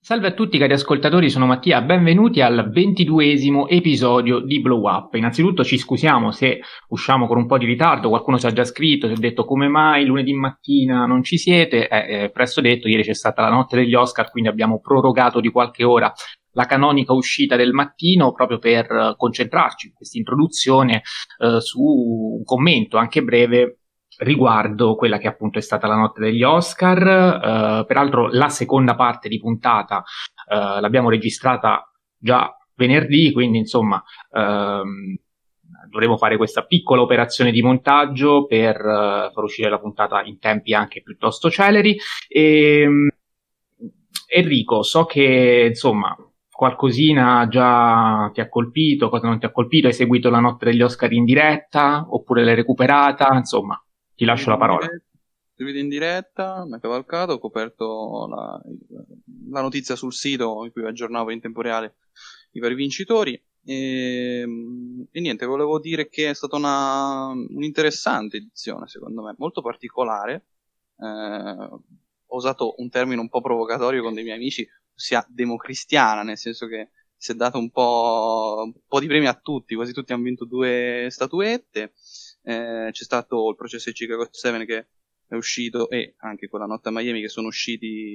Salve a tutti cari ascoltatori, sono Mattia, benvenuti al 22esimo episodio di Blow Up. Innanzitutto ci scusiamo se usciamo con un po' di ritardo, qualcuno ci ha già scritto, ci ha detto come mai lunedì mattina non ci siete, presto detto, ieri c'è stata la notte degli Oscar, quindi abbiamo prorogato di qualche ora la canonica uscita del mattino proprio per concentrarci in questa introduzione su un commento anche breve riguardo quella che appunto è stata la notte degli Oscar. Peraltro la seconda parte di puntata l'abbiamo registrata già venerdì, quindi insomma dovremo fare questa piccola operazione di montaggio per far uscire la puntata in tempi anche piuttosto celeri. E, Enrico, so che insomma qualcosina già ti ha colpito, cosa non ti ha colpito, hai seguito la notte degli Oscar in diretta oppure l'hai recuperata, insomma. Ti lascio la parola. Seguito in diretta, mi ha cavalcato, ho coperto la notizia sul sito in cui aggiornavo in tempo reale i vari vincitori e niente, volevo dire che è stata un'interessante edizione, secondo me, molto particolare. Ho usato un termine un po' provocatorio con dei miei amici, ossia democristiana, nel senso che si è dato un po' di premi a tutti, quasi tutti hanno vinto 2 statuette. C'è stato il processo di Chicago 7 che è uscito e anche quella notte a Miami che sono usciti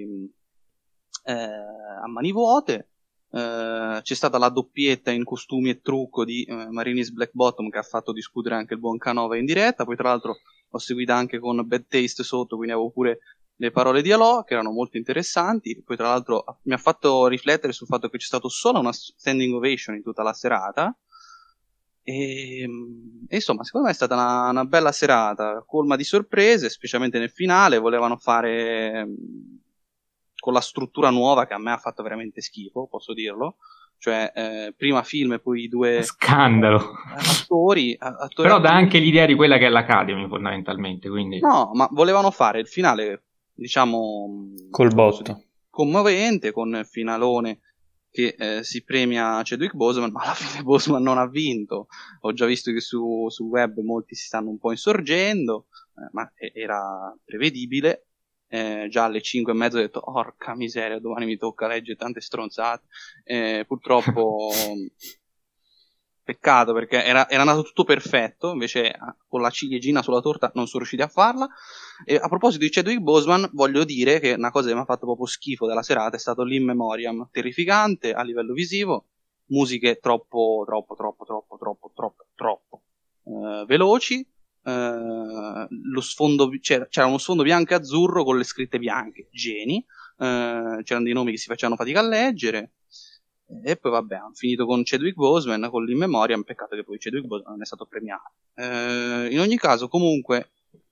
a mani vuote. C'è stata la doppietta in costumi e trucco di Marinis Black Bottom che ha fatto discutere anche il buon Canova in diretta. Poi tra l'altro l'ho seguita anche con Bad Taste sotto, quindi avevo pure le parole di Alò che erano molto interessanti. Poi tra l'altro mi ha fatto riflettere sul fatto che c'è stato solo una standing ovation in tutta la serata. E insomma, secondo me è stata una bella serata, colma di sorprese, specialmente nel finale. Volevano fare con la struttura nuova che a me ha fatto veramente schifo, posso dirlo. Cioè, prima film e poi 2 scandalo. attori Però dà anche l'idea di quella che è l'Academy, fondamentalmente. Quindi. No, ma volevano fare il finale, diciamo, col botto, commovente, con il finalone che si premia Chadwick Boseman, ma alla fine Boseman non ha vinto. Ho già visto che su web molti si stanno un po' insorgendo, ma era prevedibile. Già alle 5:30 ho detto orca miseria, domani mi tocca leggere tante stronzate. Purtroppo peccato, perché era andato tutto perfetto, invece con la ciliegina sulla torta non sono riusciti a farla. E a proposito di Chadwick Boseman, voglio dire che una cosa che mi ha fatto proprio schifo della serata è stato l'In Memoriam, terrificante a livello visivo, musiche troppo veloci, lo sfondo, c'era uno sfondo bianco e azzurro con le scritte bianche, geni, c'erano dei nomi che si facevano fatica a leggere. E poi vabbè, hanno finito con Chadwick Boseman, con l'In Memoriam, peccato che poi Chadwick Boseman non è stato premiato. In ogni caso, comunque,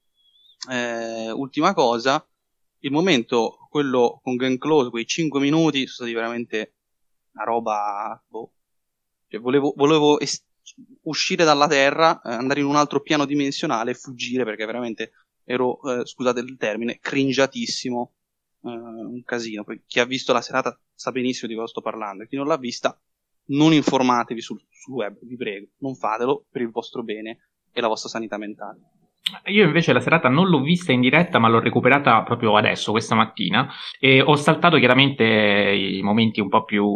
ultima cosa, il momento, quello con Glenn Close, quei 5 minuti, sono stati veramente una roba, cioè, volevo uscire dalla terra, andare in un altro piano dimensionale e fuggire, perché veramente ero, scusate il termine, cringiatissimo. Un casino. Poi chi ha visto la serata sa benissimo di cosa sto parlando, e chi non l'ha vista, non informatevi sul web, vi prego, non fatelo per il vostro bene e la vostra sanità mentale. Io invece la serata non l'ho vista in diretta, ma l'ho recuperata proprio adesso, questa mattina, e ho saltato chiaramente i momenti un po' più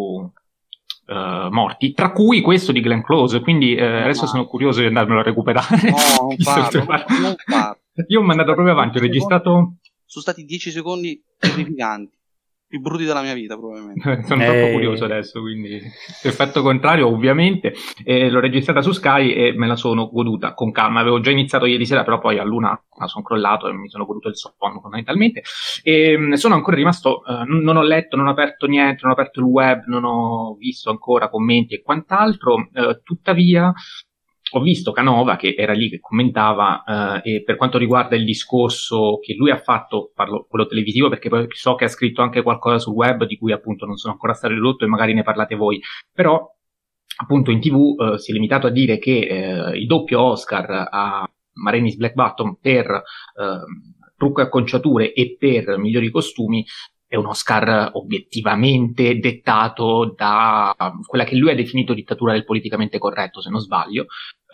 morti, tra cui questo di Glenn Close, quindi adesso sono curioso di andarmelo a recuperare. No, non farlo. Io ho mandato proprio avanti, ho registrato. Sono stati 10 secondi terrificanti, più brutti della mia vita probabilmente. Sono troppo curioso adesso, quindi effetto contrario ovviamente. L'ho registrata su Sky e me la sono goduta con calma. Avevo già iniziato ieri sera, però poi all'una sono crollato e mi sono goduto il sonno fondamentalmente. E sono ancora rimasto, non ho letto, non ho aperto niente, non ho aperto il web, non ho visto ancora commenti e quant'altro, tuttavia ho visto Canova che era lì che commentava, e per quanto riguarda il discorso che lui ha fatto, parlo quello televisivo perché poi so che ha scritto anche qualcosa sul web di cui appunto non sono ancora stato ridotto e magari ne parlate voi, però appunto in TV si è limitato a dire che il doppio Oscar a Marinis Black Bottom per trucco e acconciature e per migliori costumi è un Oscar obiettivamente dettato da quella che lui ha definito dittatura del politicamente corretto, se non sbaglio.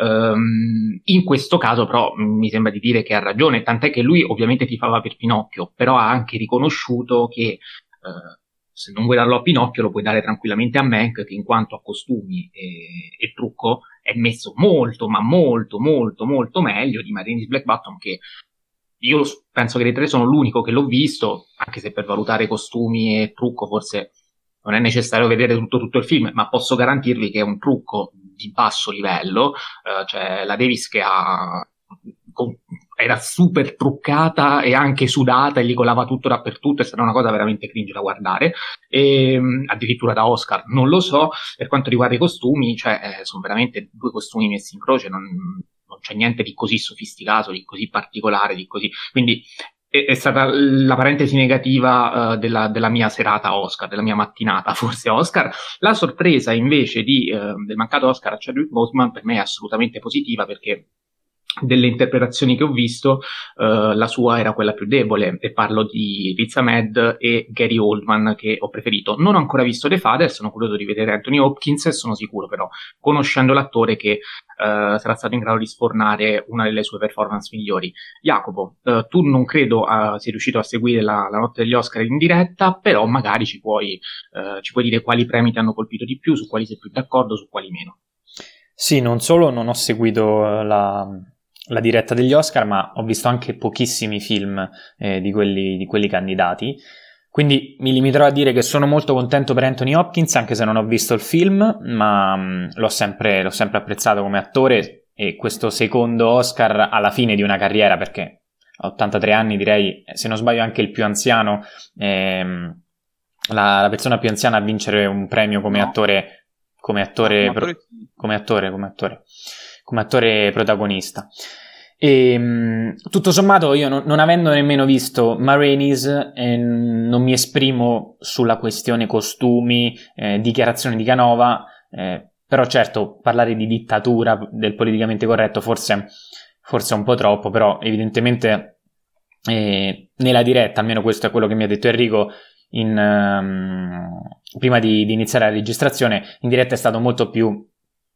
In questo caso però mi sembra di dire che ha ragione, tant'è che lui ovviamente tifava per Pinocchio, però ha anche riconosciuto che se non vuoi darlo a Pinocchio lo puoi dare tranquillamente a Mank, che in quanto a costumi e trucco è messo molto, ma molto, molto, molto meglio di Marini's Black Bottom, che io penso che dei tre sono l'unico che l'ho visto, anche se per valutare costumi e trucco forse non è necessario vedere tutto il film, ma posso garantirvi che è un trucco di basso livello, cioè la Davis che era super truccata e anche sudata e gli colava tutto dappertutto, è stata una cosa veramente cringe da guardare, e addirittura da Oscar, non lo so. Per quanto riguarda i costumi, cioè sono veramente due costumi messi in croce, non c'è niente di così sofisticato, di così particolare, di così, quindi è stata la parentesi negativa della mia serata Oscar, della mia mattinata forse Oscar. La sorpresa invece del mancato Oscar a Chadwick Boseman per me è assolutamente positiva, perché delle interpretazioni che ho visto la sua era quella più debole, e parlo di Riz Ahmed e Gary Oldman, che ho preferito. Non ho ancora visto The Father, sono curioso di vedere Anthony Hopkins, e sono sicuro però, conoscendo l'attore, che sarà stato in grado di sfornare una delle sue performance migliori. Jacopo, tu non credo sia riuscito a seguire la notte degli Oscar in diretta, però magari ci puoi dire quali premi ti hanno colpito di più, su quali sei più d'accordo, su quali meno. Sì, non solo non ho seguito la diretta degli Oscar, ma ho visto anche pochissimi film di quelli candidati. Quindi mi limiterò a dire che sono molto contento per Anthony Hopkins, anche se non ho visto il film, ma l'ho sempre apprezzato come attore, e questo secondo Oscar alla fine di una carriera, perché a 83 anni direi, se non sbaglio anche il più anziano, la persona più anziana a vincere un premio come attore protagonista. E tutto sommato io non avendo nemmeno visto Ma Rainey's, non mi esprimo sulla questione costumi, dichiarazioni di Canova, però certo parlare di dittatura del politicamente corretto forse è un po' troppo, però evidentemente nella diretta, almeno questo è quello che mi ha detto Enrico prima di iniziare la registrazione, in diretta è stato molto più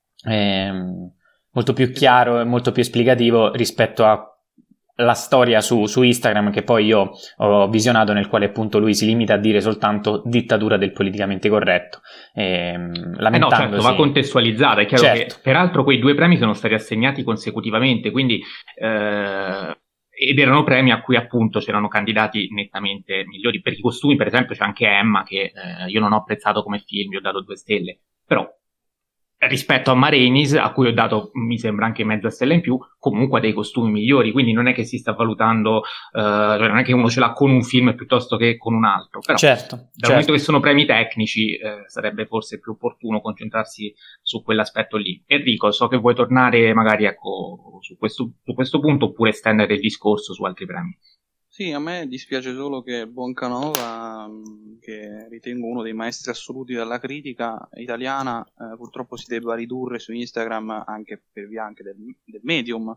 chiaro e molto più esplicativo rispetto alla storia su Instagram, che poi io ho visionato, nel quale appunto lui si limita a dire soltanto dittatura del politicamente corretto, lamentandosi. No, certo, va contestualizzata, è chiaro, certo, che peraltro quei due premi sono stati assegnati consecutivamente, quindi ed erano premi a cui appunto c'erano candidati nettamente migliori. Per i costumi, per esempio, c'è anche Emma, che io non ho apprezzato come film, gli ho dato 2 stelle, però rispetto a Ma Rainey's, a cui ho dato, mi sembra, anche mezza stella in più, comunque ha dei costumi migliori, quindi non è che si sta valutando, cioè non è che uno ce l'ha con un film piuttosto che con un altro, però certo. Momento che sono premi tecnici, sarebbe forse più opportuno concentrarsi su quell'aspetto lì. Enrico, so che vuoi tornare magari, ecco, su questo punto, oppure estendere il discorso su altri premi. Sì, a me dispiace solo che Boncanova, che ritengo uno dei maestri assoluti della critica italiana, purtroppo si debba ridurre su Instagram, anche per via anche del medium.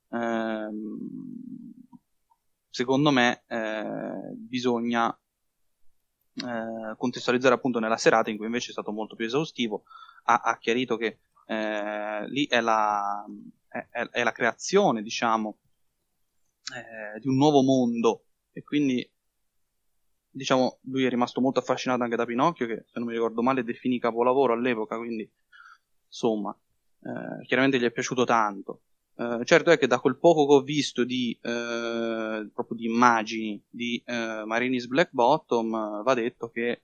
Secondo me bisogna contestualizzare appunto nella serata, in cui invece è stato molto più esaustivo. Ha chiarito che lì è la creazione, diciamo, di un nuovo mondo, e quindi diciamo lui è rimasto molto affascinato anche da Pinocchio, che se non mi ricordo male definì capolavoro all'epoca, quindi insomma chiaramente gli è piaciuto tanto. Certo è che da quel poco che ho visto proprio di immagini di Marini's Black Bottom, va detto che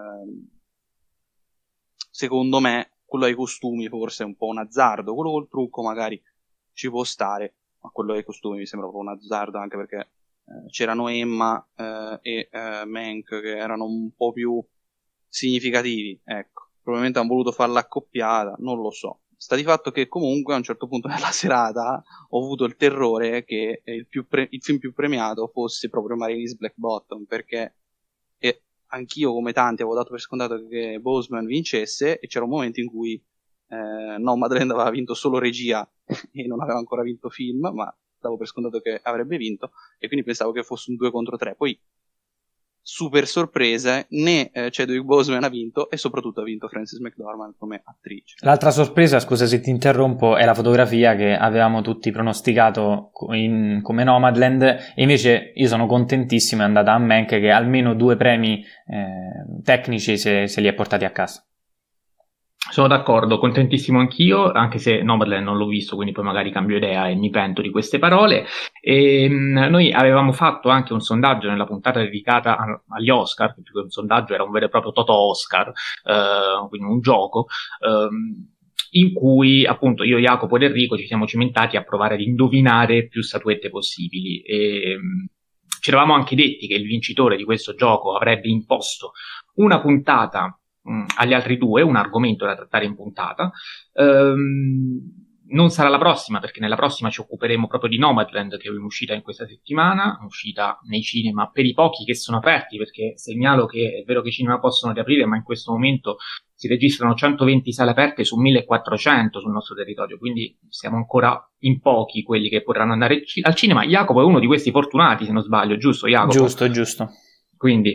secondo me quello ai costumi forse è un po' un azzardo, quello col trucco magari ci può stare, ma quello dei costumi mi sembra proprio un azzardo, anche perché c'erano Emma e Mank, che erano un po' più significativi, ecco. Probabilmente hanno voluto farla accoppiata, non lo so. Sta di fatto che comunque a un certo punto nella serata ho avuto il terrore che il film più premiato fosse proprio Marini's Black Bottom, perché anch'io, come tanti, avevo dato per scontato che Boseman vincesse, e c'era un momento in cui Nomadland aveva vinto solo regia e non aveva ancora vinto film, ma davo per scontato che avrebbe vinto, e quindi pensavo che fosse un 2 contro 3. Poi super sorprese, né Chadwick Boseman ha vinto, e soprattutto ha vinto Frances McDormand come attrice. L'altra sorpresa, scusa se ti interrompo, è la fotografia che avevamo tutti pronosticato come Nomadland, e invece io sono contentissimo, è andata a Mank, che almeno 2 premi tecnici se li è portati a casa. Sono d'accordo, contentissimo anch'io, anche se Nomadland non l'ho visto, quindi poi magari cambio idea e mi pento di queste parole. Noi avevamo fatto anche un sondaggio nella puntata dedicata agli Oscar, più che un sondaggio era un vero e proprio Toto Oscar, quindi un gioco, in cui appunto io, Jacopo ed Enrico ci siamo cimentati a provare ad indovinare più statuette possibili. Ci eravamo anche detti che il vincitore di questo gioco avrebbe imposto una puntata agli altri 2, un argomento da trattare in puntata. Non sarà la prossima, perché nella prossima ci occuperemo proprio di Nomadland, che è un'uscita in questa settimana, un'uscita nei cinema per i pochi che sono aperti, perché segnalo che è vero che i cinema possono riaprire, ma in questo momento si registrano 120 sale aperte su 1400 sul nostro territorio, quindi siamo ancora in pochi quelli che potranno andare al cinema. Jacopo è uno di questi fortunati, se non sbaglio, giusto Jacopo? Giusto. Quindi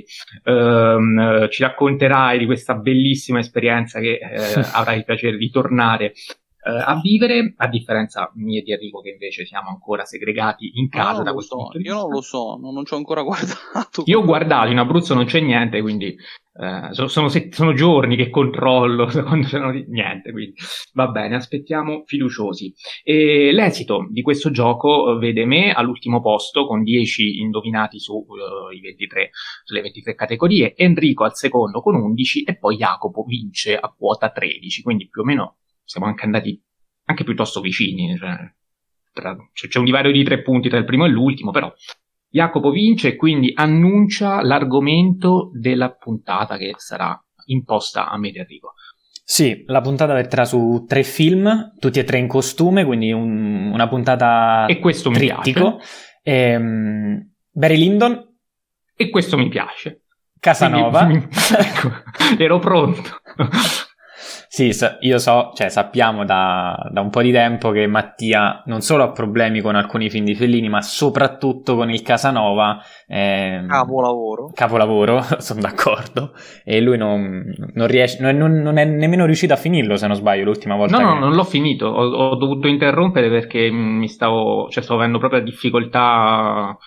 ci racconterai di questa bellissima esperienza che avrai il piacere di tornare a vivere, a differenza mia e di Enrico, che invece siamo ancora segregati in casa da questo punto di vista. Io non lo so, non ci ho ancora guardato. Io ho guardato, in Abruzzo non c'è niente, quindi sono giorni che controllo, quando c'è niente, quindi va bene, aspettiamo fiduciosi. E l'esito di questo gioco vede me all'ultimo posto con 10 indovinati sulle 23 categorie, Enrico al secondo con 11 e poi Jacopo vince a quota 13, quindi più o meno siamo anche andati anche piuttosto vicini, c'è un divario di 3 punti tra il primo e l'ultimo, però Jacopo vince e quindi annuncia l'argomento della puntata che sarà imposta a me ed Enrico. Sì, la puntata verterà su 3 film, tutti e 3 in costume, quindi una puntata e questo trittico. Mi piace. Barry Lyndon. E questo mi piace. Casanova. Ecco, ero pronto. Sì, sappiamo da un po' di tempo che Mattia non solo ha problemi con alcuni film di Fellini, ma soprattutto con il Casanova. Capolavoro, sono d'accordo. E lui non riesce, non è nemmeno riuscito a finirlo, se non sbaglio, l'ultima volta. No, non l'ho finito. Ho dovuto interrompere perché stavo avendo proprio difficoltà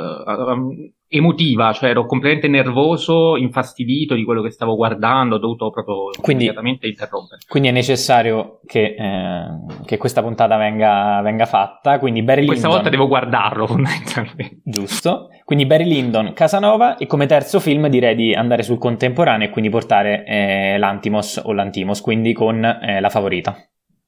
emotiva, cioè ero completamente nervoso, infastidito di quello che stavo guardando, ho dovuto proprio immediatamente interrompere. Quindi è necessario che questa puntata venga fatta, quindi Barry Lyndon... Questa volta devo guardarlo, fondamentalmente. Giusto. Quindi Barry Lyndon, Casanova, e come terzo film direi di andare sul contemporaneo e quindi portare l'Antimos o l'Antimos, quindi con La Favorita.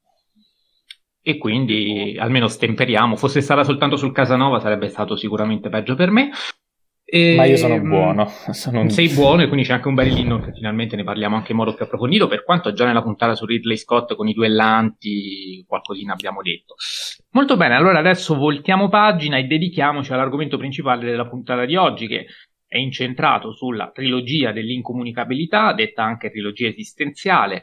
E quindi almeno stemperiamo. Fosse stata soltanto sul Casanova sarebbe stato sicuramente peggio per me. Ma io sono buono. Sei buono, e quindi c'è anche un Barry Lyndon che finalmente ne parliamo anche in modo più approfondito, per quanto già nella puntata su Ridley Scott con i duellanti qualcosina abbiamo detto. Molto bene, allora adesso voltiamo pagina e dedichiamoci all'argomento principale della puntata di oggi, che è incentrato sulla trilogia dell'incomunicabilità, detta anche trilogia esistenziale,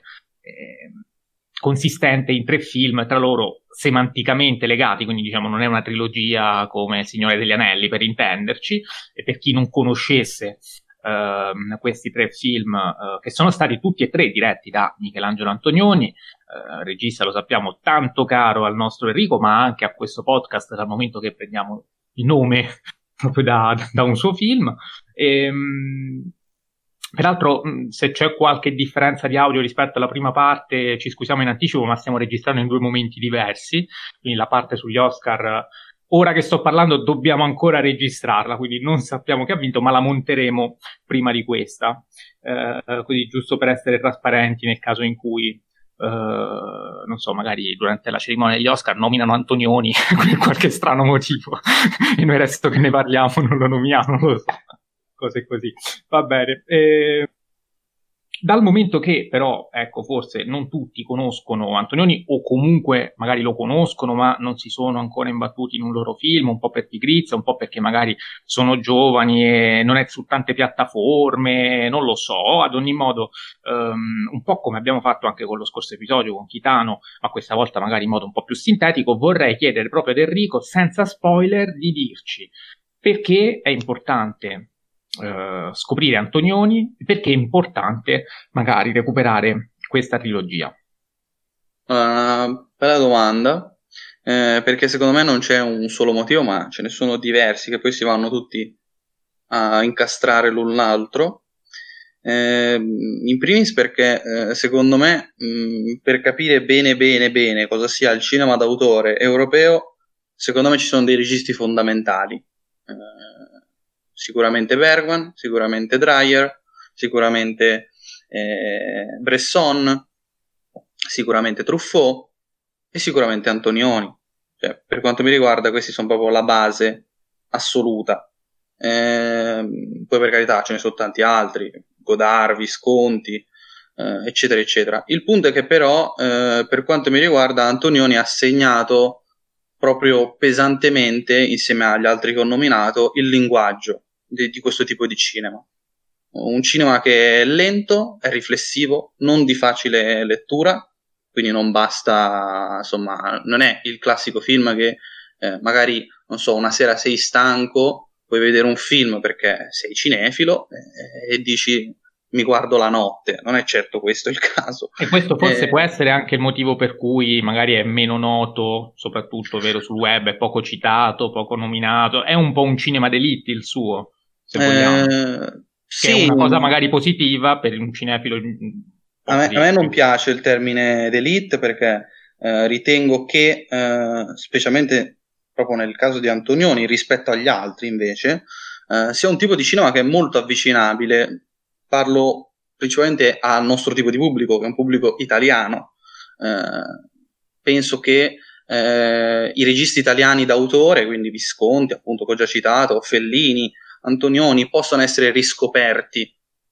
consistente in 3 film, tra loro semanticamente legati, quindi diciamo non è una trilogia come Signore degli Anelli, per intenderci, e per chi non conoscesse questi 3 film, che sono stati tutti e 3 diretti da Michelangelo Antonioni, regista, lo sappiamo, tanto caro al nostro Enrico, ma anche a questo podcast dal momento che prendiamo il nome proprio da un suo film. Peraltro, se c'è qualche differenza di audio rispetto alla prima parte, ci scusiamo in anticipo, ma stiamo registrando in 2 momenti diversi. Quindi la parte sugli Oscar, ora che sto parlando, dobbiamo ancora registrarla, quindi non sappiamo chi ha vinto, ma la monteremo prima di questa. Quindi giusto per essere trasparenti nel caso in cui, non so, magari durante la cerimonia degli Oscar nominano Antonioni per qualche strano motivo e noi resto che ne parliamo non lo nomiamo, non lo so. Cose così, va bene. Dal momento che però, ecco, forse non tutti conoscono Antonioni, o comunque magari lo conoscono ma non si sono ancora imbattuti in un loro film, un po' per pigrizia, un po' perché magari sono giovani e non è su tante piattaforme, non lo so. Ad ogni modo, un po' come abbiamo fatto anche con lo scorso episodio con Kitano, ma questa volta magari in modo un po' più sintetico, vorrei chiedere proprio ad Enrico, senza spoiler, di dirci perché è importante scoprire Antonioni, perché è importante magari recuperare questa trilogia? Bella domanda, perché secondo me non c'è un solo motivo, ma ce ne sono diversi che poi si vanno tutti a incastrare l'un l'altro. In primis perché secondo me per capire bene cosa sia il cinema d'autore europeo, secondo me ci sono dei registi fondamentali. Sicuramente Bergman, sicuramente Dreyer, sicuramente Bresson, sicuramente Truffaut e sicuramente Antonioni. Cioè, per quanto mi riguarda, questi sono proprio la base assoluta. Poi per carità ce ne sono tanti altri, Godard, Visconti, eccetera eccetera. Il punto è che però per quanto mi riguarda Antonioni ha segnato proprio pesantemente, insieme agli altri che ho nominato, il linguaggio di questo tipo di cinema. Un cinema che è lento, è riflessivo, non di facile lettura, quindi non basta, insomma, non è il classico film che magari, non so, una sera sei stanco, puoi vedere un film perché sei cinefilo e dici mi guardo la notte. Non è certo questo il caso. E questo forse può essere anche il motivo per cui magari è meno noto, soprattutto, vero, sul web, è poco citato, poco nominato. È un po' un cinema d'élite il suo, se vogliamo. Che Sì. è una cosa magari positiva per un cinefilo. A me non piace il termine d'élite perché ritengo che, specialmente proprio nel caso di Antonioni, rispetto agli altri invece, sia un tipo di cinema che è molto avvicinabile. Parlo principalmente al nostro tipo di pubblico, che è un pubblico italiano. Penso che i registi italiani d'autore, quindi Visconti, appunto, che ho già citato, Fellini, Antonioni, possano essere riscoperti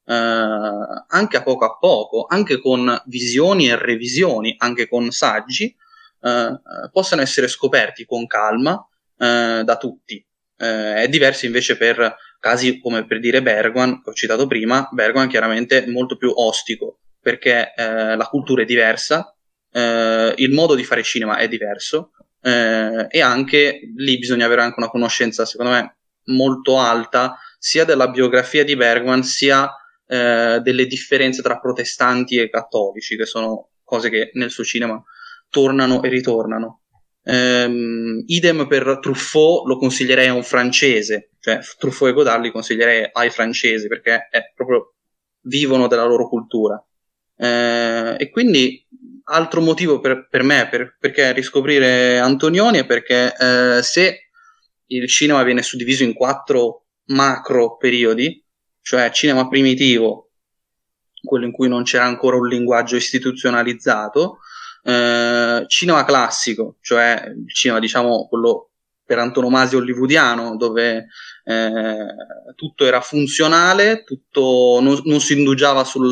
anche a poco, anche con visioni e revisioni, anche con saggi, possano essere scoperti con calma da tutti. È diverso invece per casi come per dire Bergman, che ho citato prima. Bergman chiaramente è molto più ostico, perché la cultura è diversa, il modo di fare cinema è diverso, e anche lì bisogna avere anche una conoscenza, secondo me, molto alta, sia della biografia di Bergman, sia delle differenze tra protestanti e cattolici, che sono cose che nel suo cinema tornano e ritornano. Idem per Truffaut, lo consiglierei a un francese, cioè Truffaut e Godard li consiglierei ai francesi perché proprio vivono della loro cultura. E quindi altro motivo per me perché riscoprire Antonioni è perché se il cinema viene suddiviso in 4 macro periodi, cioè cinema primitivo, quello in cui non c'era ancora un linguaggio istituzionalizzato, cinema classico, cioè il cinema, diciamo, quello per antonomasia hollywoodiano, dove tutto era funzionale, tutto non si indugiava su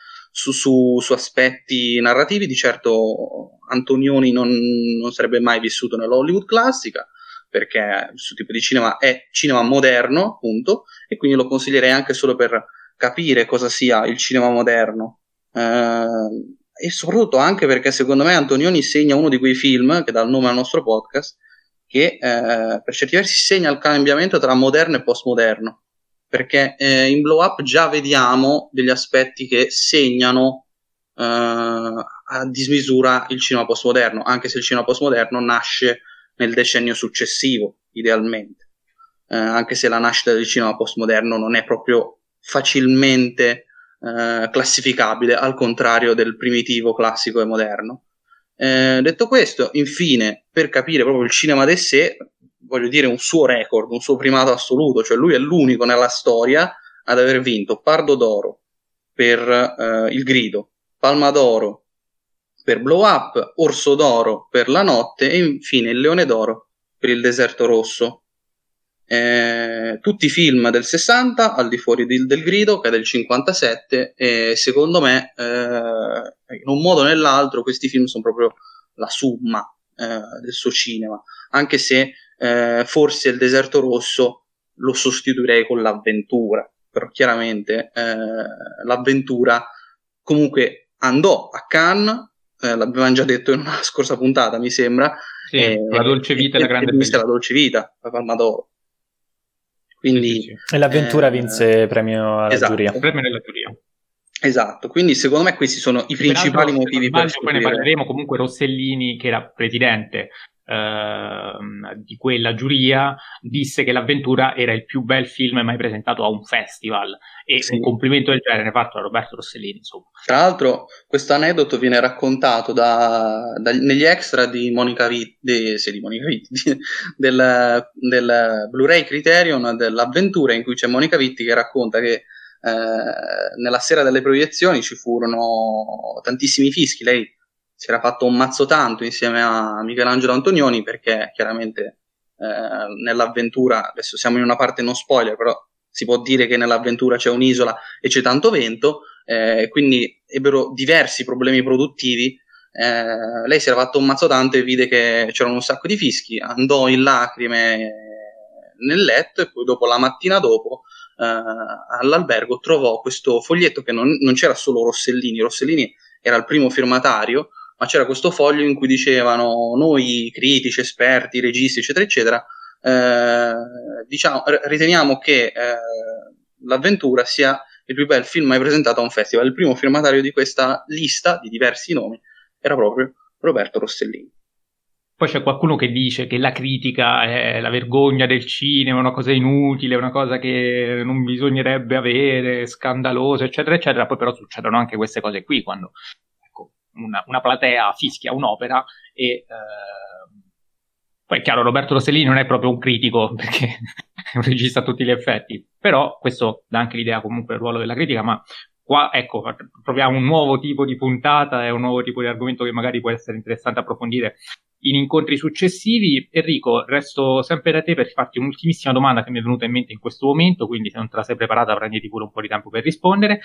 aspetti narrativi. Di certo Antonioni non sarebbe mai vissuto nella Hollywood classica, perché questo tipo di cinema è cinema moderno, appunto, e quindi lo consiglierei anche solo per capire cosa sia il cinema moderno, e soprattutto anche perché secondo me Antonioni segna uno di quei film che dà il nome al nostro podcast, che per certi versi segna il cambiamento tra moderno e postmoderno, perché in Blow Up già vediamo degli aspetti che segnano a dismisura il cinema postmoderno, anche se il cinema postmoderno nasce nel decennio successivo, idealmente, anche se la nascita del cinema postmoderno non è proprio facilmente classificabile, al contrario del primitivo, classico e moderno. Detto questo, infine, per capire proprio il cinema de sé, voglio dire un suo record, un suo primato assoluto, cioè lui è l'unico nella storia ad aver vinto Pardo d'Oro per Il Grido, Palma d'Oro per Blow Up, Orso d'Oro per La Notte e infine il Leone d'Oro per Il Deserto Rosso. Tutti film del 60, al di fuori del Grido, che è del 57, e secondo me in un modo o nell'altro questi film sono proprio la somma del suo cinema, anche se forse Il Deserto Rosso lo sostituirei con L'Avventura, però chiaramente L'Avventura comunque andò a Cannes, l'abbiamo già detto in una scorsa puntata, mi sembra. Sì, La Dolce Vita e La Grande Bellezza. La Dolce Vita, la Palma d'Oro. Quindi, sì. E l'avventura vinse premio alla esatto. giuria. Premio nella giuria. Esatto, quindi secondo me questi sono i principali motivi per sbaglio, poi ne parleremo. Comunque Rossellini, che era presidente di quella giuria, disse che l'avventura era il più bel film mai presentato a un festival, e Sì. un complimento del genere fatto da Roberto Rossellini, insomma. Tra l'altro questo aneddoto viene raccontato negli extra di Monica Vitti, del Blu-ray Criterion dell'avventura, in cui c'è Monica Vitti che racconta che nella sera delle proiezioni ci furono tantissimi fischi. Lei si era fatto un mazzo tanto insieme a Michelangelo Antonioni, perché chiaramente nell'avventura, adesso siamo in una parte non spoiler, però si può dire che nell'avventura c'è un'isola e c'è tanto vento, quindi ebbero diversi problemi produttivi. Lei si era fatto un mazzo tanto e vide che c'erano un sacco di fischi, andò in lacrime nel letto, e poi dopo, la mattina dopo, all'albergo trovò questo foglietto che non c'era solo Rossellini era il primo firmatario, ma c'era questo foglio in cui dicevano: noi critici, esperti, registi, eccetera eccetera, riteniamo che l'avventura sia il più bel film mai presentato a un festival. Il primo firmatario di questa lista di diversi nomi era proprio Roberto Rossellini. Poi c'è qualcuno che dice che la critica è la vergogna del cinema, una cosa inutile, una cosa che non bisognerebbe avere, scandalosa, eccetera, eccetera. Poi però succedono anche queste cose qui, quando una platea fischia un'opera, e poi è chiaro, Roberto Rossellini non è proprio un critico, perché è un regista a tutti gli effetti, però questo dà anche l'idea comunque del ruolo della critica. Ma qua, ecco, proviamo un nuovo tipo di puntata e un nuovo tipo di argomento che magari può essere interessante approfondire in incontri successivi. Enrico, resto sempre da te per farti un'ultimissima domanda che mi è venuta in mente in questo momento, quindi se non te la sei preparata prenditi pure un po' di tempo per rispondere.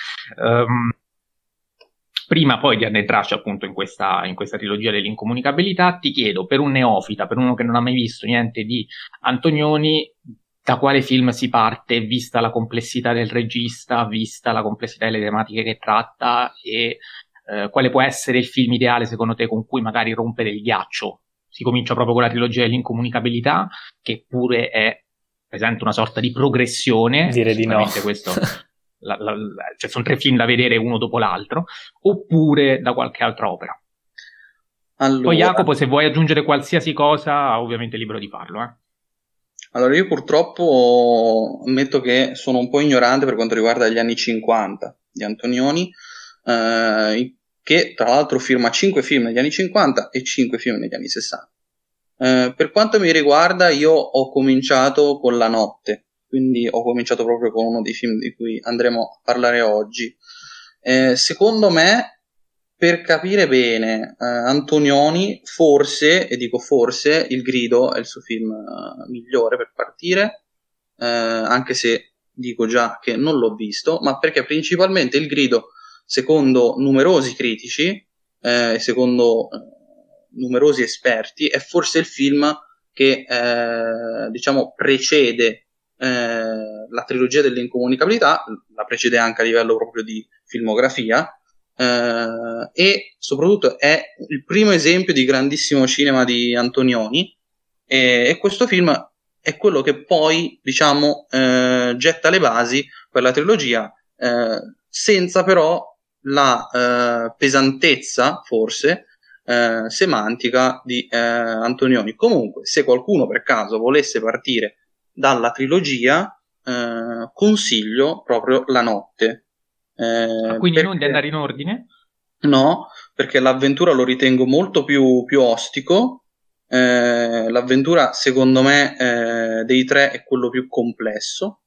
Prima poi di addentrarci appunto in questa trilogia dell'incomunicabilità, ti chiedo, per un neofita, per uno che non ha mai visto niente di Antonioni, da quale film si parte, vista la complessità del regista, vista la complessità delle tematiche che tratta, e quale può essere il film ideale secondo te con cui magari rompere il ghiaccio? Si comincia proprio con la trilogia dell'incomunicabilità, che pure presenta una sorta di progressione. Direi di no. Questo... cioè sono 3 film da vedere uno dopo l'altro, oppure da qualche altra opera. Allora, poi Jacopo, se vuoi aggiungere qualsiasi cosa, ovviamente è libero di farlo. Allora, io purtroppo ammetto che sono un po' ignorante per quanto riguarda gli anni 50 di Antonioni, che tra l'altro firma 5 film negli anni 50 e 5 film negli anni 60. Per quanto mi riguarda, io ho cominciato con La notte, quindi ho cominciato proprio con uno dei film di cui andremo a parlare oggi. Secondo me, per capire bene Antonioni, forse, e dico forse, Il grido è il suo film migliore per partire, anche se dico già che non l'ho visto, ma perché principalmente Il grido, secondo numerosi critici, secondo numerosi esperti, è forse il film che diciamo precede la trilogia dell'incomunicabilità, la precede anche a livello proprio di filmografia, e soprattutto è il primo esempio di grandissimo cinema di Antonioni, e questo film è quello che poi diciamo getta le basi per la trilogia, senza però la pesantezza forse semantica di Antonioni. Comunque, se qualcuno per caso volesse partire dalla trilogia, consiglio proprio La notte. Quindi non di andare in ordine? No, perché l'avventura lo ritengo molto più ostico. L'avventura, secondo me, dei 3 è quello più complesso.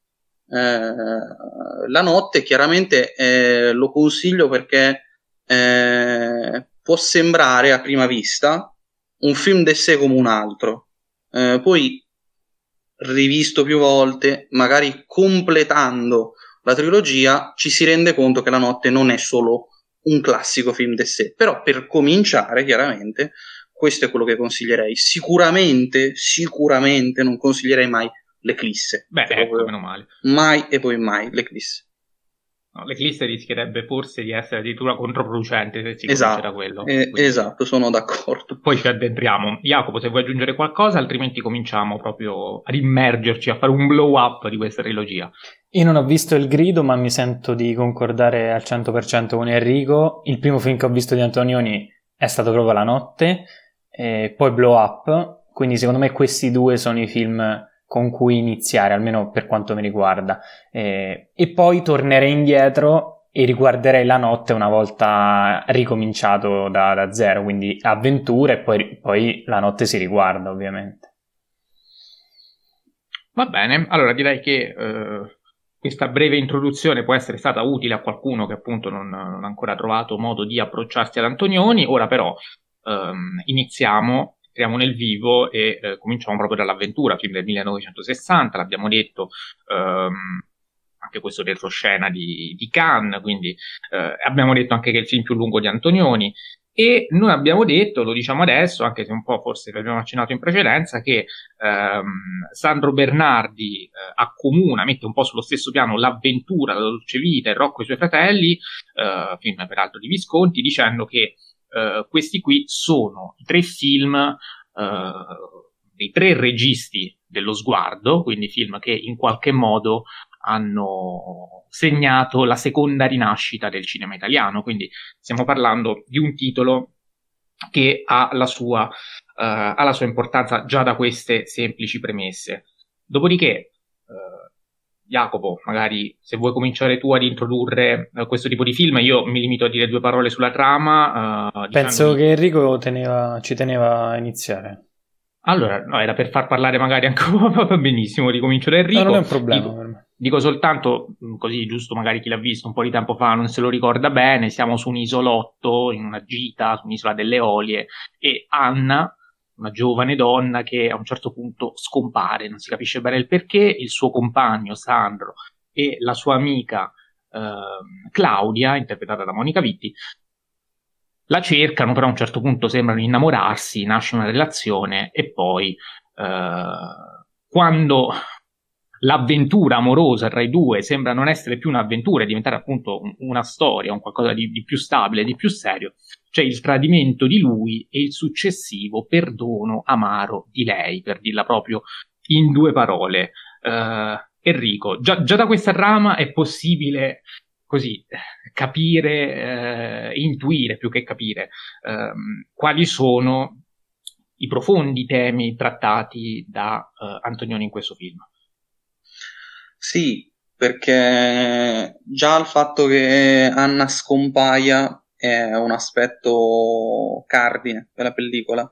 La notte chiaramente lo consiglio perché può sembrare a prima vista un film d'essè come un altro, poi rivisto più volte, magari completando la trilogia, ci si rende conto che La notte non è solo un classico film d'essè. Però per cominciare, chiaramente, questo è quello che consiglierei. Sicuramente non consiglierei mai L'Eclisse. Beh, ecco, meno male. Mai e poi mai L'Eclisse. No, l'Eclisse rischierebbe forse di essere addirittura controproducente se si comincia da quello. Esatto, sono d'accordo. Poi ci addentriamo. Jacopo, se vuoi aggiungere qualcosa, altrimenti cominciamo proprio ad immergerci, a fare un blow up di questa trilogia. Io non ho visto Il Grido, ma mi sento di concordare al 100% con Enrico. Il primo film che ho visto di Antonioni è stato proprio La notte, poi Blow Up, quindi secondo me questi due sono i film con cui iniziare, almeno per quanto mi riguarda, e poi tornerei indietro e riguarderei La notte una volta ricominciato da zero, quindi avventure e poi La notte si riguarda ovviamente. Va bene, allora direi che questa breve introduzione può essere stata utile a qualcuno che appunto non ha ancora trovato modo di approcciarsi ad Antonioni. Ora però entriamo nel vivo e cominciamo proprio dall'avventura, film del 1960, l'abbiamo detto, anche questo retroscena di Cannes, quindi abbiamo detto anche che è il film più lungo di Antonioni, e noi abbiamo detto, lo diciamo adesso, anche se un po' forse l'abbiamo accennato in precedenza, che Sandro Bernardi accomuna, mette un po' sullo stesso piano l'avventura, la dolce vita e Rocco e i suoi fratelli, film peraltro di Visconti, dicendo che questi qui sono i tre film dei tre registi dello sguardo, quindi film che in qualche modo hanno segnato la seconda rinascita del cinema italiano, quindi stiamo parlando di un titolo che ha la sua importanza già da queste semplici premesse. Dopodiché, Jacopo, magari se vuoi cominciare tu ad introdurre questo tipo di film, io mi limito a dire due parole sulla trama. Penso che Enrico ci teneva a iniziare. Allora, no, era per far parlare magari anche benissimo, ricomincio da Enrico. No, non è un problema per me. Dico soltanto, così giusto magari chi l'ha visto un po' di tempo fa non se lo ricorda bene, siamo su un isolotto, in una gita, su un'isola delle Eolie, e Anna, una giovane donna che a un certo punto scompare, non si capisce bene il perché, il suo compagno Sandro e la sua amica Claudia, interpretata da Monica Vitti, la cercano, però a un certo punto sembrano innamorarsi, nasce una relazione e poi quando l'avventura amorosa tra i due sembra non essere più un'avventura e diventare appunto una storia, un qualcosa di più stabile, di più serio, c'è il tradimento di lui e il successivo perdono amaro di lei, per dirla proprio in due parole. Enrico, già da questa trama è possibile così capire, intuire più che capire quali sono i profondi temi trattati da Antonioni in questo film. Sì, perché già il fatto che Anna scompaia è un aspetto cardine per la pellicola.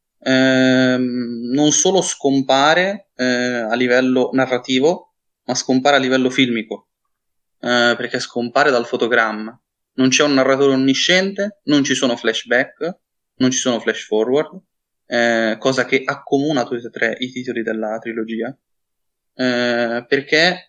Non solo scompare a livello narrativo, ma scompare a livello filmico, perché scompare dal fotogramma. Non c'è un narratore onnisciente, non ci sono flashback, non ci sono flash forward, cosa che accomuna tutti e tre i titoli della trilogia. Perché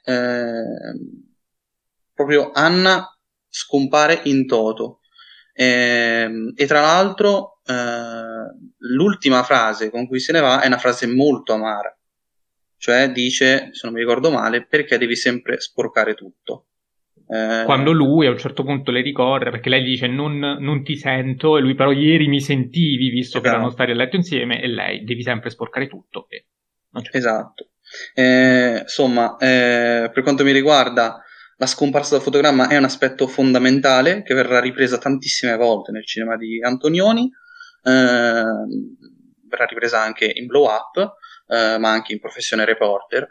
proprio Anna scompare in toto e tra l'altro l'ultima frase con cui se ne va è una frase molto amara, cioè dice, se non mi ricordo male, perché devi sempre sporcare tutto. Quando lui a un certo punto le ricorre, perché lei dice non ti sento, e lui però ieri mi sentivi, visto che erano stati a letto insieme, e lei devi sempre sporcare tutto e non c'è. Esatto. Insomma, per quanto mi riguarda, la scomparsa dal fotogramma è un aspetto fondamentale che verrà ripresa tantissime volte nel cinema di Antonioni, verrà ripresa anche in Blow Up, ma anche in Professione Reporter,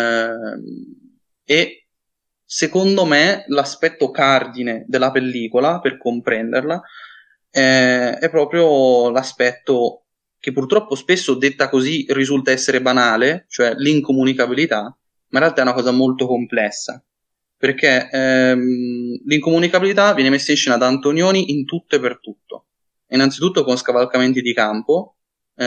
e secondo me l'aspetto cardine della pellicola, per comprenderla, è proprio l'aspetto che purtroppo spesso detta così risulta essere banale, cioè l'incomunicabilità, ma in realtà è una cosa molto complessa, perché l'incomunicabilità viene messa in scena da Antonioni in tutto e per tutto. Innanzitutto con scavalcamenti di campo,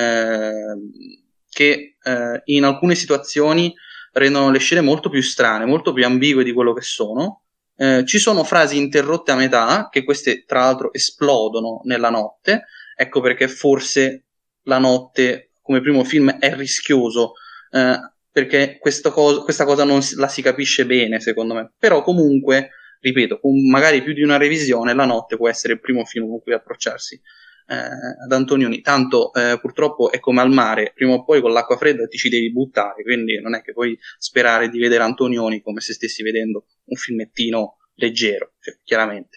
che in alcune situazioni rendono le scene molto più strane, molto più ambigue di quello che sono. Ci sono frasi interrotte a metà, che queste tra l'altro esplodono nella notte, ecco perché forse La notte come primo film è rischioso, perché questa cosa non la si capisce bene, secondo me, però comunque ripeto, con magari più di una revisione, La notte può essere il primo film con cui approcciarsi ad Antonioni. Tanto purtroppo è come al mare, prima o poi con l'acqua fredda ti ci devi buttare, quindi non è che puoi sperare di vedere Antonioni come se stessi vedendo un filmettino leggero, cioè, chiaramente.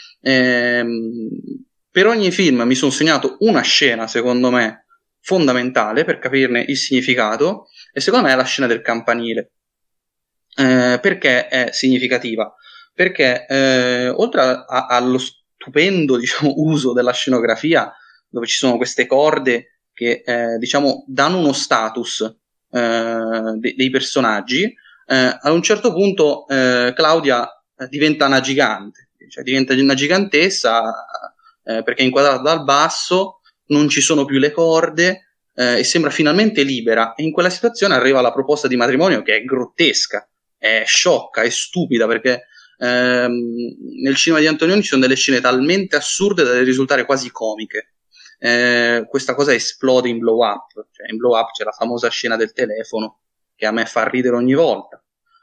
Per ogni film mi sono segnato una scena, secondo me, fondamentale per capirne il significato, e secondo me è la scena del campanile. Perché è significativa? Perché oltre allo stupendo, diciamo, uso della scenografia, dove ci sono queste corde che diciamo danno uno status dei personaggi, ad un certo punto Claudia diventa una gigante, cioè diventa una gigantessa perché è inquadrata dal basso, non ci sono più le corde e sembra finalmente libera, e in quella situazione arriva la proposta di matrimonio che è grottesca, è sciocca, è stupida, perché nel cinema di Antonioni ci sono delle scene talmente assurde da risultare quasi comiche. Questa cosa esplode in Blow Up, cioè in Blow Up c'è la famosa scena del telefono che a me fa ridere ogni volta,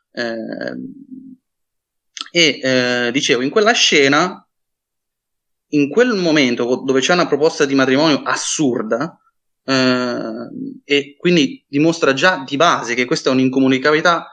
dicevo, in quella scena, in quel momento dove c'è una proposta di matrimonio assurda, e quindi dimostra già di base che questa è un'incomunicabilità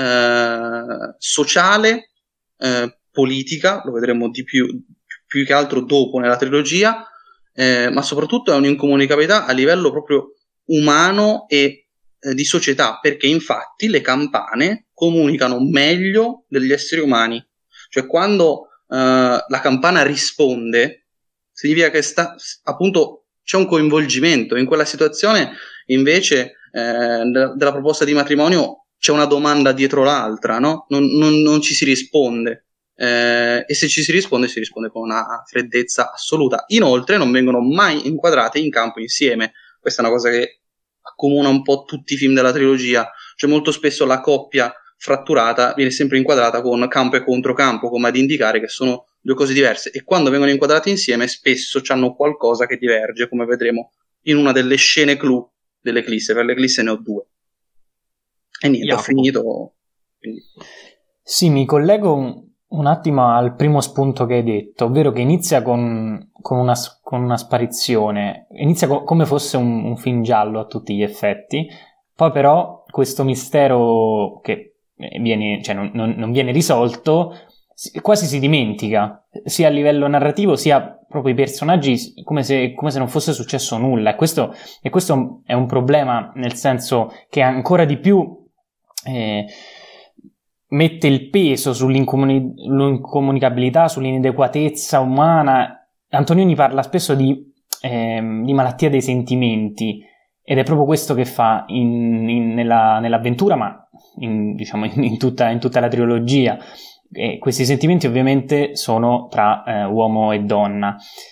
sociale, politica, lo vedremo di più che altro dopo nella trilogia, ma soprattutto è un'incomunicabilità a livello proprio umano e di società, perché infatti le campane comunicano meglio degli esseri umani, cioè quando la campana risponde significa che appunto c'è un coinvolgimento. In quella situazione invece della proposta di matrimonio c'è una domanda dietro l'altra, no? Non ci si risponde, e se ci si risponde con una freddezza assoluta. Inoltre non vengono mai inquadrate in campo insieme. Questa è una cosa che accomuna un po' tutti i film della trilogia, cioè molto spesso la coppia fratturata viene sempre inquadrata con campo e controcampo, come ad indicare che sono due cose diverse, e quando vengono inquadrate insieme spesso hanno qualcosa che diverge, come vedremo in una delle scene clou dell'Eclisse. Per l'Eclisse ne ho due. E niente, ho finito. Quindi. Sì, mi collego un attimo al primo spunto che hai detto, ovvero che inizia con una sparizione, inizia come fosse un film giallo a tutti gli effetti, poi però questo mistero che viene, cioè non viene risolto, quasi si dimentica, sia a livello narrativo sia proprio i personaggi, come se non fosse successo nulla, e questo è un problema, nel senso che ancora di più mette il peso sull'incomunicabilità, sull'inadeguatezza umana. Antonioni parla spesso di malattia dei sentimenti, ed è proprio questo che fa nell'avventura, ma in tutta la trilogia. E questi sentimenti ovviamente sono tra uomo e donna.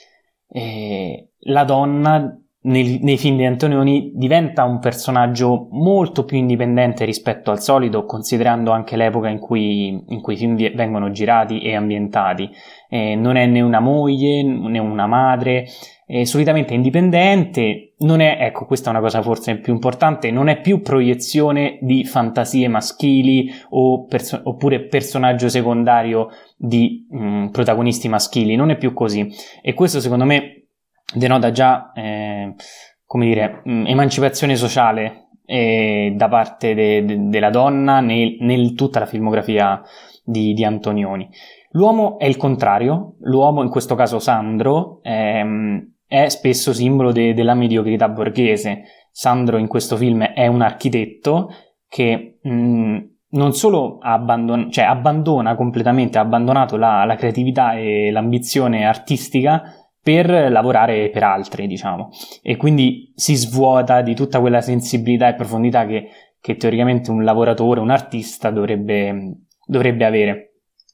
La donna nei film di Antonioni diventa un personaggio molto più indipendente rispetto al solito, considerando anche l'epoca in cui i film vengono girati e ambientati. Non è né una moglie né una madre, è solitamente indipendente, non è, ecco, questa è una cosa forse più importante, non è più proiezione di fantasie maschili oppure personaggio secondario di protagonisti maschili, non è più così, e questo secondo me denota già emancipazione sociale da parte della donna nel tutta la filmografia di Antonioni. L'uomo è il contrario, l'uomo, in questo caso Sandro, è spesso simbolo della mediocrità borghese. Sandro in questo film è un architetto che non solo abbandona completamente, ha abbandonato la creatività e l'ambizione artistica per lavorare per altri, diciamo, e quindi si svuota di tutta quella sensibilità e profondità che teoricamente un lavoratore, un artista dovrebbe avere.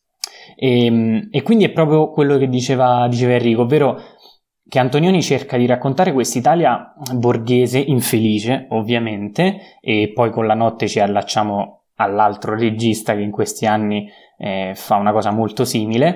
E quindi è proprio quello che diceva Enrico, ovvero che Antonioni cerca di raccontare quest'Italia borghese infelice, ovviamente, e poi con La notte ci allacciamo all'altro regista che in questi anni fa una cosa molto simile,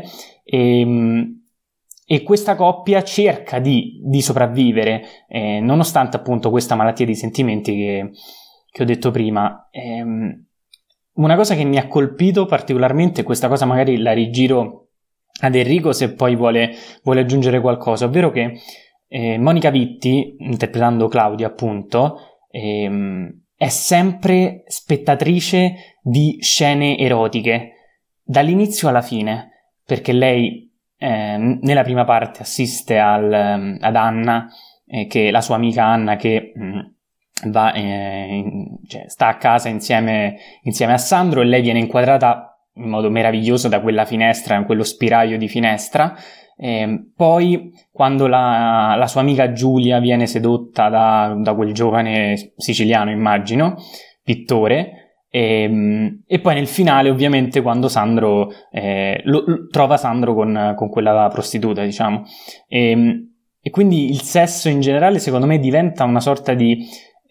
e questa coppia cerca di sopravvivere nonostante appunto questa malattia di sentimenti che ho detto prima. una cosa che mi ha colpito particolarmente, questa cosa magari la rigiro ad Enrico se poi vuole aggiungere qualcosa, ovvero che Monica Vitti, interpretando Claudia appunto, è sempre spettatrice di scene erotiche dall'inizio alla fine, perché lei nella prima parte assiste ad Anna, che la sua amica Anna, che va sta a casa insieme a Sandro, e lei viene inquadrata in modo meraviglioso da quella finestra, in quello spiraglio di finestra. Poi quando la sua amica Giulia viene sedotta da quel giovane siciliano, immagino, pittore, e poi nel finale ovviamente quando Sandro trova Sandro con quella prostituta, diciamo, e quindi il sesso in generale secondo me diventa una sorta di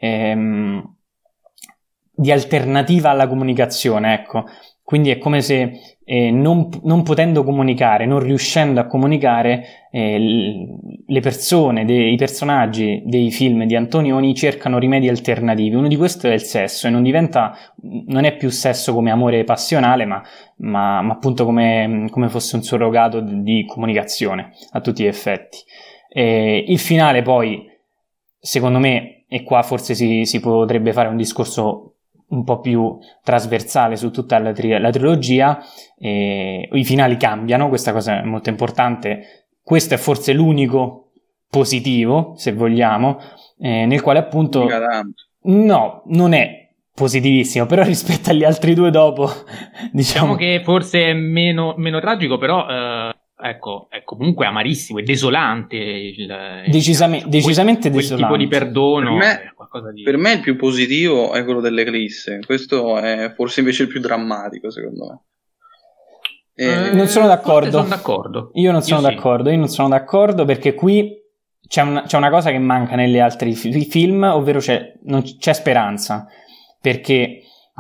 alternativa alla comunicazione, ecco. Quindi è come se non potendo comunicare, non riuscendo a comunicare, le persone, i personaggi dei film di Antonioni cercano rimedi alternativi. Uno di questi è il sesso, e non è più sesso come amore passionale, ma appunto come fosse un surrogato di comunicazione a tutti gli effetti. Il finale poi, secondo me, e qua forse si potrebbe fare un discorso un po' più trasversale su tutta la trilogia, i finali cambiano, questa cosa è molto importante. Questo è forse l'unico positivo, se vogliamo, nel quale appunto no, non è positivissimo, però rispetto agli altri due dopo diciamo che forse è meno tragico, però ecco, è comunque amarissimo, è desolante decisamente desolante. Quel tipo di perdono per me il più positivo è quello dell'Eclisse. Questo è forse invece il più drammatico, secondo me. Non sono d'accordo. Io non sono d'accordo, perché qui c'è una cosa che manca negli altri film, ovvero c'è speranza, perché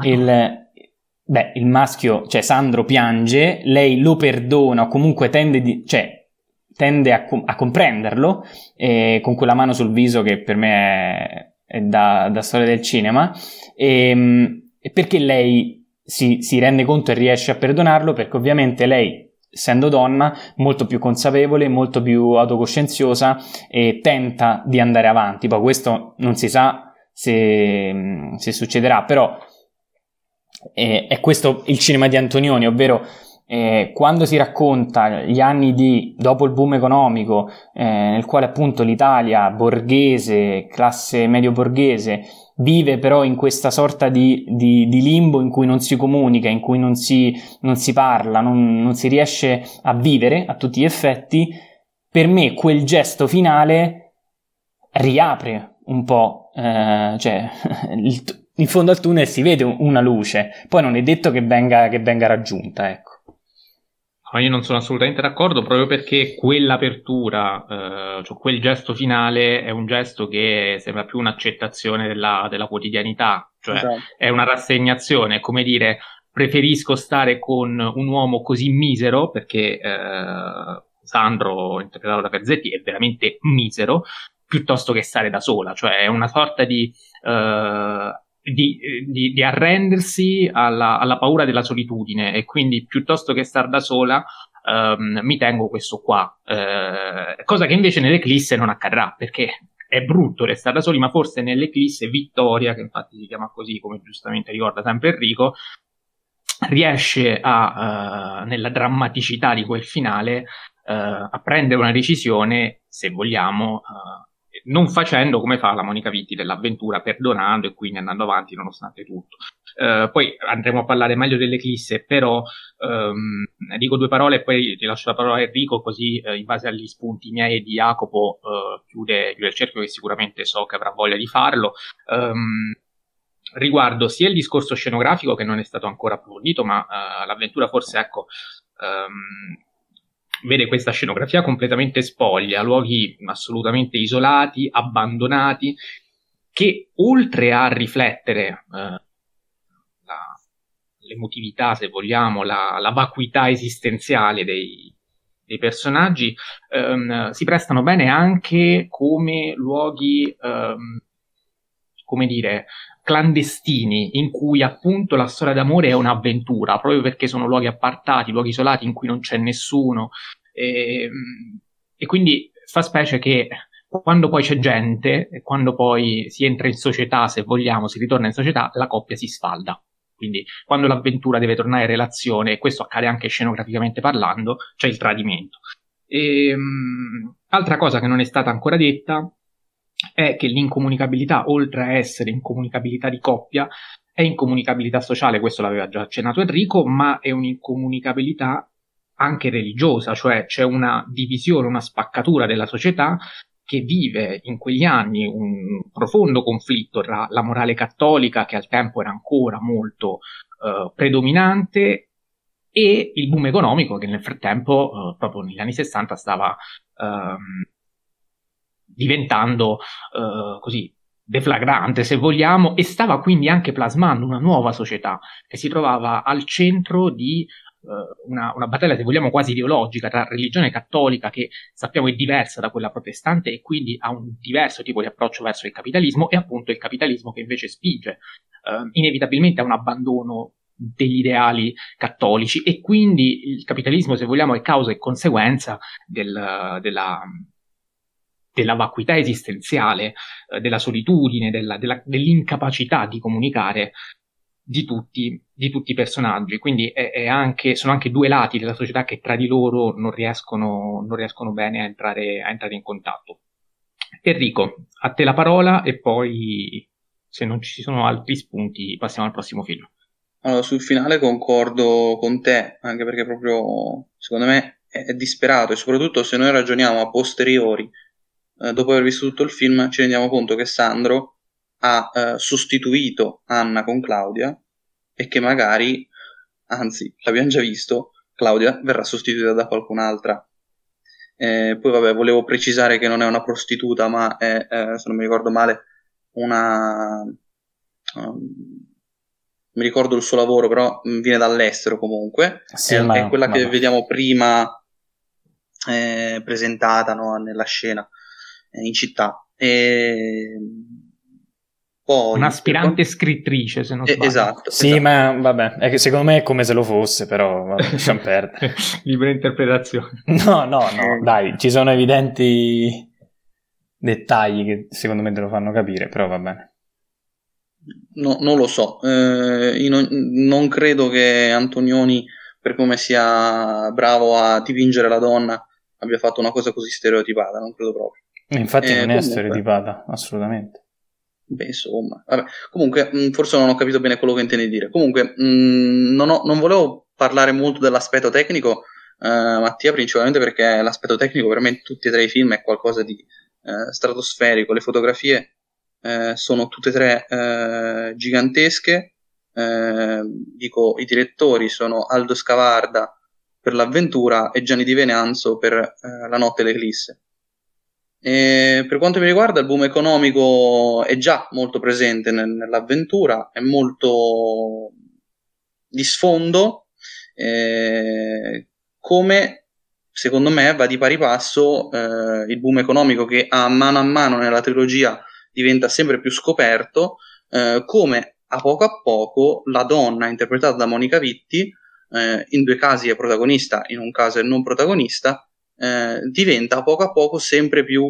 il maschio, cioè Sandro, piange, lei lo perdona, o comunque tende a comprenderlo, con quella mano sul viso che per me è da storia del cinema, e perché lei si rende conto e riesce a perdonarlo, perché ovviamente lei, essendo donna, molto più consapevole, molto più autocoscienziosa, e tenta di andare avanti. Poi questo non si sa se succederà, però è questo il cinema di Antonioni, ovvero quando si racconta gli anni dopo il boom economico, nel quale appunto l'Italia borghese, classe medio borghese, vive però in questa sorta di limbo in cui non si comunica, in cui non si parla, non si riesce a vivere a tutti gli effetti. Per me quel gesto finale riapre un po', in fondo al tunnel si vede una luce, poi non è detto che venga raggiunta, ecco. Ma io non sono assolutamente d'accordo, proprio perché quell'apertura, cioè quel gesto finale, è un gesto che sembra più un'accettazione della quotidianità, cioè esatto. È una rassegnazione, è come dire: preferisco stare con un uomo così misero, perché Sandro, interpretato da Perzetti, è veramente misero, piuttosto che stare da sola, cioè è una sorta di arrendersi alla paura della solitudine, e quindi piuttosto che star da sola mi tengo questo qua, cosa che invece nell'Eclisse non accadrà, perché è brutto restare da soli, ma forse nell'Eclisse Vittoria, che infatti si chiama così come giustamente ricorda sempre Enrico, riesce nella drammaticità di quel finale a prendere una decisione, se vogliamo, non facendo come fa la Monica Vitti dell'avventura, perdonando e quindi andando avanti nonostante tutto. Poi andremo a parlare meglio dell'Eclisse, però dico due parole e poi ti lascio la parola a Enrico, così in base agli spunti miei e di Jacopo chiude il cerchio, che sicuramente so che avrà voglia di farlo. Riguardo sia il discorso scenografico, che non è stato ancora approfondito, ma l'avventura forse, ecco, vede questa scenografia completamente spoglia, luoghi assolutamente isolati, abbandonati, che oltre a riflettere l'emotività, se vogliamo, la vacuità esistenziale dei personaggi, si prestano bene anche come luoghi, come dire, clandestini, in cui appunto la storia d'amore è un'avventura, proprio perché sono luoghi appartati, luoghi isolati in cui non c'è nessuno, e quindi fa specie che quando poi c'è gente, e quando poi si entra in società, se vogliamo, si ritorna in società, la coppia si sfalda. Quindi quando l'avventura deve tornare in relazione, e questo accade anche scenograficamente parlando, c'è il tradimento. Altra cosa che non è stata ancora detta è che l'incomunicabilità, oltre a essere incomunicabilità di coppia, è incomunicabilità sociale, questo l'aveva già accennato Enrico, ma è un'incomunicabilità anche religiosa, cioè c'è una divisione, una spaccatura della società che vive in quegli anni un profondo conflitto tra la morale cattolica, che al tempo era ancora molto predominante, e il boom economico che nel frattempo, proprio negli anni 60, stava diventando così deflagrante, se vogliamo, e stava quindi anche plasmando una nuova società che si trovava al centro di una battaglia, se vogliamo, quasi ideologica tra religione cattolica, che sappiamo è diversa da quella protestante e quindi ha un diverso tipo di approccio verso il capitalismo, e appunto il capitalismo che invece spinge inevitabilmente a un abbandono degli ideali cattolici, e quindi il capitalismo, se vogliamo, è causa e conseguenza della vacuità esistenziale, della solitudine, dell'incapacità di comunicare di tutti i personaggi. Quindi sono anche due lati della società che tra di loro non riescono bene a entrare in contatto. Enrico, a te la parola, e poi, se non ci sono altri spunti, passiamo al prossimo film. Allora, sul finale concordo con te, anche perché proprio, secondo me, è disperato, e soprattutto se noi ragioniamo a posteriori, dopo aver visto tutto il film, ci rendiamo conto che Sandro ha sostituito Anna con Claudia, e che magari, anzi, l'abbiamo già visto, Claudia verrà sostituita da qualcun'altra. Poi vabbè, volevo precisare che non è una prostituta, ma è, se non mi ricordo male, mi ricordo il suo lavoro, però viene dall'estero comunque. Sì, è quella che vediamo prima presentata, no, nella scena in città. Poi, un'aspirante scrittrice, se non sbaglio. Esatto. Sì, esatto. Ma vabbè, è che secondo me è come se lo fosse, però vabbè, lasciamo perdere. Libera interpretazione. No, dai, ci sono evidenti dettagli che secondo me te lo fanno capire, però va bene. No, non lo so, io non credo che Antonioni, per come sia bravo a dipingere la donna, abbia fatto una cosa così stereotipata, non credo proprio. Infatti non è stereotipata, assolutamente. Beh, insomma, vabbè. Comunque, forse non ho capito bene quello che intendi dire. Comunque, non volevo parlare molto dell'aspetto tecnico, Mattia, principalmente perché l'aspetto tecnico per me in tutti e tre i film è qualcosa di stratosferico. Le fotografie sono tutte e tre gigantesche. Dico, i direttori sono Aldo Scavarda per L'avventura e Gianni Di Venanzo per La notte e l'eclisse. Per quanto mi riguarda, il boom economico è già molto presente nell'avventura, è molto di sfondo, come secondo me va di pari passo il boom economico che a mano nella trilogia diventa sempre più scoperto, come a poco la donna interpretata da Monica Vitti, in due casi è protagonista, in un caso è non protagonista, diventa a poco sempre più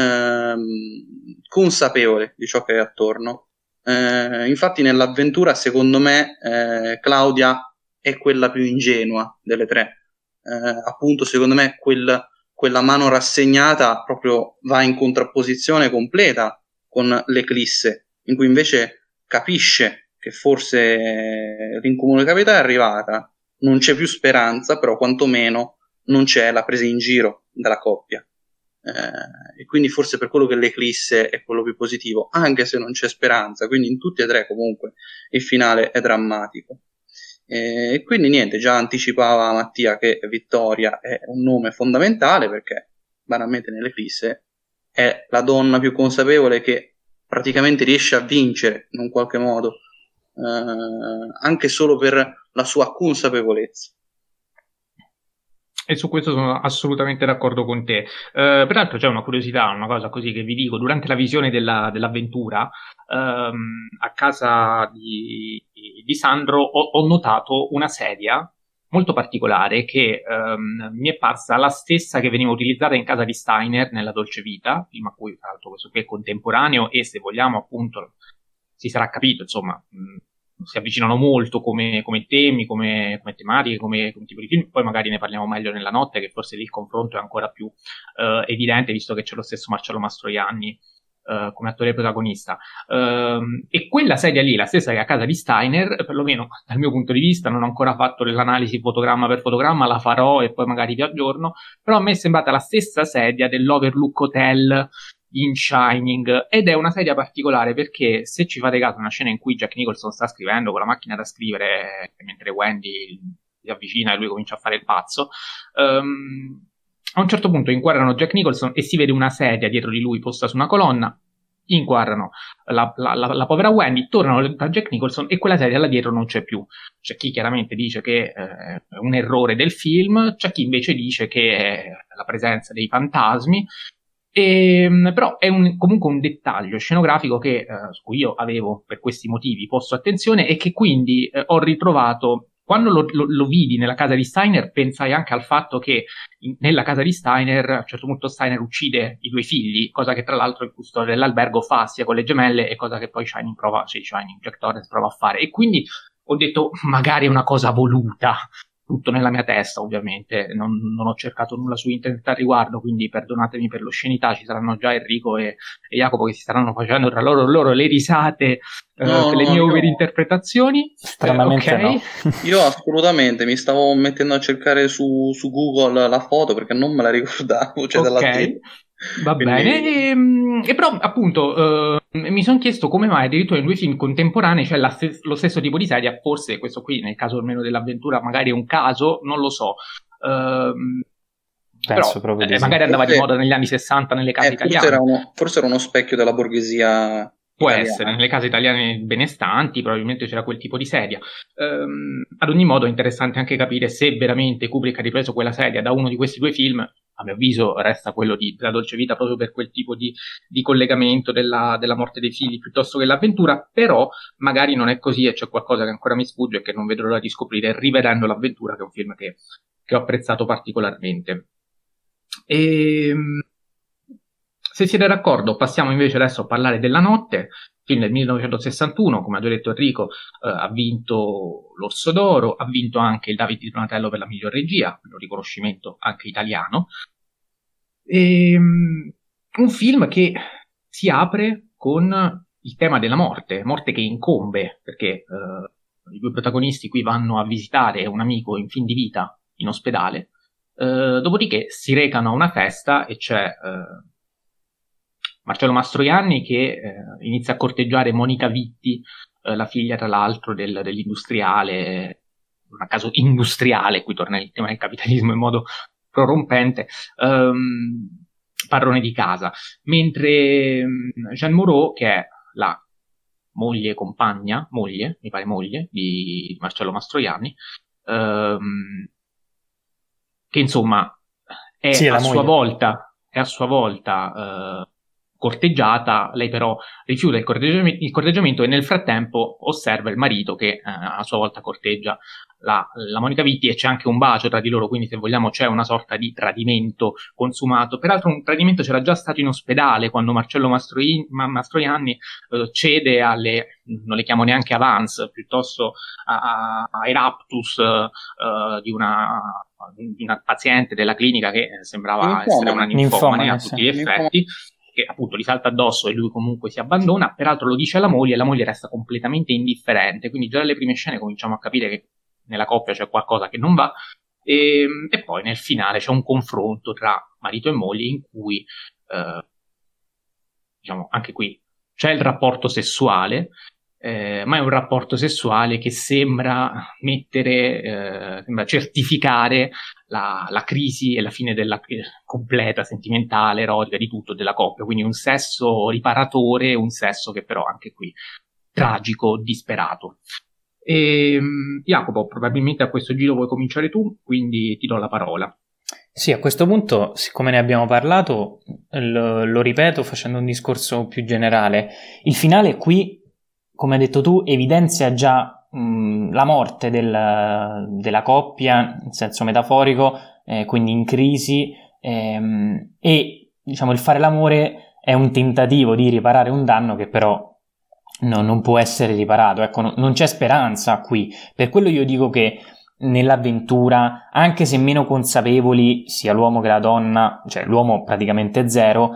consapevole di ciò che è attorno. Infatti nell'avventura, secondo me, Claudia è quella più ingenua delle tre. Appunto, secondo me quella mano rassegnata proprio va in contrapposizione completa con l'eclisse, in cui invece capisce che forse l'incomunicabilità è arrivata, non c'è più speranza, però quantomeno non c'è la presa in giro della coppia, e quindi forse per quello che l'eclisse è quello più positivo, anche se non c'è speranza. Quindi in tutti e tre comunque il finale è drammatico, e quindi niente, già anticipava Mattia che Vittoria è un nome fondamentale, perché banalmente nell'eclisse è la donna più consapevole che praticamente riesce a vincere in un qualche modo, anche solo per la sua consapevolezza. E su questo sono assolutamente d'accordo con te. Peraltro c'è una curiosità, una cosa così che vi dico, durante la visione dell'avventura, a casa di Sandro ho notato una sedia molto particolare che mi è parsa la stessa che veniva utilizzata in casa di Steiner nella Dolce Vita, film a cui tra l'altro questo qui è contemporaneo e se vogliamo appunto si sarà capito, insomma, si avvicinano molto come temi, come tematiche, come tipo di film. Poi magari ne parliamo meglio nella notte, che forse lì il confronto è ancora più evidente, visto che c'è lo stesso Marcello Mastroianni come attore protagonista. E quella sedia lì, la stessa che è a casa di Steiner, perlomeno dal mio punto di vista, non ho ancora fatto l'analisi fotogramma per fotogramma, la farò e poi magari vi aggiorno, però a me è sembrata la stessa sedia dell'Overlook Hotel in Shining, ed è una sedia particolare perché se ci fate caso, una scena in cui Jack Nicholson sta scrivendo con la macchina da scrivere mentre Wendy si avvicina e lui comincia a fare il pazzo, a un certo punto inquadrano Jack Nicholson e si vede una sedia dietro di lui posta su una colonna, inquadrano la povera Wendy, tornano da Jack Nicholson e quella sedia là dietro non c'è più. C'è chi chiaramente dice che è un errore del film, c'è chi invece dice che è la presenza dei fantasmi. Però è comunque un dettaglio scenografico che, su cui io avevo per questi motivi posto attenzione e che quindi ho ritrovato quando lo vidi nella casa di Steiner. Pensai anche al fatto che nella casa di Steiner a un certo punto Steiner uccide i due figli, cosa che tra l'altro il custode dell'albergo fa sia con le gemelle e cosa che poi Jack Torrance prova a fare, e quindi ho detto magari è una cosa voluta, tutto nella mia testa ovviamente, non ho cercato nulla su internet al riguardo, quindi perdonatemi per l'oscenità, ci saranno già Enrico e Jacopo che si staranno facendo tra loro le risate per le mie overinterpretazioni. Stranamente okay. no. Io assolutamente mi stavo mettendo a cercare su Google la foto perché non me la ricordavo, cioè dalla tele. Va bene, e però appunto mi sono chiesto come mai addirittura in due film contemporanei c'è lo stesso tipo di sedia. Forse questo qui nel caso almeno dell'avventura magari è un caso, non lo so, Penso però proprio di sì. magari andava di moda negli anni 60 nelle case italiane. Forse era uno specchio della borghesia può italiana. essere, nelle case italiane benestanti probabilmente c'era quel tipo di sedia. Ad ogni modo è interessante anche capire se veramente Kubrick ha ripreso quella sedia da uno di questi due film. A mio avviso resta quello della Dolce Vita, proprio per quel tipo di collegamento della morte dei figli piuttosto che l'avventura, però magari non è così e c'è qualcosa che ancora mi sfugge e che non vedo l'ora di scoprire rivedendo l'avventura, che è un film che ho apprezzato particolarmente. Se siete d'accordo, passiamo invece adesso a parlare della notte, film del 1961, come ha già detto Enrico, ha vinto l'Orso d'Oro, ha vinto anche il David di Donatello per la miglior regia, un riconoscimento anche italiano. Un film che si apre con il tema della morte che incombe, perché i due protagonisti qui vanno a visitare un amico in fin di vita in ospedale, dopodiché si recano a una festa e c'è Marcello Mastroianni che inizia a corteggiare Monica Vitti, la figlia tra l'altro dell'industriale, un caso industriale, qui torna il tema del capitalismo in modo prorompente, padrone di casa, mentre Jeanne Moreau, che è la moglie di Marcello Mastroianni, che insomma è a sua volta corteggiata, lei però rifiuta il corteggiamento e nel frattempo osserva il marito che a sua volta corteggia la Monica Vitti, e c'è anche un bacio tra di loro, quindi se vogliamo c'è una sorta di tradimento consumato. Peraltro un tradimento c'era già stato in ospedale quando Marcello Mastroianni cede non le chiamo neanche avance, piuttosto ai raptus di una paziente della clinica che sembrava essere una ninfomane a tutti gli effetti, che appunto gli salta addosso e lui comunque si abbandona. Peraltro lo dice alla moglie e la moglie resta completamente indifferente, quindi già dalle prime scene cominciamo a capire che nella coppia c'è qualcosa che non va, e poi nel finale c'è un confronto tra marito e moglie in cui diciamo anche qui c'è il rapporto sessuale, ma è un rapporto sessuale che sembra sembra certificare la crisi e la fine della completa sentimentale, erotica di tutto della coppia, quindi un sesso riparatore, un sesso che però anche qui tragico, disperato. Jacopo, probabilmente a questo giro vuoi cominciare tu, quindi ti do la parola. Sì, a questo punto, siccome ne abbiamo parlato, lo ripeto facendo un discorso più generale. Il finale qui, come hai detto tu, evidenzia già la morte della coppia, in senso metaforico, quindi in crisi, e diciamo il fare l'amore è un tentativo di riparare un danno che però non può essere riparato. Ecco, non c'è speranza qui. Per quello io dico che nell'avventura, anche se meno consapevoli sia l'uomo che la donna, cioè l'uomo praticamente zero,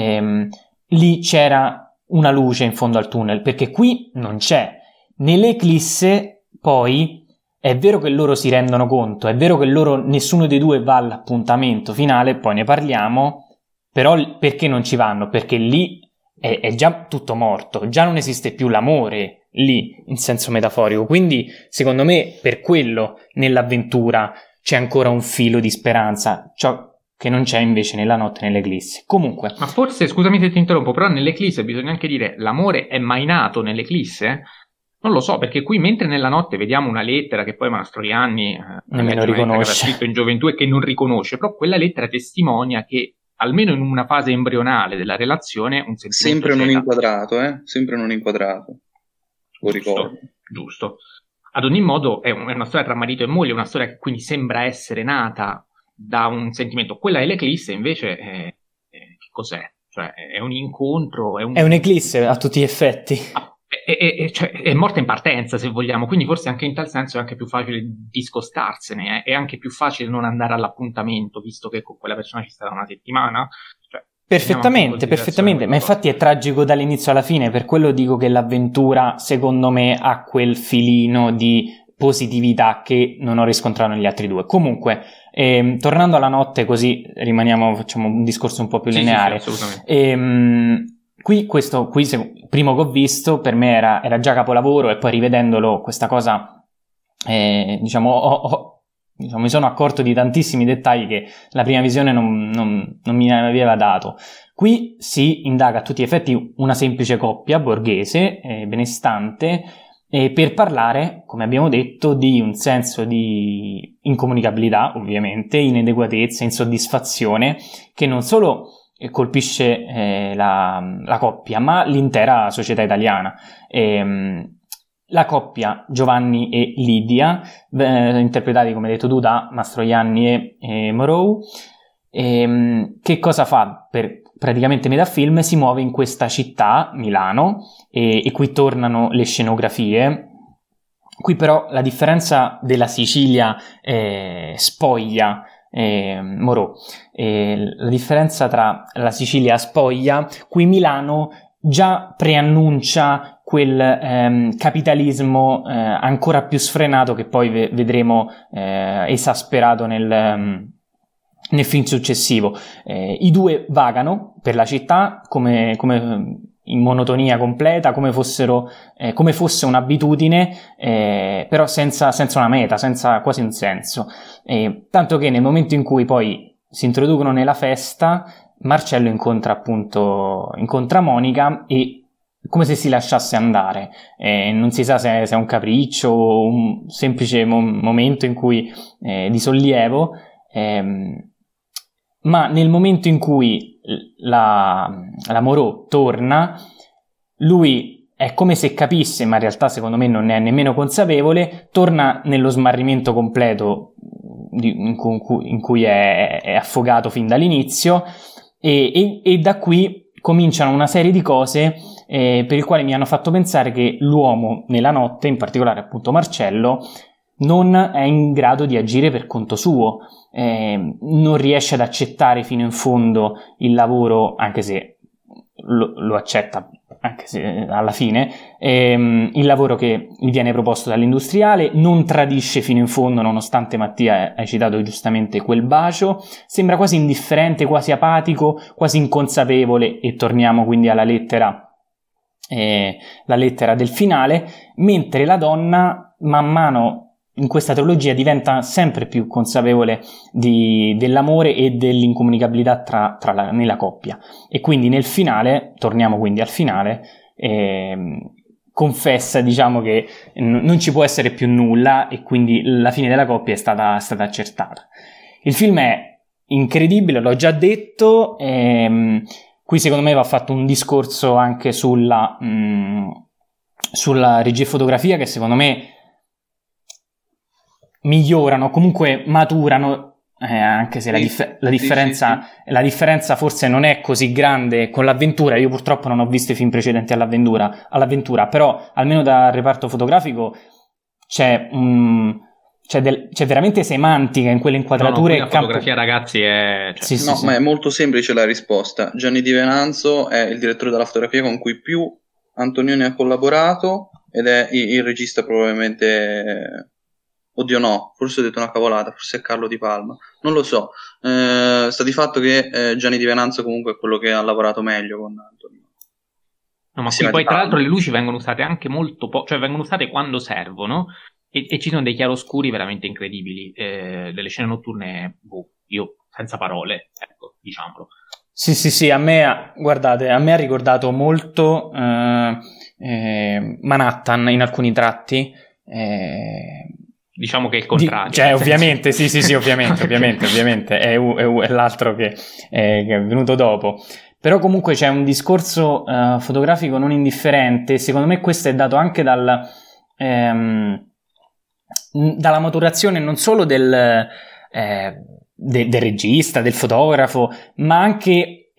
lì c'era una luce in fondo al tunnel, perché qui non c'è. Nell'eclisse poi è vero che loro si rendono conto, è vero che nessuno dei due va all'appuntamento finale, poi ne parliamo, però perché non ci vanno? Perché lì è già tutto morto, già non esiste più l'amore lì in senso metaforico, quindi secondo me per quello nell'avventura c'è ancora un filo di speranza, ciò che non c'è invece nella notte nell'eclisse. Comunque, ma forse, scusami se ti interrompo, però nell'eclisse bisogna anche dire l'amore è mai nato nell'eclisse? Non lo so, perché qui mentre nella notte vediamo una lettera che poi Mastroianni nemmeno riconosce, aveva scritto in gioventù e che non riconosce, però quella lettera testimonia che almeno in una fase embrionale della relazione un sentimento sempre non inquadrato, sempre non inquadrato, lo ricordo. Giusto. Ad ogni modo è una storia tra marito e moglie, una storia che quindi sembra essere nata da un sentimento. Quella dell'eclisse invece che cos'è? Cioè è un incontro, è un'eclisse a tutti gli effetti. Cioè, è morta in partenza, se vogliamo, quindi forse anche in tal senso è anche più facile discostarsene, è anche più facile non andare all'appuntamento, visto che con quella persona ci sarà una settimana. Cioè, perfettamente, ma infatti è tragico dall'inizio alla fine, per quello dico che l'avventura, secondo me, ha quel filino di positività che non ho riscontrato negli altri due. Comunque, tornando alla notte, così facciamo un discorso un po' più lineare. Sì, assolutamente. Qui primo che ho visto per me era già capolavoro, e poi rivedendolo questa cosa mi sono accorto di tantissimi dettagli che la prima visione non mi aveva dato. Qui si indaga a tutti gli effetti una semplice coppia borghese benestante, per parlare, come abbiamo detto, di un senso di incomunicabilità, ovviamente, inadeguatezza, insoddisfazione, che non solo colpisce la coppia, ma l'intera società italiana. La coppia Giovanni e Lidia, interpretati, come hai detto tu, da Mastroianni e Moreau, che cosa fa? Per praticamente metà film si muove in questa città, Milano, e qui tornano le scenografie. Qui però la differenza della Sicilia spoglia Moreau, la differenza tra la Sicilia spoglia, qui Milano già preannuncia quel capitalismo ancora più sfrenato, che poi vedremo esasperato nel film successivo. I due vagano per la città come in monotonia completa, come fosse un'abitudine, però senza una meta, senza quasi un senso. Tanto che nel momento in cui poi si introducono nella festa, Marcello incontra Monica, e come se si lasciasse andare. Non si sa se è un capriccio o un semplice momento in cui di sollievo, ma nel momento in cui la Moreau torna, lui è come se capisse, ma in realtà secondo me non ne è nemmeno consapevole, torna nello smarrimento completo in cui è affogato fin dall'inizio, e da qui cominciano una serie di cose per il quale mi hanno fatto pensare che l'uomo nella notte, in particolare appunto Marcello, non è in grado di agire per conto suo, non riesce ad accettare fino in fondo il lavoro, anche se lo accetta, anche se alla fine, il lavoro che gli viene proposto dall'industriale, non tradisce fino in fondo, nonostante Mattia hai citato giustamente quel bacio, sembra quasi indifferente, quasi apatico, quasi inconsapevole, e torniamo quindi alla lettera del finale, mentre la donna man mano in questa trilogia diventa sempre più consapevole dell'amore e dell'incomunicabilità nella coppia, e quindi nel finale, torniamo quindi al finale, confessa, diciamo, che non ci può essere più nulla, e quindi la fine della coppia è stata accertata. Il film è incredibile, l'ho già detto. Qui secondo me va fatto un discorso anche sulla regia e fotografia, che secondo me migliorano, comunque maturano, anche se la differenza forse non è così grande con l'avventura. Io purtroppo non ho visto i film precedenti all'avventura, però almeno dal reparto fotografico c'è veramente semantica in quelle inquadrature. La fotografia, ragazzi, è... Ma è molto semplice la risposta. Gianni Di Venanzo è il direttore della fotografia con cui più Antonioni ha collaborato, ed è il regista probabilmente... Oddio no, forse ho detto una cavolata, forse è Carlo Di Palma, non lo so. Sta di fatto che Gianni Di Venanzo comunque è quello che ha lavorato meglio con Antonioni. No, ma qui poi tra l'altro le luci vengono usate anche molto cioè vengono usate quando servono, e ci sono dei chiaroscuri veramente incredibili, delle scene notturne, io senza parole, ecco, diciamolo. Sì, a me ha ricordato molto Manhattan in alcuni tratti. Diciamo che è il contrario. Cioè, ovviamente, sì, ovviamente, è l'altro che è venuto dopo. Però comunque c'è un discorso fotografico non indifferente. Secondo me questo è dato anche dalla maturazione non solo del regista, del fotografo, ma anche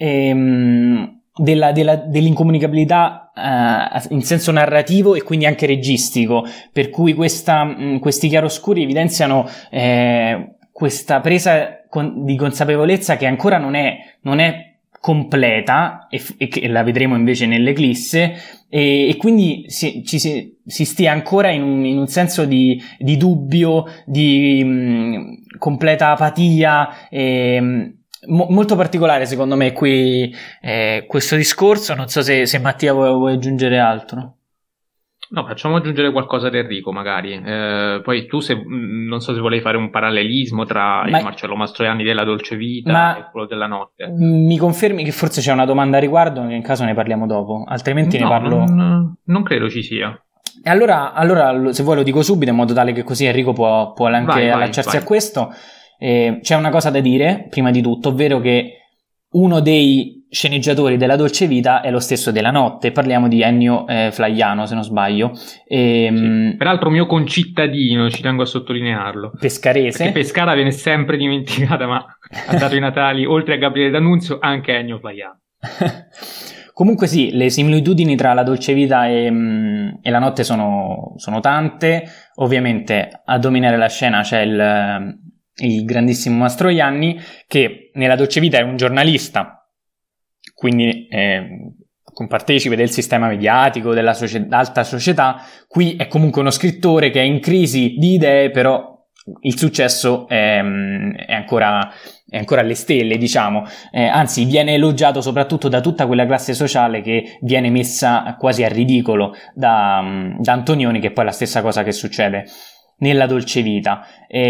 dell'incomunicabilità in senso narrativo e quindi anche registico, per cui questi chiaroscuri evidenziano questa presa di consapevolezza che ancora non è completa, e che la vedremo invece nell'Eclisse, e quindi si stia ancora in un senso di dubbio, di completa apatia, molto particolare secondo me qui questo discorso. Non so se Mattia vuoi aggiungere altro. No, facciamo aggiungere qualcosa di Enrico magari, poi tu non so se volevi fare un parallelismo tra il Marcello Mastroianni della Dolce Vita e quello della Notte. Mi confermi che forse c'è una domanda a riguardo, in caso ne parliamo dopo, altrimenti ne parlo... non credo ci sia. E allora se vuoi lo dico subito, in modo tale che così Enrico può anche allacciarsi a questo. C'è una cosa da dire prima di tutto, ovvero che uno dei sceneggiatori della Dolce Vita è lo stesso della Notte. Parliamo di Ennio Flaiano, se non sbaglio, sì. Peraltro mio concittadino, ci tengo a sottolinearlo, pescarese, perché Pescara viene sempre dimenticata, ma ha dato i natali oltre a Gabriele D'Annunzio anche Ennio Flaiano. Comunque sì, le similitudini tra la Dolce Vita e la Notte sono tante. Ovviamente a dominare la scena c'è il grandissimo Mastroianni, che nella Dolce Vita è un giornalista, quindi compartecipe del sistema mediatico, della alta società. Qui è comunque uno scrittore che è in crisi di idee, però il successo è ancora alle stelle, diciamo. Anzi, viene elogiato soprattutto da tutta quella classe sociale che viene messa quasi a ridicolo da Antonioni, che poi è la stessa cosa che succede nella Dolce Vita.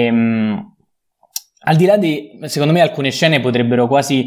Al di là di, secondo me, alcune scene potrebbero quasi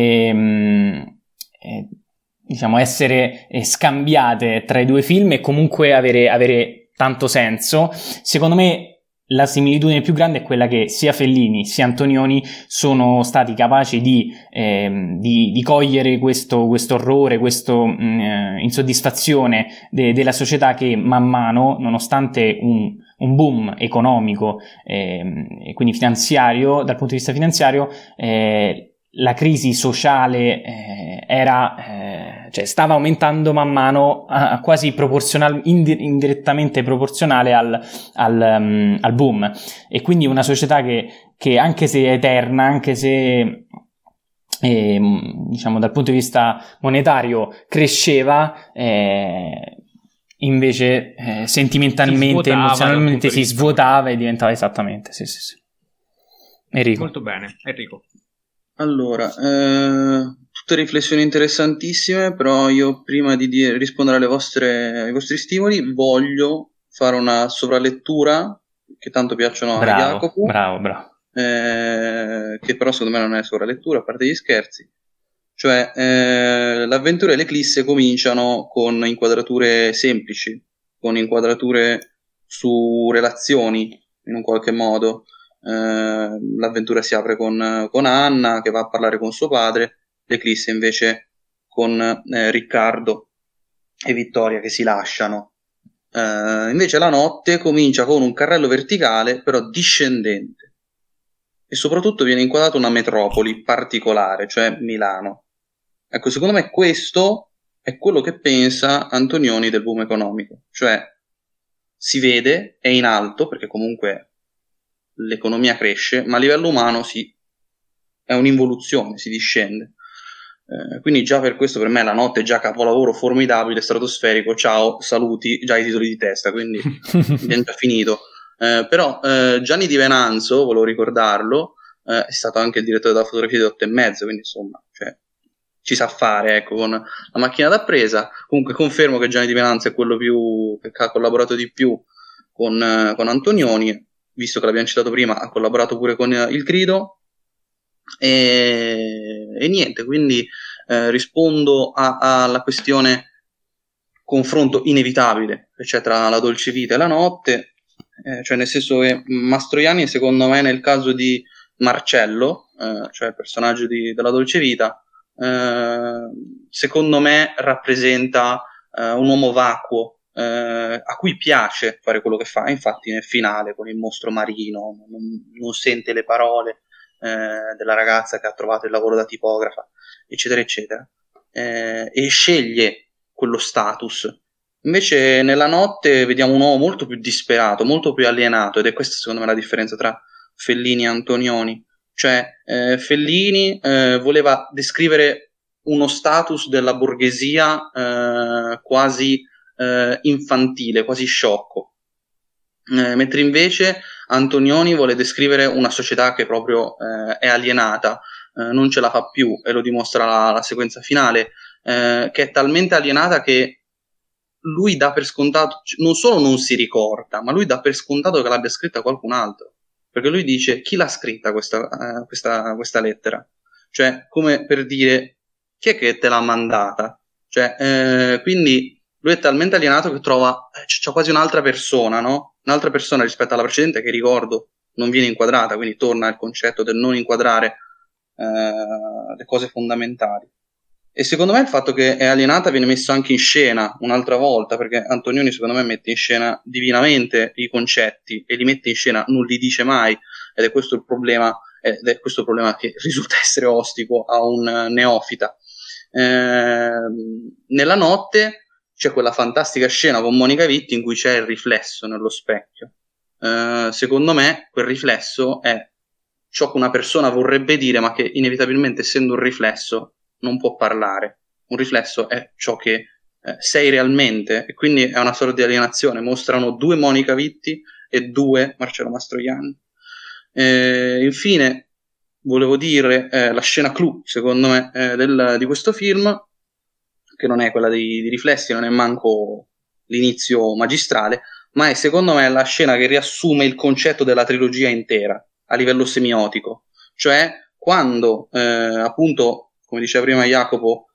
diciamo essere scambiate tra i due film e comunque avere tanto senso. Secondo me la similitudine più grande è quella che sia Fellini sia Antonioni sono stati capaci di cogliere questo orrore, questo insoddisfazione della società, che man mano, nonostante un boom economico e quindi finanziario, dal punto di vista finanziario, la crisi sociale stava aumentando man mano, quasi indirettamente proporzionale al boom, e quindi una società che anche se eterna, anche se diciamo dal punto di vista monetario cresceva, invece sentimentalmente, emozionalmente si svuotava e diventava esattamente sì. Enrico. Molto bene, Enrico. Allora, tutte riflessioni interessantissime, però io prima di rispondere ai vostri stimoli voglio fare una sovralettura che tanto piacciono a Jacopo. Bravo. Che però secondo me non è sovralettura, a parte gli scherzi. Cioè, l'avventura e l'Eclisse cominciano con inquadrature semplici, con inquadrature su relazioni, in un qualche modo. l'avventura si apre con Anna che va a parlare con suo padre, l'eclisse invece con Riccardo e Vittoria che si lasciano. Invece la notte comincia con un carrello verticale però discendente e soprattutto viene inquadrata una metropoli particolare, cioè Milano. Ecco, secondo me questo è quello che pensa Antonioni del boom economico, cioè si vede, è in alto perché comunque l'economia cresce, ma a livello umano è un'involuzione, si discende. Quindi già per questo per me la notte è già capolavoro formidabile, stratosferico, ciao, saluti, già i titoli di testa, quindi abbiamo già finito. Però Gianni Di Venanzo, volevo ricordarlo, è stato anche il direttore della fotografia di 8 e mezzo, quindi insomma, cioè, ci sa fare, ecco, con la macchina da presa. Comunque confermo che Gianni Di Venanzo è quello che ha collaborato di più con Antonioni, visto che l'abbiamo citato prima, ha collaborato pure con Il Grido. E niente, quindi rispondo alla questione confronto inevitabile che c'è tra La dolce vita e La notte, cioè nel senso che Mastroianni secondo me nel caso di Marcello, cioè il personaggio della dolce vita, secondo me rappresenta un uomo vacuo, a cui piace fare quello che fa. Infatti nel finale con il mostro marino non sente le parole della ragazza che ha trovato il lavoro da tipografa, eccetera eccetera, e sceglie quello status. Invece nella notte vediamo un uomo molto più disperato, molto più alienato, ed è questa secondo me la differenza tra Fellini e Antonioni. Cioè Fellini voleva descrivere uno status della borghesia quasi infantile, quasi sciocco, mentre invece Antonioni vuole descrivere una società che proprio è alienata, non ce la fa più, e lo dimostra la sequenza finale, che è talmente alienata che lui dà per scontato, non solo non si ricorda, ma lui dà per scontato che l'abbia scritta qualcun altro, perché lui dice: chi l'ha scritta questa lettera? Cioè, come per dire, chi è che te l'ha mandata? Cioè, quindi lui è talmente alienato che trova, c'è quasi un'altra persona, no? Un'altra persona rispetto alla precedente che, ricordo, non viene inquadrata, quindi torna il concetto del non inquadrare le cose fondamentali. E secondo me il fatto che è alienata viene messo anche in scena un'altra volta, perché Antonioni secondo me mette in scena divinamente i concetti e li mette in scena, non li dice mai, ed è questo il problema, che risulta essere ostico a un neofita. Nella notte c'è quella fantastica scena con Monica Vitti in cui c'è il riflesso nello specchio. Secondo me quel riflesso è ciò che una persona vorrebbe dire, ma che inevitabilmente, essendo un riflesso, non può parlare. Un riflesso è ciò che sei realmente, e quindi è una sorta di alienazione. Mostrano 2 Monica Vitti e 2 Marcello Mastroianni. Infine volevo dire la scena clou, secondo me, di questo film, che non è quella di riflessi, non è manco l'inizio magistrale, ma è secondo me la scena che riassume il concetto della trilogia intera a livello semiotico. Cioè quando appunto, come diceva prima Jacopo,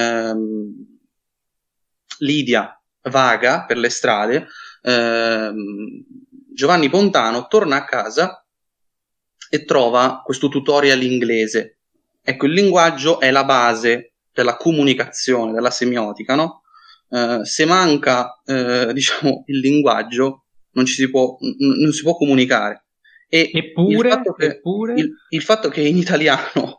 Lidia vaga per le strade, Giovanni Pontano torna a casa e trova questo tutorial inglese. Ecco, il linguaggio è la base della comunicazione, della semiotica, no? Se manca diciamo il linguaggio non si può comunicare. E il fatto che in italiano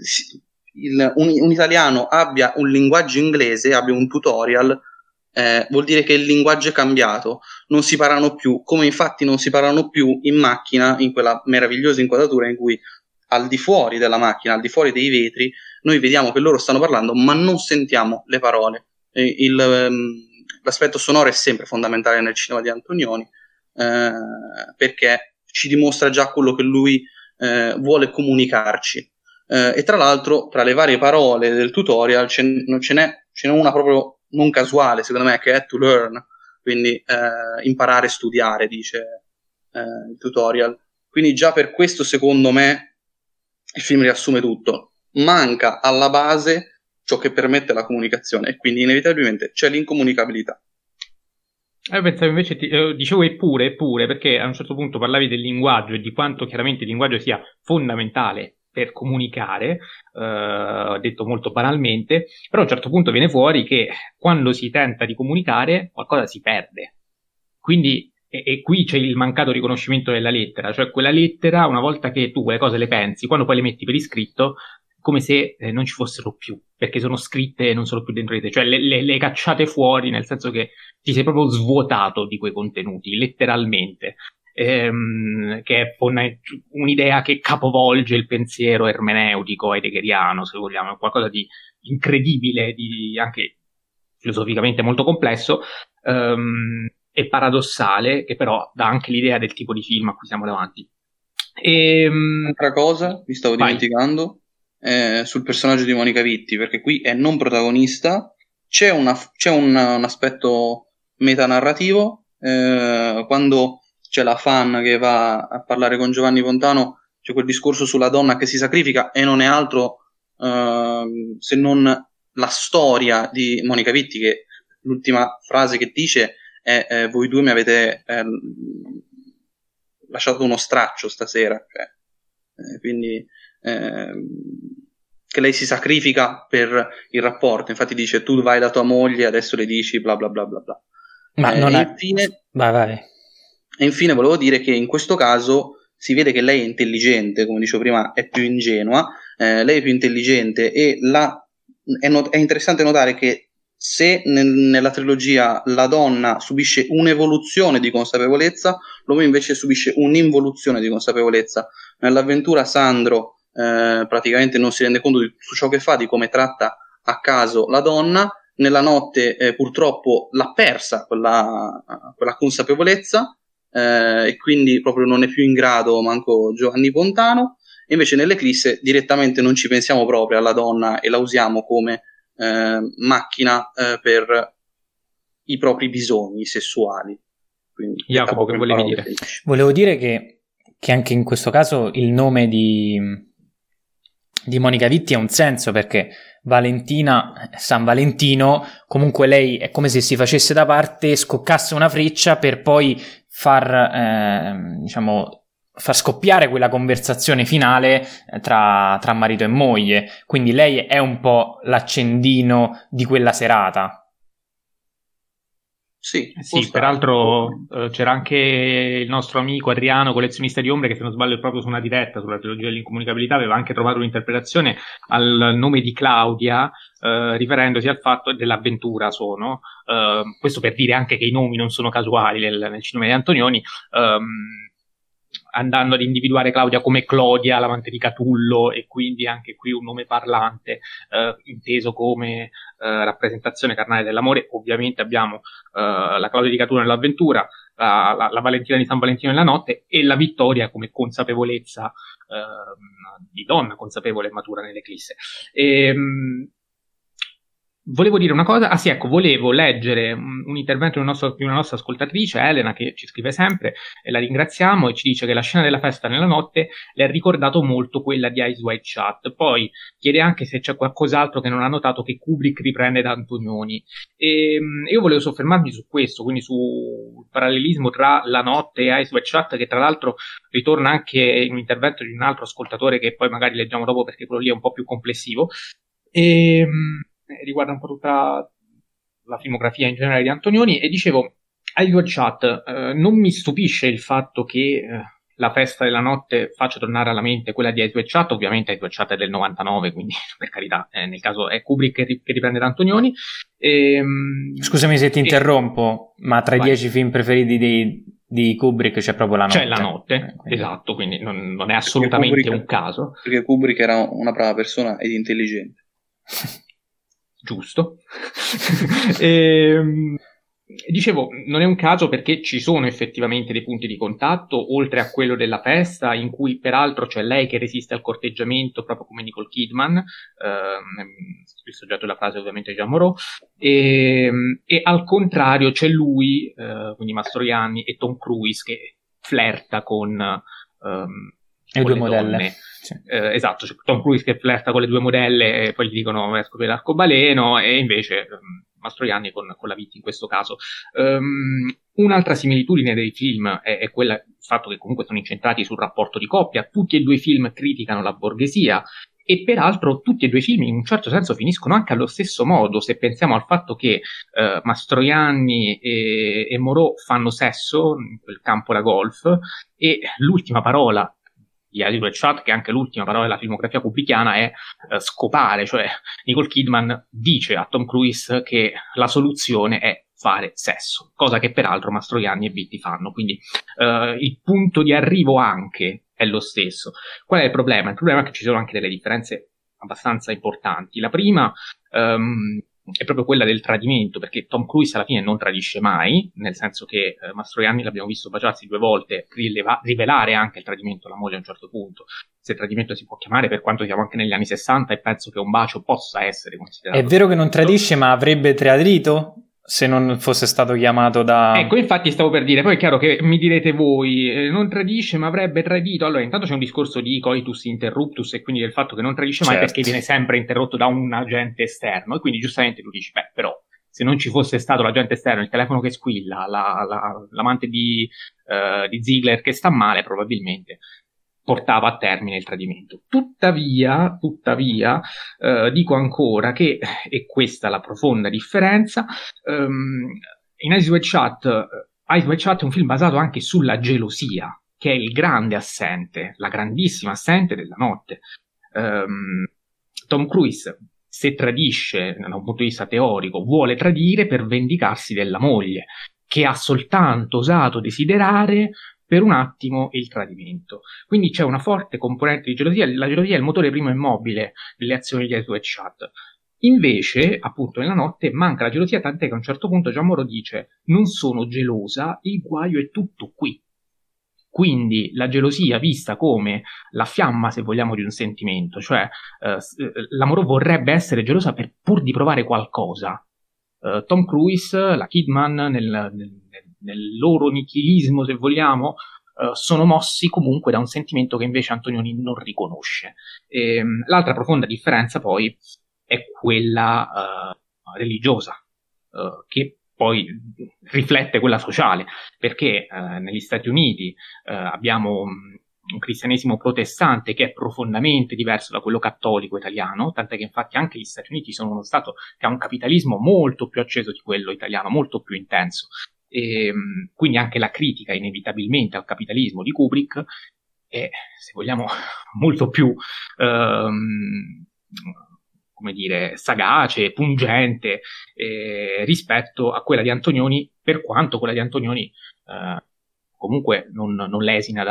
un italiano abbia un linguaggio inglese, abbia un tutorial, vuol dire che il linguaggio è cambiato, non si parlano più, come infatti non si parlano più in macchina, in quella meravigliosa inquadratura in cui al di fuori della macchina, al di fuori dei vetri, noi vediamo che loro stanno parlando ma non sentiamo le parole. L'aspetto sonoro è sempre fondamentale nel cinema di Antonioni, perché ci dimostra già quello che lui vuole comunicarci, e tra l'altro tra le varie parole del tutorial ce n'è una proprio non casuale, secondo me, che è to learn, quindi imparare, studiare, dice il tutorial. Quindi già per questo, secondo me, il film riassume tutto. Manca alla base ciò che permette la comunicazione e quindi inevitabilmente c'è l'incomunicabilità. Pensavo invece, dicevo eppure, perché a un certo punto parlavi del linguaggio e di quanto chiaramente il linguaggio sia fondamentale per comunicare, detto molto banalmente, però a un certo punto viene fuori che quando si tenta di comunicare qualcosa si perde. Quindi, e qui c'è il mancato riconoscimento della lettera, cioè quella lettera, una volta che tu quelle cose le pensi, quando poi le metti per iscritto, come se non ci fossero più, perché sono scritte e non sono più dentro di te, cioè le cacciate fuori, nel senso che ti sei proprio svuotato di quei contenuti, letteralmente, che è un'idea che capovolge il pensiero ermeneutico heideggeriano, se vogliamo, qualcosa di incredibile, di anche filosoficamente molto complesso, e paradossale, che però dà anche l'idea del tipo di film a cui siamo davanti. Altra cosa, mi stavo dimenticando, sul personaggio di Monica Vitti, perché qui è non protagonista, c'è un aspetto metanarrativo, quando c'è la fan che va a parlare con Giovanni Fontano, c'è quel discorso sulla donna che si sacrifica e non è altro se non la storia di Monica Vitti, che l'ultima frase che dice è voi due mi avete lasciato uno straccio stasera, quindi che lei si sacrifica per il rapporto, infatti dice tu vai da tua moglie, adesso le dici bla bla bla bla bla. Ma non è... infine, vai. E infine volevo dire che in questo caso si vede che lei è intelligente, come dicevo prima è più ingenua, lei è più intelligente e è interessante notare che se nella trilogia la donna subisce un'evoluzione di consapevolezza, l'uomo invece subisce un'involuzione di consapevolezza. Nell'avventura Sandro praticamente non si rende conto di tutto ciò che fa, di come tratta a caso la donna. Nella notte purtroppo l'ha persa quella consapevolezza, e quindi proprio non è più in grado manco Giovanni Fontano. E invece nell'Eclisse direttamente non ci pensiamo proprio alla donna e la usiamo come macchina per i propri bisogni sessuali. Quindi, Jacopo, che volevi dire? Volevo dire che anche in questo caso il nome di Monica Vitti ha un senso, perché Valentina, San Valentino, comunque lei è come se si facesse da parte, scoccasse una freccia per poi far scoppiare quella conversazione finale tra marito e moglie. Quindi lei è un po' l'accendino di quella serata. Sì, peraltro c'era anche il nostro amico Adriano, collezionista di ombre, che se non sbaglio è proprio su una diretta sulla trilogia dell'incomunicabilità aveva anche trovato un'interpretazione al nome di Claudia, riferendosi al fatto dell'avventura questo per dire anche che i nomi non sono casuali nel cinema di Antonioni, andando ad individuare Claudia come Clodia, l'amante di Catullo, e quindi anche qui un nome parlante, inteso come rappresentazione carnale dell'amore. Ovviamente abbiamo la Claudia di Catullo nell'avventura, la Valentina di San Valentino nella notte, e la Vittoria come consapevolezza di donna consapevole e matura nell'Eclisse. Volevo dire una cosa, volevo leggere un intervento di una nostra ascoltatrice, Elena, che ci scrive sempre, e la ringraziamo, e ci dice che la scena della festa nella notte le ha ricordato molto quella di Eyes Wide Shut. Poi chiede anche se c'è qualcos'altro che non ha notato che Kubrick riprende da Antonioni. E io volevo soffermarmi su questo, quindi sul parallelismo tra La notte e Eyes Wide Shut, che tra l'altro ritorna anche in un intervento di un altro ascoltatore che poi magari leggiamo dopo, perché quello lì è un po' più complessivo. Riguarda un po' tutta la filmografia in generale di Antonioni. E dicevo, Eyes Wide Shut, non mi stupisce il fatto che la festa della notte faccia tornare alla mente quella di Eyes Wide Shut. Ovviamente Eyes Wide Shut è del 99, quindi per carità, nel caso è Kubrick che riprende da Antonioni. Scusami se ti interrompo, ma tra i 10 film preferiti di Kubrick c'è proprio La notte. C'è La notte, quindi... esatto, quindi non è assolutamente un caso. Perché Kubrick era una brava persona ed intelligente. Giusto. Dicevo, non è un caso perché ci sono effettivamente dei punti di contatto, oltre a quello della festa, in cui peraltro c'è lei che resiste al corteggiamento, proprio come Nicole Kidman, il soggetto della frase ovviamente è Jean Moreau, e al contrario c'è lui, quindi Mastroianni, e Tom Cruise che flirta con le due modelle. Sì. Esatto, c'è Tom Cruise che flirta con le due modelle e poi gli dicono vai a scoprire l'arcobaleno, e invece Mastroianni con la Vitti in questo caso. Un'altra similitudine dei film è quella, il fatto che comunque sono incentrati sul rapporto di coppia. Tutti e due i film criticano la borghesia, e peraltro tutti e due i film in un certo senso finiscono anche allo stesso modo, se pensiamo al fatto che Mastroianni e Moreau fanno sesso in quel campo da golf, e l'ultima parola di Eyes Wide Shut, che è anche l'ultima parola della filmografia kubrickiana, è scopare, cioè Nicole Kidman dice a Tom Cruise che la soluzione è fare sesso, cosa che peraltro Mastroianni e Vitti fanno, quindi il punto di arrivo anche è lo stesso. Qual è il problema? Il problema è che ci sono anche delle differenze abbastanza importanti. La prima è proprio quella del tradimento, perché Tom Cruise alla fine non tradisce mai, nel senso che Mastroianni l'abbiamo visto baciarsi 2 volte, rivelare anche il tradimento alla moglie a un certo punto, se tradimento si può chiamare, per quanto siamo anche negli anni 60 e penso che un bacio possa essere considerato. È vero che non tradisce, ma avrebbe tradito? Se non fosse stato chiamato da... Ecco, infatti stavo per dire, poi è chiaro che mi direte voi, non tradisce ma avrebbe tradito. Allora, intanto c'è un discorso di coitus interruptus, e quindi del fatto che non tradisce mai, certo, perché viene sempre interrotto da un agente esterno, e quindi giustamente tu dici, beh, però se non ci fosse stato l'agente esterno, il telefono che squilla, l'amante di Ziegler che sta male, probabilmente portava a termine il tradimento. Tuttavia, dico ancora che, e questa è la profonda differenza, in Eyes Wide Shut è un film basato anche sulla gelosia, che è il grande assente, la grandissima assente della notte. Tom Cruise, se tradisce da un punto di vista teorico, vuole tradire per vendicarsi della moglie, che ha soltanto osato desiderare per un attimo il tradimento. Quindi c'è una forte componente di gelosia. La gelosia è il motore primo e mobile delle azioni di Eyes Wide Shut. Invece, appunto, nella notte manca la gelosia, tant'è che a un certo punto Jean Moreau dice: non sono gelosa, il guaio è tutto qui. Quindi la gelosia vista come la fiamma, se vogliamo, di un sentimento, cioè la Moreau vorrebbe essere gelosa pur di provare qualcosa. Tom Cruise, la Kidman, nel loro nichilismo, se vogliamo, sono mossi comunque da un sentimento che invece Antonioni non riconosce. L'altra profonda differenza poi è quella religiosa, che poi riflette quella sociale, perché negli Stati Uniti abbiamo un cristianesimo protestante che è profondamente diverso da quello cattolico italiano, tant'è che infatti anche gli Stati Uniti sono uno stato che ha un capitalismo molto più acceso di quello italiano, molto più intenso. E quindi anche la critica inevitabilmente al capitalismo di Kubrick è, se vogliamo, molto più come dire, sagace, pungente rispetto a quella di Antonioni, per quanto quella di Antonioni comunque non lesina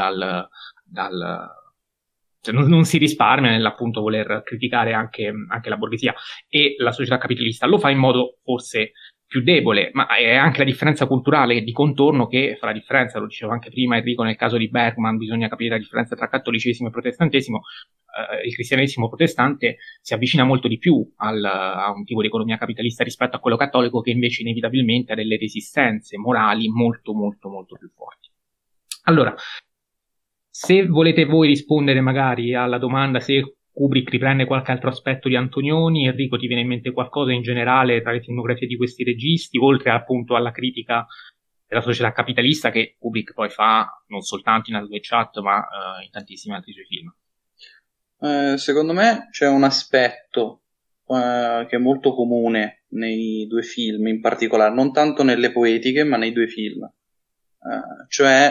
cioè non si risparmia nell'appunto voler criticare anche la borghesia e la società capitalista. Lo fa in modo forse più debole, ma è anche la differenza culturale di contorno che fa la differenza. Lo dicevo anche prima Enrico, nel caso di Bergman bisogna capire la differenza tra cattolicesimo e protestantesimo. Il cristianesimo protestante si avvicina molto di più a un tipo di economia capitalista rispetto a quello cattolico, che invece inevitabilmente ha delle resistenze morali molto molto molto più forti. Allora, se volete voi rispondere magari alla domanda se Kubrick riprende qualche altro aspetto di Antonioni, Enrico, ti viene in mente qualcosa in generale tra le filmografie di questi registi, oltre appunto alla critica della società capitalista che Kubrick poi fa non soltanto in Eyes Wide Shut ma in tantissimi altri suoi film? Secondo me c'è un aspetto che è molto comune nei due film, in particolare, non tanto nelle poetiche ma nei due film, cioè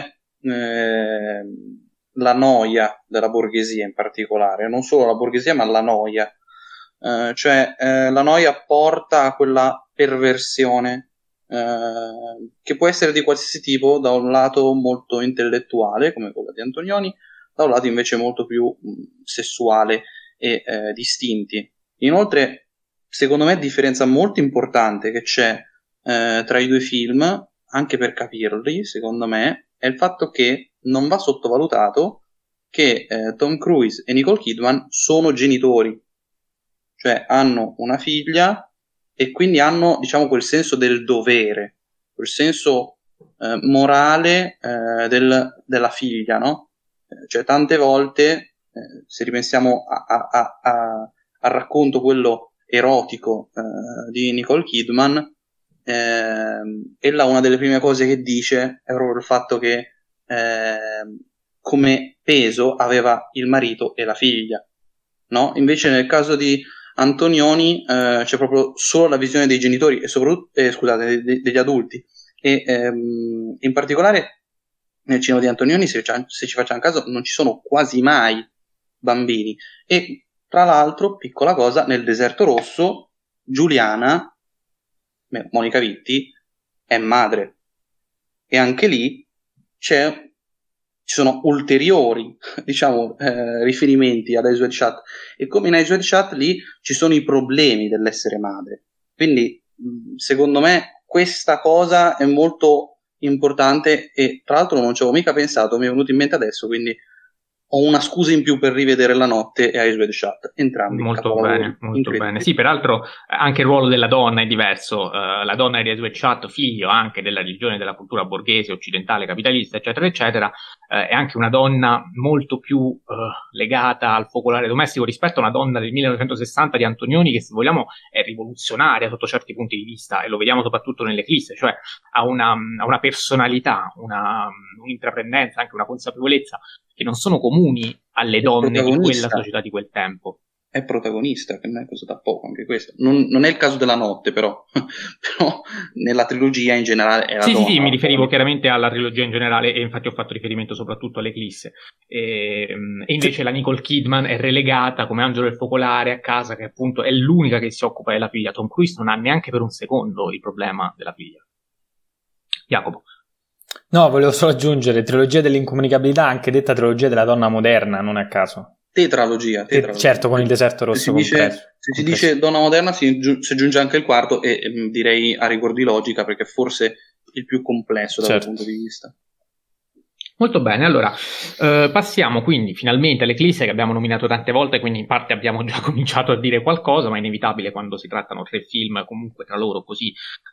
la noia della borghesia in particolare, non solo la borghesia ma la noia, cioè la noia porta a quella perversione che può essere di qualsiasi tipo, da un lato molto intellettuale come quella di Antonioni, da un lato invece molto più sessuale e distinti. Inoltre, secondo me, differenza molto importante che c'è tra i due film, anche per capirli, secondo me, è il fatto che non va sottovalutato che Tom Cruise e Nicole Kidman sono genitori, cioè hanno una figlia e quindi hanno, diciamo, quel senso del dovere, quel senso morale della figlia, no? Cioè tante volte, se ripensiamo al racconto quello erotico di Nicole Kidman, e là una delle prime cose che dice è proprio il fatto che come peso aveva il marito e la figlia, no? Invece nel caso di Antonioni c'è proprio solo la visione dei genitori e soprattutto degli adulti, e in particolare nel cinema di Antonioni, se ci facciamo caso, non ci sono quasi mai bambini. E tra l'altro, piccola cosa, nel Deserto Rosso Giuliana, Monica Vitti, è madre, e anche lì ci sono ulteriori, diciamo, riferimenti ad Eyes Wide Shut, e come in Eyes Wide Shut lì ci sono i problemi dell'essere madre. Quindi secondo me questa cosa è molto importante, e tra l'altro non ci avevo mica pensato, mi è venuto in mente adesso, quindi ho una scusa in più per rivedere La notte e Eyes Wide Shut, entrambi molto bene, molto bene. Sì, peraltro anche il ruolo della donna è diverso. La donna di Eyes Wide Shut, figlio anche della religione, della cultura borghese, occidentale, capitalista, eccetera, eccetera, è anche una donna molto più legata al focolare domestico rispetto a una donna del 1960 di Antonioni, che se vogliamo è rivoluzionaria sotto certi punti di vista, e lo vediamo soprattutto nell'Eclisse, cioè ha una personalità, un'intraprendenza, anche una consapevolezza che non sono comuni alle donne di quella società di quel tempo. È protagonista, che non è cosa da poco anche questo. Non è il caso della notte, però nella trilogia in generale è la donna. Sì, mi riferivo chiaramente alla trilogia in generale, e infatti ho fatto riferimento soprattutto all'Eclisse. E invece la Nicole Kidman è relegata come angelo del focolare a casa, che appunto è l'unica che si occupa della figlia. Tom Cruise non ha neanche per un secondo il problema della figlia. Jacopo. No, volevo solo aggiungere, trilogia dell'incomunicabilità, anche detta trilogia della donna moderna, non è a caso. Tetralogia. Certo, con il Deserto Rosso compreso. Se si dice donna moderna si aggiunge anche il quarto, e direi a rigor di logica, perché forse il più complesso dal punto di vista. Molto bene, allora passiamo quindi finalmente all'Eclisse, che abbiamo nominato tante volte, quindi in parte abbiamo già cominciato a dire qualcosa, ma è inevitabile quando si trattano tre film comunque tra loro così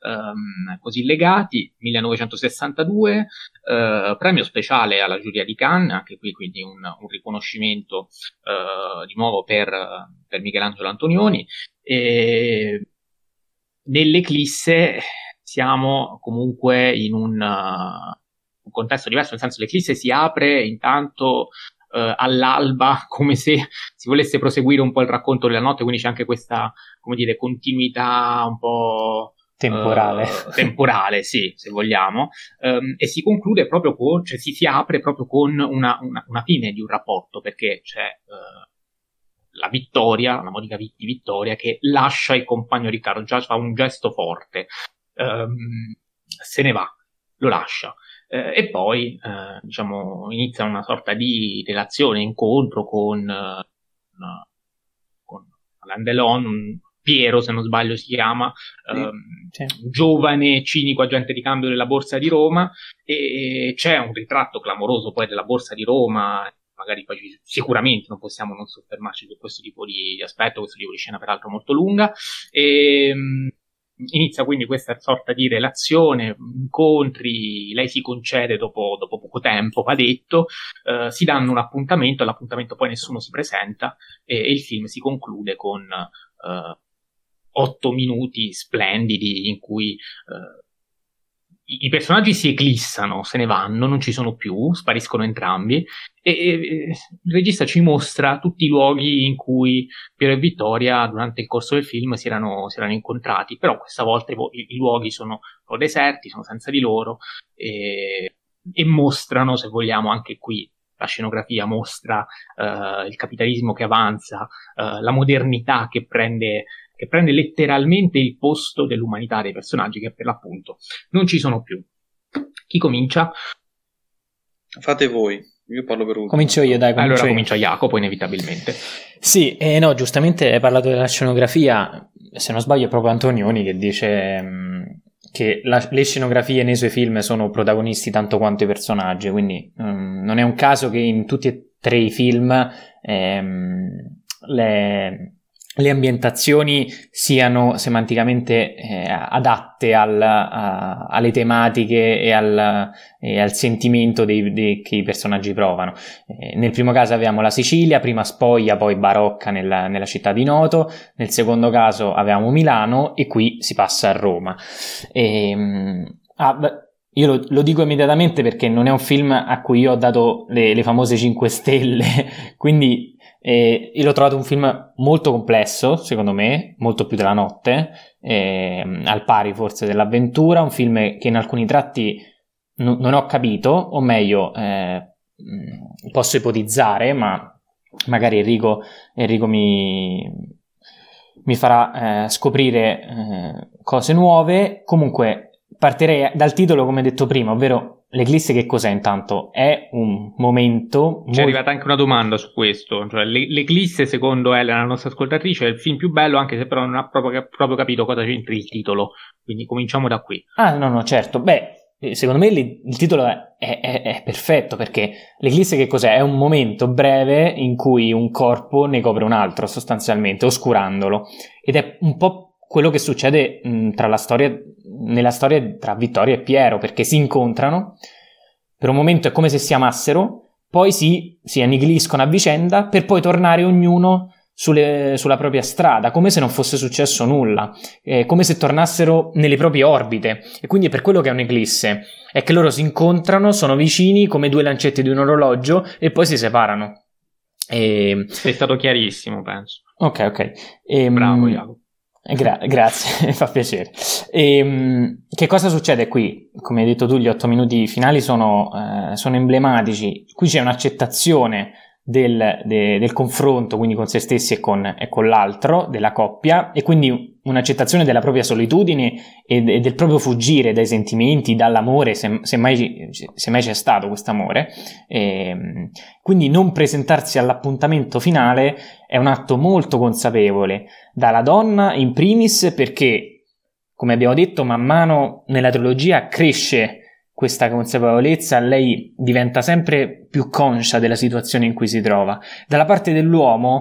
legati. 1962, premio speciale alla giuria di Cannes, anche qui quindi un riconoscimento di nuovo per Michelangelo Antonioni. E nell'Eclisse siamo comunque in un contesto diverso, nel senso l'Eclisse si apre intanto all'alba, come se si volesse proseguire un po' il racconto della notte, quindi c'è anche questa, come dire, continuità un po' temporale, sì, se vogliamo, e si conclude proprio cioè si apre proprio con una fine di un rapporto, perché c'è la Vittoria, la Monica Vitti Vittoria, che lascia il compagno Riccardo, già fa un gesto forte, se ne va, lo lascia. E poi diciamo inizia una sorta di relazione, incontro con Alain Delon, Piero se non sbaglio si chiama, giovane cinico agente di cambio della Borsa di Roma, e c'è un ritratto clamoroso poi della Borsa di Roma. Magari poi sicuramente non possiamo non soffermarci su questo tipo di aspetto, questo tipo di scena peraltro molto lunga, e inizia quindi questa sorta di relazione, incontri, lei si concede dopo poco tempo, va detto, si danno un appuntamento, all'appuntamento poi nessuno si presenta, e il film si conclude con 8 minuti splendidi in cui i personaggi si eclissano, se ne vanno, non ci sono più, spariscono entrambi, e il regista ci mostra tutti i luoghi in cui Piero e Vittoria durante il corso del film si erano incontrati, però questa volta i luoghi sono deserti, sono senza di loro, e mostrano, se vogliamo, anche qui la scenografia mostra il capitalismo che avanza, la modernità che prende letteralmente il posto dell'umanità dei personaggi, che per l'appunto non ci sono più. Chi comincia? Fate voi, io parlo per ultimo. Comincio io, dai. Allora comincia Jacopo, inevitabilmente. Sì, no, giustamente hai parlato della scenografia, se non sbaglio è proprio Antonioni che dice che le scenografie nei suoi film sono protagonisti tanto quanto i personaggi, quindi non è un caso che in tutti e tre i film le ambientazioni siano semanticamente adatte alle tematiche e al sentimento che i personaggi provano. Nel primo caso avevamo la Sicilia, prima spoglia, poi barocca nella città di Noto. Nel secondo caso avevamo Milano e qui si passa a Roma. Io lo dico immediatamente perché non è un film a cui io ho dato le famose 5 stelle, quindi io l'ho trovato un film molto complesso, secondo me, molto più della notte, al pari forse dell'avventura, un film che in alcuni tratti non ho capito, o meglio, posso ipotizzare, ma magari Enrico mi farà scoprire cose nuove. Comunque partirei dal titolo, come detto prima, ovvero l'Eclisse. Che cos'è intanto? È un momento... Ci è arrivata anche una domanda su questo, cioè l'Eclisse secondo Elena, la nostra ascoltatrice, è il film più bello, anche se però non ha proprio capito cosa c'entri il titolo, quindi cominciamo da qui. No, certo, secondo me il titolo è perfetto, perché l'Eclisse che cos'è? È un momento breve in cui un corpo ne copre un altro, sostanzialmente, oscurandolo, ed è un po' quello che succede nella storia tra Vittorio e Piero, perché si incontrano, per un momento è come se si amassero, poi si annichiliscono a vicenda per poi tornare ognuno sulla propria strada, come se non fosse successo nulla, come se tornassero nelle proprie orbite. E quindi è per quello che è un'eclisse, è che loro si incontrano, sono vicini come due lancette di un orologio e poi si separano. Sei stato chiarissimo, penso. Ok. Bravo, Jacopo. Grazie, mi fa piacere. Che cosa succede qui? Come hai detto tu, gli 8 minuti finali sono emblematici. Qui c'è un'accettazione del confronto, quindi con se stessi e con l'altro, della coppia, e quindi un'accettazione della propria solitudine e del proprio fuggire dai sentimenti, dall'amore, se mai c'è stato questo amore. Quindi non presentarsi all'appuntamento finale è un atto molto consapevole dalla donna in primis, perché, come abbiamo detto, man mano nella trilogia cresce questa consapevolezza, lei diventa sempre più conscia della situazione in cui si trova. Dalla parte dell'uomo,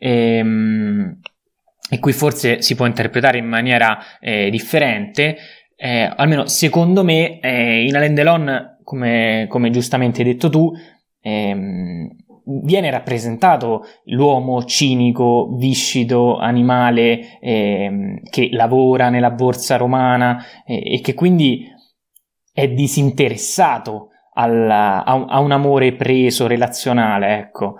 e qui forse si può interpretare in maniera differente, almeno secondo me, in Alain Delon, come giustamente hai detto tu, viene rappresentato l'uomo cinico, viscido, animale, che lavora nella borsa romana e che quindi è disinteressato a un amore preso, relazionale, ecco.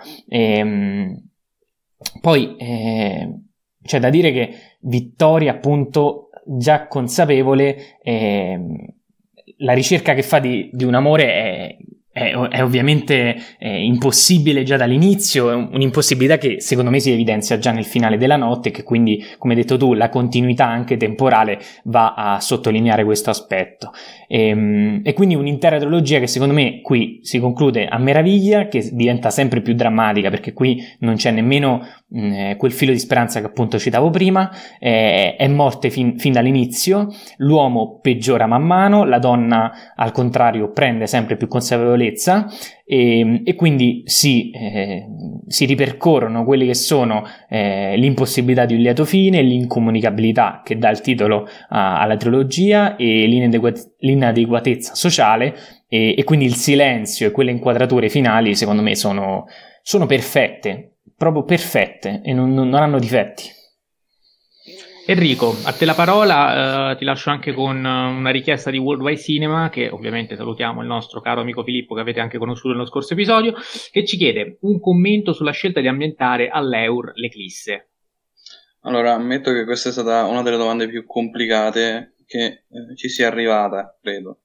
Poi c'è da dire che Vittoria, appunto, già consapevole, la ricerca che fa di un amore è ovviamente impossibile già dall'inizio, è un'impossibilità che secondo me si evidenzia già nel finale della notte, che quindi, come hai detto tu, la continuità anche temporale va a sottolineare questo aspetto. E quindi un'intera trilogia che secondo me qui si conclude a meraviglia, che diventa sempre più drammatica, perché qui non c'è nemmeno quel filo di speranza che appunto citavo prima, è morte fin dall'inizio, l'uomo peggiora man mano, la donna al contrario prende sempre più consapevolezza, e quindi si ripercorrono quelli che sono l'impossibilità di un lieto fine, l'incomunicabilità che dà il titolo alla trilogia, e l'inadeguatezza sociale, e quindi il silenzio e quelle inquadrature finali secondo me sono perfette, proprio perfette, e non hanno difetti. Enrico, a te la parola, ti lascio anche con una richiesta di Worldwide Cinema, che ovviamente salutiamo il nostro caro amico Filippo, che avete anche conosciuto nello scorso episodio, che ci chiede un commento sulla scelta di ambientare all'Eur l'Eclisse. Allora, ammetto che questa è stata una delle domande più complicate che ci sia arrivata, credo.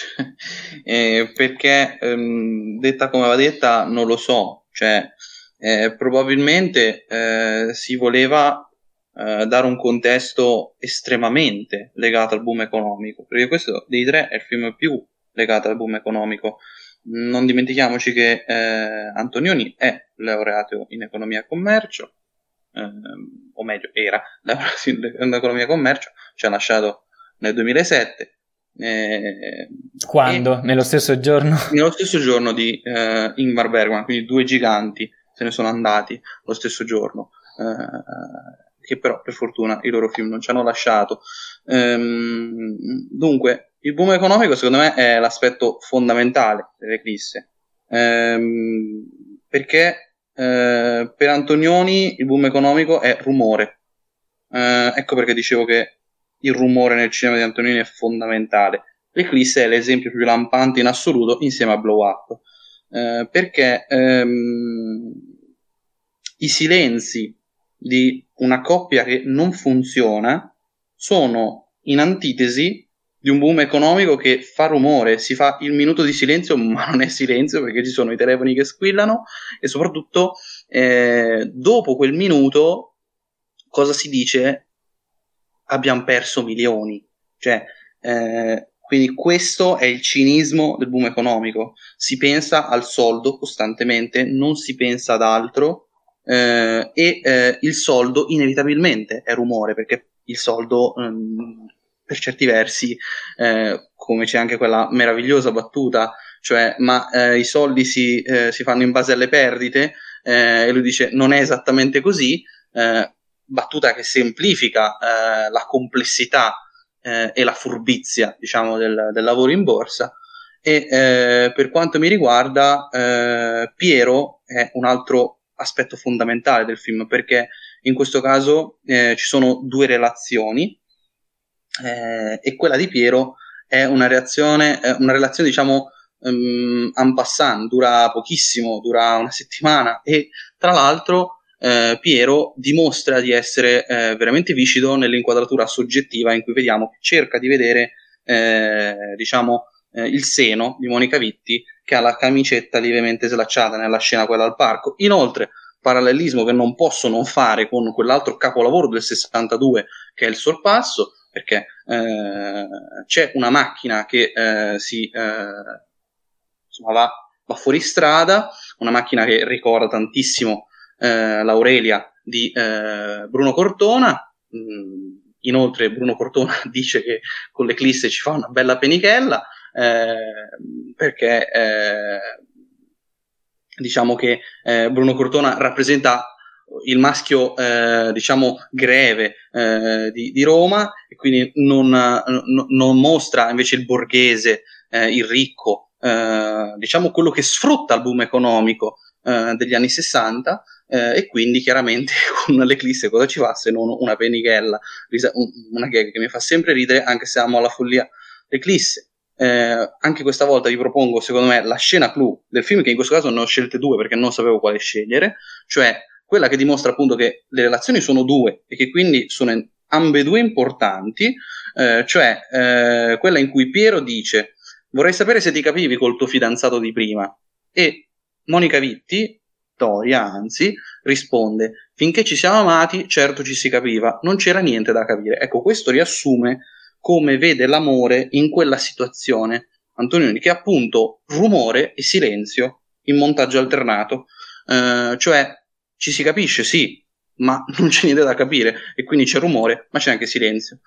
Perché, detta come va detta, non lo so. Cioè, probabilmente si voleva dare un contesto estremamente legato al boom economico, perché questo dei tre è il film più legato al boom economico. Non dimentichiamoci che Antonioni è laureato in economia e commercio, o meglio era laureato in economia e commercio, ci ha lasciato nel 2007. Quando? Nello stesso giorno? Nello stesso giorno di Ingmar Bergman, quindi due giganti se ne sono andati lo stesso giorno, che però per fortuna i loro film non ci hanno lasciato. Dunque, il boom economico secondo me è l'aspetto fondamentale dell'Eclisse, perché per Antonioni il boom economico è rumore. Ecco perché dicevo che il rumore nel cinema di Antonioni è fondamentale. L'Eclisse è l'esempio più lampante in assoluto insieme a Blow Up, perché i silenzi di una coppia che non funziona sono in antitesi di un boom economico che fa rumore. Si fa il minuto di silenzio, ma non è silenzio perché ci sono i telefoni che squillano, e soprattutto dopo quel minuto cosa si dice? Abbiamo perso milioni. Cioè, quindi questo è il cinismo del boom economico. Si pensa al soldo costantemente, non si pensa ad altro, e il soldo inevitabilmente è rumore, perché il soldo per certi versi, come c'è anche quella meravigliosa battuta, cioè i soldi si fanno in base alle perdite, e lui dice non è esattamente così, battuta che semplifica la complessità e la furbizia, diciamo, del lavoro in borsa. E per quanto mi riguarda, Piero è un altro aspetto fondamentale del film, perché in questo caso ci sono due relazioni, e quella di Piero è una relazione diciamo en passant, dura pochissimo, dura una settimana, e tra l'altro Piero dimostra di essere veramente viscido nell'inquadratura soggettiva, in cui vediamo che cerca di vedere il seno di Monica Vitti, che ha la camicetta lievemente slacciata nella scena quella al parco. Inoltre, parallelismo che non posso non fare con quell'altro capolavoro del 62 che è Il Sorpasso, perché c'è una macchina che va fuori strada, una macchina che ricorda tantissimo l'Aurelia di Bruno Cortona. Inoltre Bruno Cortona dice che con l'Eclisse ci fa una bella penichella, perché diciamo che Bruno Cortona rappresenta il maschio diciamo greve di Roma, e quindi non mostra invece il borghese, il ricco, diciamo quello che sfrutta il boom economico degli anni 60, e quindi chiaramente con l'Eclisse cosa ci fa se non una penichella, una gag che mi fa sempre ridere anche se amo alla follia l'Eclisse. Anche questa volta vi propongo secondo me la scena clou del film, che in questo caso ne ho scelte due perché non sapevo quale scegliere, cioè quella che dimostra appunto che le relazioni sono due e che quindi sono ambedue importanti, cioè quella in cui Piero dice vorrei sapere se ti capivi col tuo fidanzato di prima, e Monica Vitti, Toria anzi, risponde finché ci siamo amati certo ci si capiva, non c'era niente da capire. Ecco, questo riassume come vede l'amore in quella situazione Antonioni, che è appunto rumore e silenzio in montaggio alternato, cioè ci si capisce sì, ma non c'è niente da capire, e quindi c'è rumore ma c'è anche silenzio.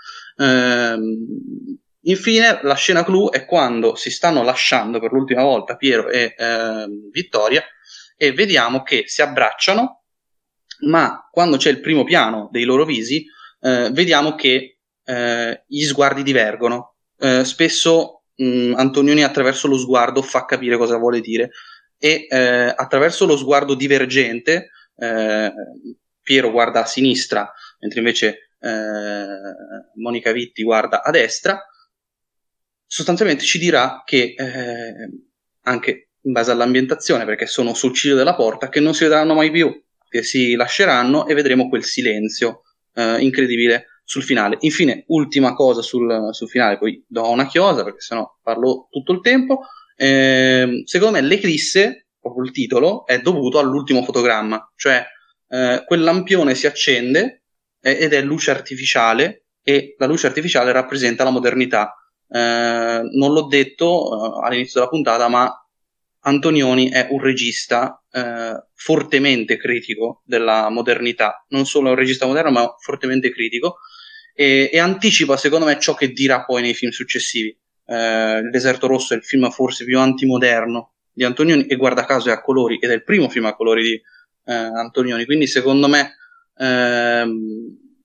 Infine la scena clou è quando si stanno lasciando per l'ultima volta Piero e Vittoria, e vediamo che si abbracciano, ma quando c'è il primo piano dei loro visi vediamo che gli sguardi divergono. Spesso Antonioni attraverso lo sguardo fa capire cosa vuole dire, e attraverso lo sguardo divergente Piero guarda a sinistra mentre invece Monica Vitti guarda a destra. Sostanzialmente ci dirà che anche in base all'ambientazione, perché sono sul ciglio della porta, che non si vedranno mai più, che si lasceranno, e vedremo quel silenzio incredibile sul finale. Infine, ultima cosa sul finale, poi do una chiosa perché sennò parlo tutto il tempo. Secondo me l'Eclisse, proprio il titolo, è dovuto all'ultimo fotogramma, cioè quel lampione si accende ed è luce artificiale, e la luce artificiale rappresenta la modernità. Non l'ho detto all'inizio della puntata, ma Antonioni è un regista fortemente critico della modernità, non solo è un regista moderno ma fortemente critico, e anticipa secondo me ciò che dirà poi nei film successivi. Il Deserto Rosso è il film forse più antimoderno di Antonioni, e guarda caso è a colori, ed è il primo film a colori di Antonioni, quindi secondo me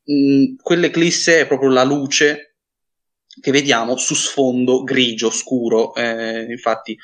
quell'eclisse è proprio la luce che vediamo su sfondo grigio scuro, infatti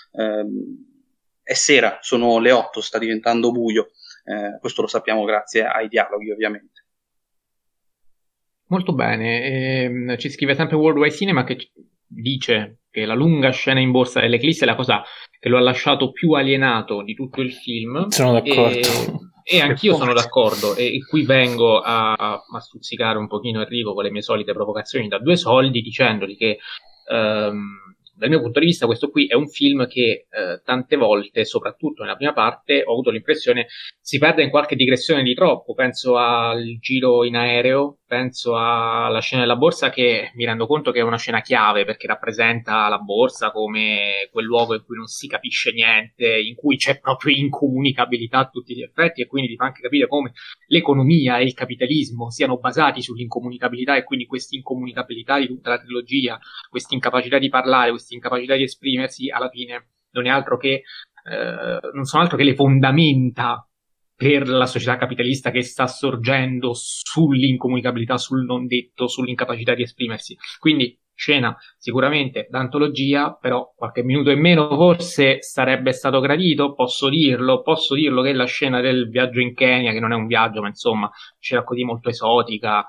è sera, sono le 8, sta diventando buio, questo lo sappiamo grazie ai dialoghi ovviamente. Molto bene, ci scrive sempre Worldwide Cinema che dice che la lunga scena in borsa dell'eclisse è la cosa che lo ha lasciato più alienato di tutto il film. Sono d'accordo. E anch'io sono d'accordo, e qui vengo a stuzzicare un pochino Enrico con le mie solite provocazioni da due soldi, dicendogli che dal mio punto di vista questo qui è un film che tante volte, soprattutto nella prima parte, ho avuto l'impressione si perde in qualche digressione di troppo. Penso al giro in aereo, penso alla scena della borsa, che mi rendo conto che è una scena chiave perché rappresenta la borsa come quel luogo in cui non si capisce niente, in cui c'è proprio incomunicabilità a tutti gli effetti, e quindi ti fa anche capire come l'economia e il capitalismo siano basati sull'incomunicabilità, e quindi questa incomunicabilità di tutta la trilogia, questa incapacità di parlare, questa incapacità di esprimersi, alla fine non è altro che non sono altro che le fondamenta per la società capitalista che sta sorgendo sull'incomunicabilità, sul non detto, sull'incapacità di esprimersi. Quindi scena sicuramente d'antologia, però qualche minuto in meno forse sarebbe stato gradito. Posso dirlo che la scena del viaggio in Kenya, che non è un viaggio ma insomma c'era così molto esotica,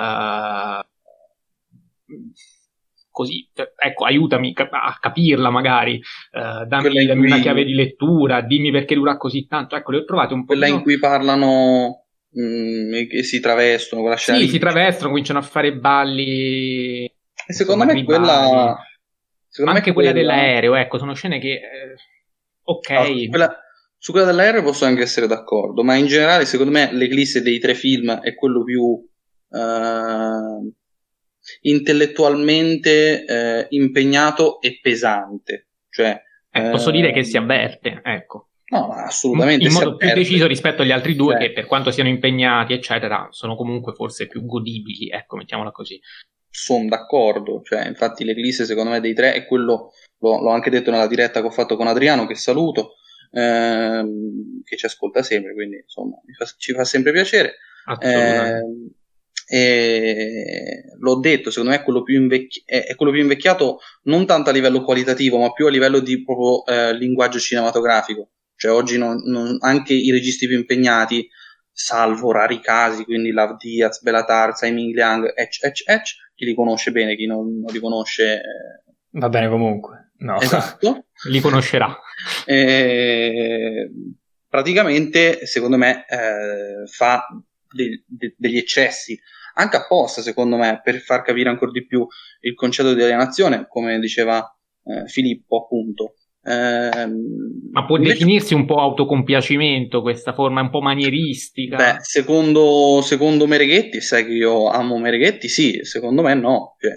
così, ecco, aiutami a capirla magari, dammi una chiave di lettura, dimmi perché dura così tanto. Ecco, le ho trovate un po'. Quella in cui parlano e si travestono, quella scena. Sì, si travestono, cominciano a fare balli. E secondo me quella. Secondo anche me quella dell'aereo, ecco, sono scene che. Ok. Allora, su quella dell'aereo posso anche essere d'accordo, ma in generale, secondo me, l'eclisse dei tre film è quello più. Intellettualmente impegnato e pesante, cioè posso dire che si avverte, ecco. No, ma assolutamente in modo più deciso rispetto agli altri due, che per quanto siano impegnati eccetera sono comunque forse più godibili, ecco, mettiamola così. Sono d'accordo, cioè infatti l'eclisse secondo me dei tre è quello, l'ho anche detto nella diretta che ho fatto con Adriano, che saluto, che ci ascolta sempre, quindi insomma ci fa sempre piacere. E l'ho detto, secondo me è quello più invecchiato non tanto a livello qualitativo ma più a livello di proprio linguaggio cinematografico, cioè oggi anche i registi più impegnati, salvo rari casi, quindi Lav Diaz, Bela Tarza, Ming Liang, chi li conosce bene, chi non li conosce va bene comunque, no. Esatto. Li conoscerà. Praticamente secondo me fa degli eccessi anche apposta, secondo me, per far capire ancora di più il concetto di alienazione, come diceva Filippo, appunto. Ma può definirsi un po' autocompiacimento questa forma un po' manieristica? Beh, secondo Mereghetti, sai che io amo Mereghetti, sì, secondo me no. Cioè,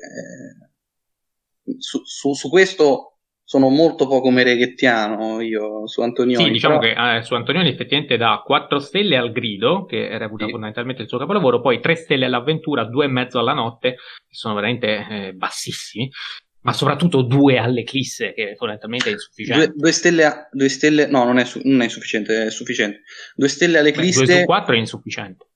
su questo sono molto poco mereghettiano io su Antonioni. Sì, diciamo che su Antonioni effettivamente dà 4 stelle al Grido, che reputa fondamentalmente il suo capolavoro, poi 3 stelle all'Avventura, 2,5 alla Notte, che sono veramente bassissimi, ma soprattutto 2 all'Eclisse, che fondamentalmente è insufficiente. 2 stelle, no, non è insufficiente, è sufficiente. 2 stelle all'Eclisse. 2 su 4 è insufficiente.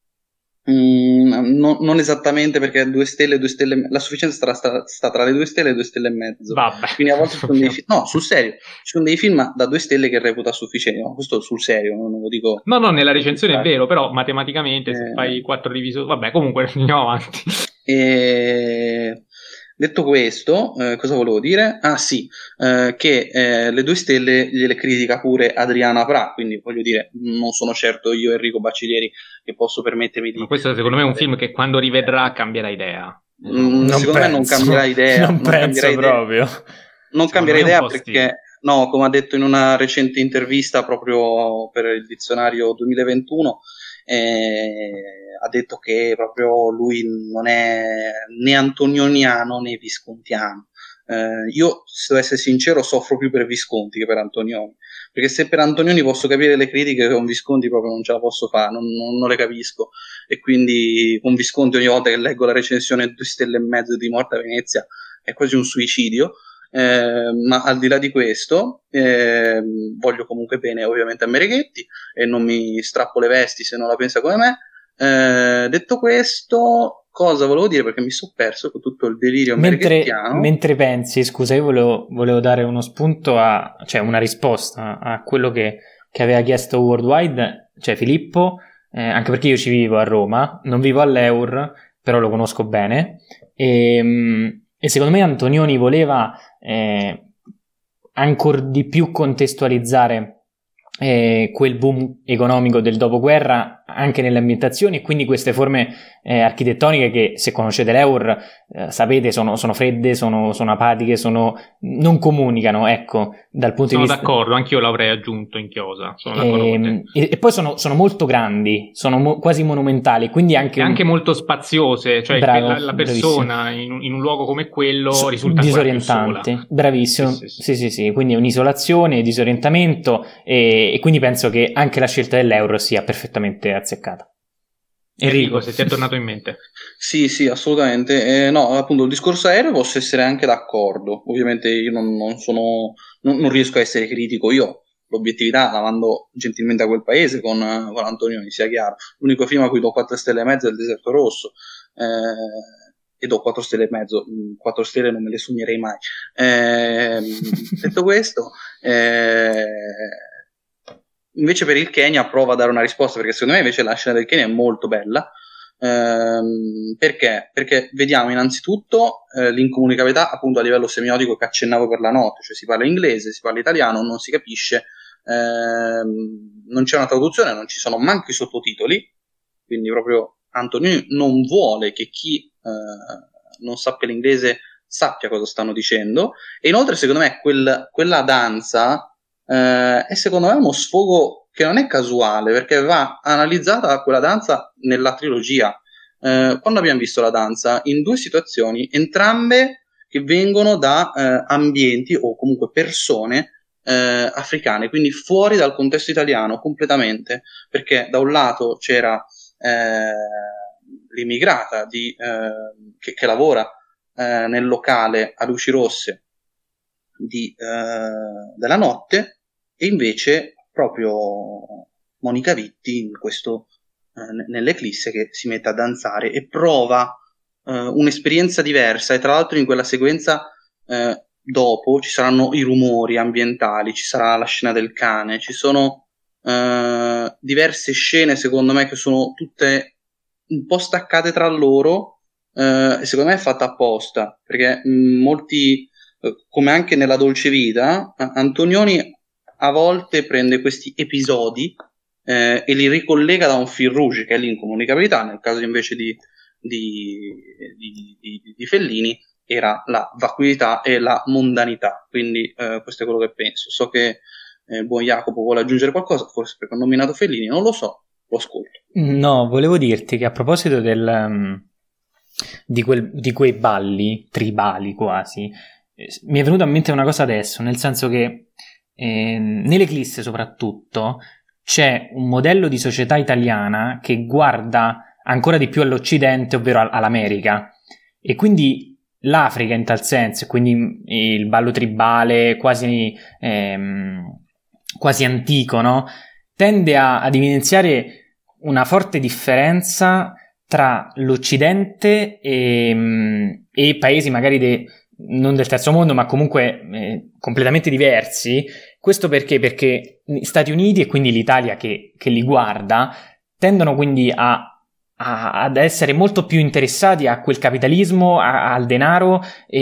Non esattamente, perché 2 stelle, la sufficienza sta tra le 2 stelle e 2 stelle e mezzo. Vabbè. Quindi a volte sono no, sul serio, ci sono dei film da 2 stelle che reputa sufficienti. No, questo sul serio, non lo dico. No, nella recensione è vero, però matematicamente se fai 4 divisioni, vabbè, comunque andiamo avanti. Detto questo, cosa volevo dire? Ah sì, che le 2 stelle gliele critica pure Adriana Pra, quindi voglio dire, non sono certo io Enrico Bacciglieri che posso permettermi di... Ma questo secondo me è un film che quando rivedrà cambierà idea. Secondo me non cambierà idea. Non penso proprio. Non cambierà idea perché, no, come ha detto in una recente intervista proprio per il dizionario 2021, ha detto che proprio lui non è né antonioniano né viscontiano. Io, se devo essere sincero, soffro più per Visconti che per Antonioni, perché se per Antonioni posso capire le critiche, con Visconti proprio non ce la posso fare, non le capisco, e quindi con Visconti ogni volta che leggo la recensione 2 stelle e mezzo di Morte a Venezia è quasi un suicidio. Ma al di là di questo voglio comunque bene ovviamente a Mereghetti e non mi strappo le vesti se non la pensa come me, Detto questo, cosa volevo dire, perché mi sono perso con tutto il delirio merghettiano. Mentre pensi, scusa, io volevo dare uno spunto cioè una risposta a quello che aveva chiesto Worldwide, cioè Filippo, anche perché io ci vivo a Roma, non vivo all'Eur, però lo conosco bene, e secondo me Antonioni voleva ancora di più contestualizzare quel boom economico del dopoguerra anche nelle ambientazioni, e quindi queste forme architettoniche che, se conoscete l'Eur, sapete, sono fredde, sono apatiche, non comunicano, ecco, dal punto di vista... Sono d'accordo, anch'io l'avrei aggiunto in chiosa, sono d'accordo con te. E poi sono molto grandi, sono quasi monumentali, quindi anche molto spaziose, cioè bravo, la persona in un luogo come quello risulta disorientante, sola. bravissimo, sì, quindi è un'isolazione, disorientamento, e quindi penso che anche la scelta dell'Euro sia perfettamente azzeccata. Enrico, se ti è tornato in mente. Sì, assolutamente. No, appunto, il discorso aereo posso essere anche d'accordo. Ovviamente io non riesco a essere critico. Io l'obiettività la mando gentilmente a quel paese con Antonioni, sia chiaro. L'unico film a cui do 4 stelle e mezzo è Il Deserto Rosso. E do 4 stelle e mezzo. 4 stelle non me le sognerei mai. Detto questo, invece per il Kenya provo a dare una risposta, perché secondo me invece la scena del Kenya è molto bella. Perché? Perché vediamo innanzitutto l'incomunicabilità appunto a livello semiotico che accennavo per la notte, cioè si parla inglese, si parla italiano, non si capisce, non c'è una traduzione, non ci sono manco i sottotitoli, quindi proprio Antonio non vuole che chi non sappia l'inglese sappia cosa stanno dicendo. E inoltre secondo me quella danza è secondo me uno sfogo che non è casuale, perché va analizzata quella danza nella trilogia. Quando abbiamo visto la danza in 2 situazioni, entrambe che vengono da ambienti o comunque persone africane, quindi fuori dal contesto italiano completamente, perché da un lato c'era l'immigrata che lavora nel locale a luci rosse della notte, e invece proprio Monica Vitti nell'Eclisse, che si mette a danzare e prova un'esperienza diversa. E tra l'altro in quella sequenza dopo ci saranno i rumori ambientali, ci sarà la scena del cane, ci sono diverse scene secondo me che sono tutte un po' staccate tra loro, e secondo me è fatta apposta, perché molti, come anche nella Dolce Vita, Antonioni a volte prende questi episodi e li ricollega da un fil rouge, che è l'incomunicabilità. Nel caso invece di Fellini era la vacuità e la mondanità. Quindi questo è quello che penso. So che buon Jacopo vuole aggiungere qualcosa, forse perché ho nominato Fellini, non lo so, lo ascolto. No, volevo dirti che a proposito di quei balli tribali quasi, mi è venuta in mente una cosa adesso, nel senso che nell'Eclisse soprattutto c'è un modello di società italiana che guarda ancora di più all'Occidente, ovvero all'America, e quindi l'Africa in tal senso, quindi il ballo tribale quasi antico, no? Tende ad evidenziare una forte differenza tra l'Occidente e paesi magari non del terzo mondo, ma comunque completamente diversi. Questo perché gli Stati Uniti, e quindi l'Italia che li guarda, tendono quindi ad essere molto più interessati a quel capitalismo, al denaro,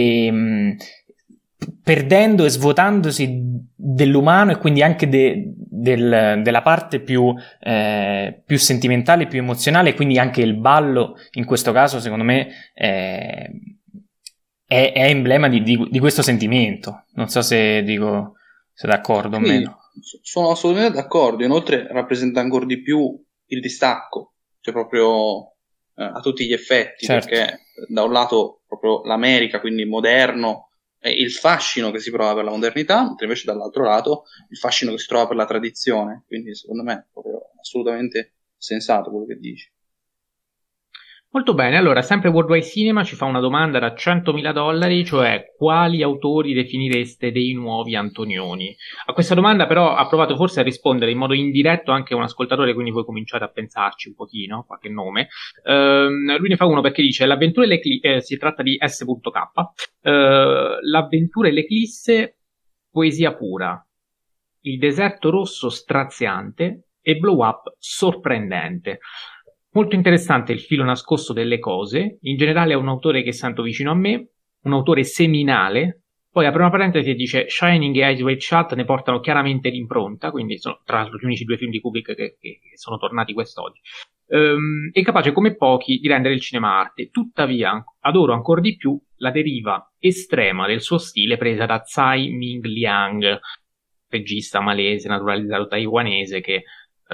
perdendo e svuotandosi dell'umano, e quindi anche della parte più sentimentale, più emozionale. Quindi anche il ballo in questo caso secondo me è emblema di questo sentimento. Non so se sei d'accordo o meno. Sono assolutamente d'accordo. Inoltre rappresenta ancora di più il distacco, cioè proprio a tutti gli effetti, certo. Perché da un lato proprio l'America, quindi moderno, il fascino che si prova per la modernità, mentre invece dall'altro lato il fascino che si trova per la tradizione. Quindi secondo me è proprio assolutamente sensato quello che dici. Molto bene, allora sempre Worldwide Cinema ci fa una domanda da $100.000, cioè quali autori definireste dei nuovi Antonioni? A questa domanda però ha provato forse a rispondere in modo indiretto anche un ascoltatore, quindi voi cominciate a pensarci un pochino, qualche nome. Lui ne fa uno perché dice l'avventura si tratta di S.K. L'avventura e l'eclisse, poesia pura, il deserto rosso straziante e blow up sorprendente. Molto interessante il filo nascosto delle cose, in generale è un autore che sento vicino a me, un autore seminale, poi apre una parentesi e dice Shining e Eyes Wide Shut ne portano chiaramente l'impronta, quindi sono tra l'altro gli unici due film di Kubrick che sono tornati quest'oggi. È capace come pochi di rendere il cinema arte, tuttavia adoro ancora di più la deriva estrema del suo stile presa da Tsai Ming Liang, regista malese naturalizzato taiwanese che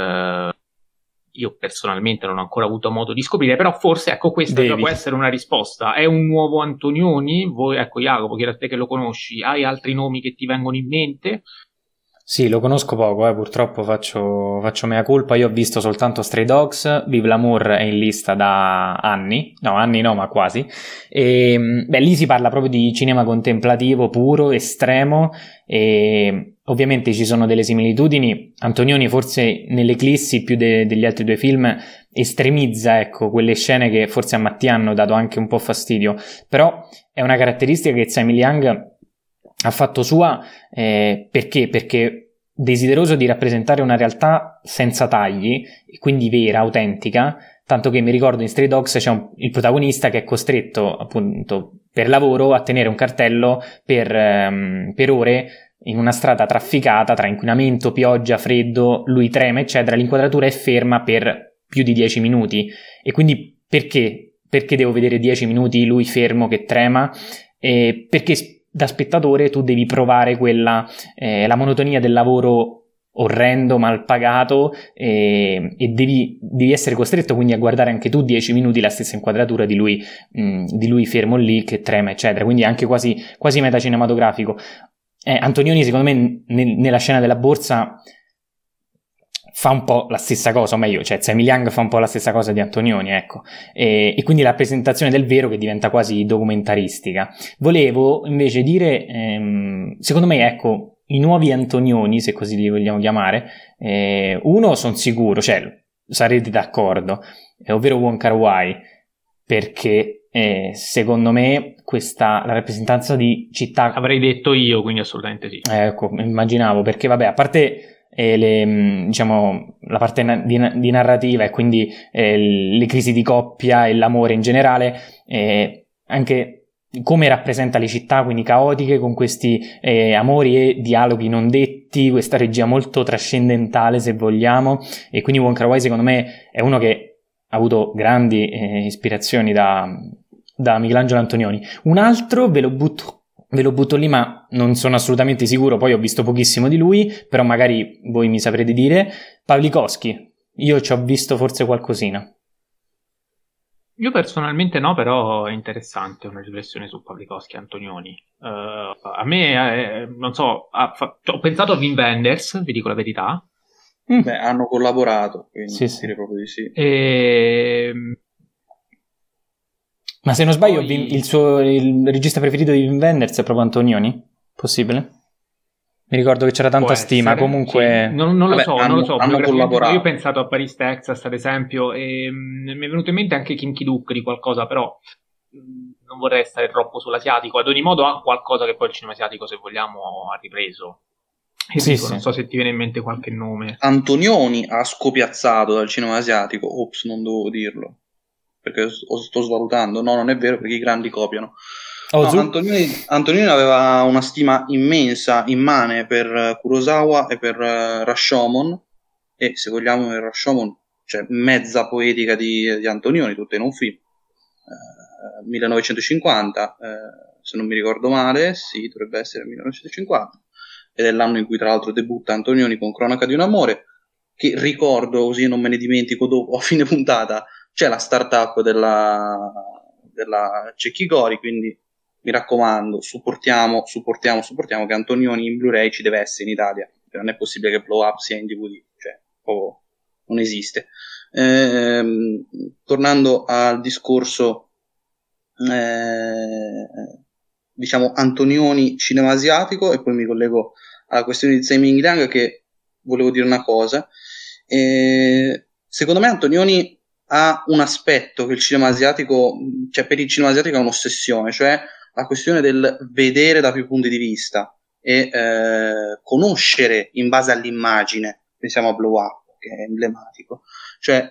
io personalmente non ho ancora avuto modo di scoprire, però forse ecco questa già può essere una risposta. È un nuovo Antonioni? Voi, ecco Jacopo, chiedo a te che lo conosci, hai altri nomi che ti vengono in mente? Sì, lo conosco poco, purtroppo faccio mea colpa, io ho visto soltanto Stray Dogs, Vive l'Amour è in lista da anni no, ma quasi, e lì si parla proprio di cinema contemplativo puro, estremo, e ovviamente ci sono delle similitudini. Antonioni forse nell'Eclissi più degli altri due film estremizza, ecco, quelle scene che forse a Mattia hanno dato anche un po' fastidio, però è una caratteristica che Tsai Ming-liang ha fatto sua, perché desideroso di rappresentare una realtà senza tagli, e quindi vera, autentica, tanto che mi ricordo in Stray Dogs c'è il protagonista che è costretto appunto per lavoro a tenere un cartello per ore in una strada trafficata tra inquinamento, pioggia, freddo, lui trema eccetera, l'inquadratura è ferma per più di 10 minuti e quindi perché devo vedere 10 minuti lui fermo che trema? Perché da spettatore tu devi provare quella la monotonia del lavoro orrendo, mal pagato, e devi essere costretto quindi a guardare anche tu 10 minuti la stessa inquadratura di lui fermo lì che trema eccetera, quindi anche quasi metacinematografico. Antonioni secondo me nella scena della borsa fa un po' la stessa cosa, o meglio, cioè Tsai Ming-liang fa un po' la stessa cosa di Antonioni, ecco, e quindi la presentazione del vero che diventa quasi documentaristica. Volevo invece dire, secondo me, ecco, i nuovi Antonioni, se così li vogliamo chiamare, uno sono sicuro, cioè sarete d'accordo, ovvero Wong Kar-wai, perché secondo me la rappresentanza di città... Avrei detto io, quindi assolutamente sì. Ecco, immaginavo, perché vabbè, a parte... diciamo la parte di narrativa e quindi le crisi di coppia e l'amore in generale, anche come rappresenta le città quindi caotiche con questi amori e dialoghi non detti, questa regia molto trascendentale se vogliamo, e quindi Wong Kar-wai secondo me è uno che ha avuto grandi ispirazioni da Michelangelo Antonioni. Un altro ve lo butto lì, ma non sono assolutamente sicuro, poi ho visto pochissimo di lui, però magari voi mi saprete dire. Pawlikowski, io ci ho visto forse qualcosina. Io personalmente no, però è interessante una riflessione su Pawlikowski e Antonioni. A me, non so, ho pensato a Wim Wenders, vi dico la verità. Beh, hanno collaborato, quindi sì. direi proprio di sì. Ma se non sbaglio, il regista preferito di Wim Wenders è proprio Antonioni? Possibile? Mi ricordo che c'era tanta stima, comunque... Sì. Non lo so. Hanno collaborato. Io ho pensato a Paris, Texas, ad esempio, e mi è venuto in mente anche Kinky Duke di qualcosa, però non vorrei stare troppo sull'asiatico. Ad ogni modo ha qualcosa che poi il cinema asiatico, se vogliamo, ha ripreso. Enrico, non so se ti viene in mente qualche nome. Antonioni ha scopiazzato dal cinema asiatico. Ops, non dovevo dirlo, perché sto svalutando. No, non è vero, perché i grandi copiano. Antonioni aveva una stima immensa, immane per Kurosawa e per Rashomon, e se vogliamo nel Rashomon c'è mezza poetica di Antonioni, tutta in un film. 1950, se non mi ricordo male, sì, dovrebbe essere 1950, ed è l'anno in cui tra l'altro debutta Antonioni con Cronaca di un amore, che ricordo così non me ne dimentico dopo, a fine puntata c'è la startup della Cecchi Cori, quindi mi raccomando, supportiamo che Antonioni in Blu-ray ci deve essere in Italia, non è possibile che Blow Up sia in DVD, cioè non esiste. Tornando al discorso, diciamo, Antonioni cinema asiatico, e poi mi collego alla questione di Tsai Ming Liang, che volevo dire una cosa. Secondo me Antonioni ha un aspetto che il cinema asiatico, cioè per il cinema asiatico è un'ossessione, cioè la questione del vedere da più punti di vista e conoscere in base all'immagine. Pensiamo a Blow Up, che è emblematico, cioè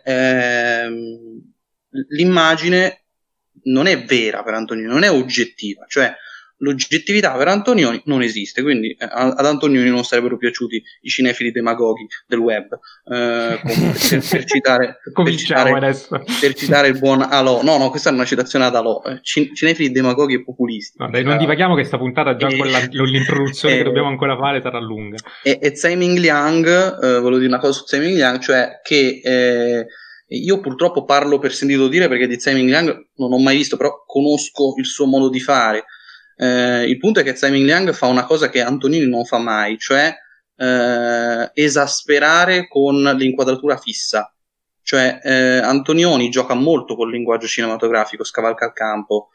l'immagine non è vera per Antonioni, non è oggettiva, cioè l'oggettività per Antonioni non esiste, quindi ad Antonioni non sarebbero piaciuti i cinefili demagoghi del web, per citare il buon Alò. No, questa è una citazione ad Alò, cinefili demagoghi e populisti. Vabbè, non divaghiamo che sta puntata già l'introduzione che dobbiamo ancora fare sarà lunga. E Tsai Ming Liang, volevo dire una cosa su Tsai Ming Liang, cioè che io purtroppo parlo per sentito dire, perché di Tsai Ming Liang non ho mai visto, però conosco il suo modo di fare. Il punto è che Tsai Ming Liang fa una cosa che Antonioni non fa mai, cioè esasperare con l'inquadratura fissa. Cioè Antonioni gioca molto col linguaggio cinematografico, scavalca il campo,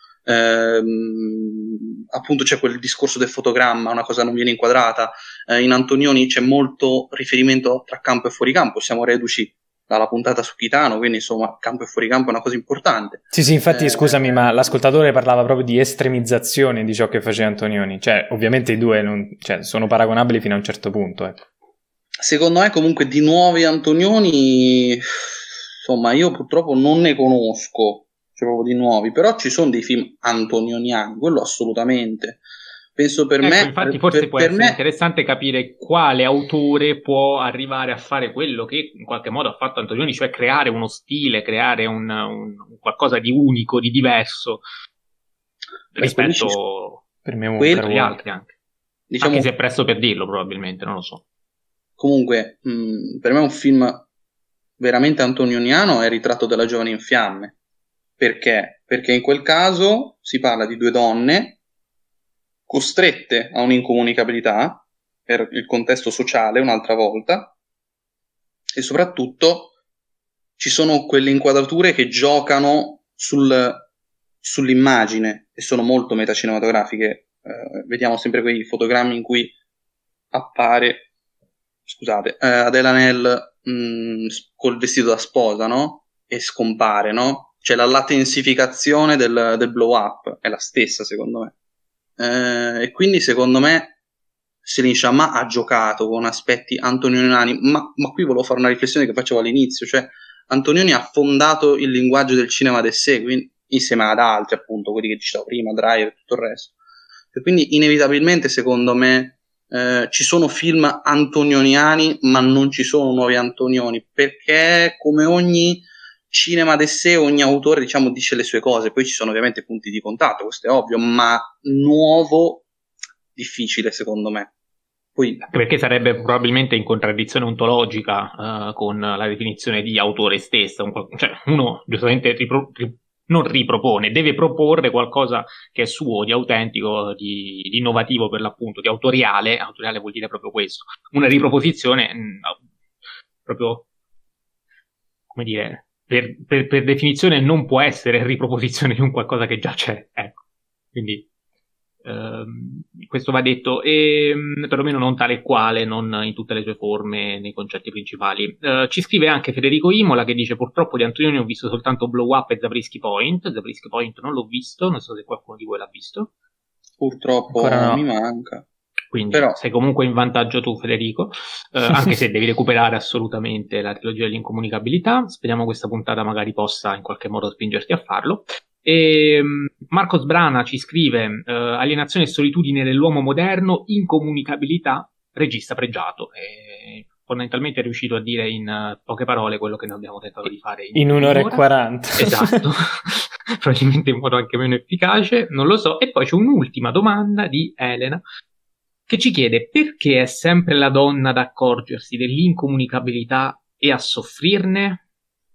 appunto c'è quel discorso del fotogramma, una cosa non viene inquadrata, in Antonioni c'è molto riferimento tra campo e fuoricampo, siamo reduci dalla puntata su Kitano, quindi insomma campo e fuoricampo è una cosa importante. Sì, infatti scusami, ma l'ascoltatore parlava proprio di estremizzazione di ciò che faceva Antonioni, cioè ovviamente i due sono paragonabili fino a un certo punto. Secondo me comunque di nuovi Antonioni, insomma io purtroppo non ne conosco, cioè proprio di nuovi, però ci sono dei film antonioniani, quello assolutamente. Penso per me, infatti forse può essere interessante capire quale autore può arrivare a fare quello che in qualche modo ha fatto Antonioni, cioè creare uno stile, creare un qualcosa di unico, di diverso rispetto per me agli altri anche. Diciamo, anche se è presto per dirlo probabilmente, non lo so. Comunque per me un film veramente antonioniano è Il ritratto della giovane in fiamme. Perché? Perché in quel caso si parla di due donne costrette a un'incomunicabilità per il contesto sociale un'altra volta, e soprattutto ci sono quelle inquadrature che giocano sull'immagine e sono molto metacinematografiche. Vediamo sempre quei fotogrammi in cui appare, scusate, Adèle Haenel col vestito da sposa, no? E scompare, no? Cioè la latensificazione del blow up è la stessa, secondo me. E quindi secondo me Céline Sciamma ha giocato con aspetti antonioniani, ma qui volevo fare una riflessione che facevo all'inizio, cioè Antonioni ha fondato il linguaggio del cinema d'essai, quindi insieme ad altri, appunto quelli che dicevo prima, Dreyer e tutto il resto, e quindi inevitabilmente secondo me ci sono film antonioniani, ma non ci sono nuovi Antonioni, perché come ogni cinema d'essai, ogni autore diciamo dice le sue cose, poi ci sono ovviamente punti di contatto, questo è ovvio, ma nuovo difficile secondo me. Poi, perché sarebbe probabilmente in contraddizione ontologica con la definizione di autore stessa, cioè uno giustamente non ripropone, deve proporre qualcosa che è suo, di autentico, di innovativo per l'appunto, di autoriale vuol dire proprio questo, una riproposizione proprio, come dire, per definizione non può essere riproposizione di un qualcosa che già c'è, ecco. Quindi questo va detto, e perlomeno non tale e quale, non in tutte le sue forme, nei concetti principali. Ci scrive anche Federico Imola che dice: purtroppo di Antonioni ho visto soltanto Blow Up e Zabriskie Point non l'ho visto, non so se qualcuno di voi l'ha visto. Purtroppo no. Mi manca. Quindi però sei comunque in vantaggio tu, Federico, anche se devi recuperare assolutamente la trilogia dell'incomunicabilità. Speriamo questa puntata magari possa in qualche modo spingerti a farlo. E Marcos Brana ci scrive: alienazione e solitudine dell'uomo moderno, incomunicabilità, regista pregiato. E fondamentalmente è riuscito a dire in poche parole quello che noi abbiamo tentato di fare in un'ora e 40. Esatto. Probabilmente in modo anche meno efficace, non lo so. E poi c'è un'ultima domanda di Elena che ci chiede: perché è sempre la donna ad accorgersi dell'incomunicabilità e a soffrirne?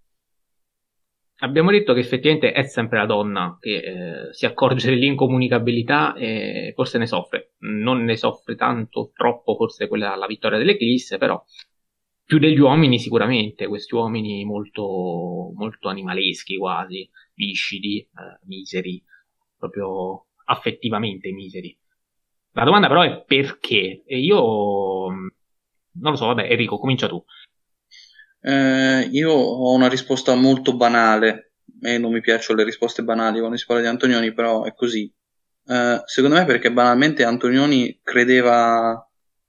Abbiamo detto che effettivamente è sempre la donna che si accorge dell'incomunicabilità e forse ne soffre. Non ne soffre tanto, troppo, forse quella la vittoria dell'Eclisse, però più degli uomini sicuramente, questi uomini molto, molto animaleschi quasi, viscidi, miseri, proprio affettivamente miseri. La domanda però è perché? E io non lo so, vabbè, Enrico, comincia tu. Io ho una risposta molto banale e non mi piacciono le risposte banali quando si parla di Antonioni, però è così. Secondo me perché banalmente Antonioni credeva,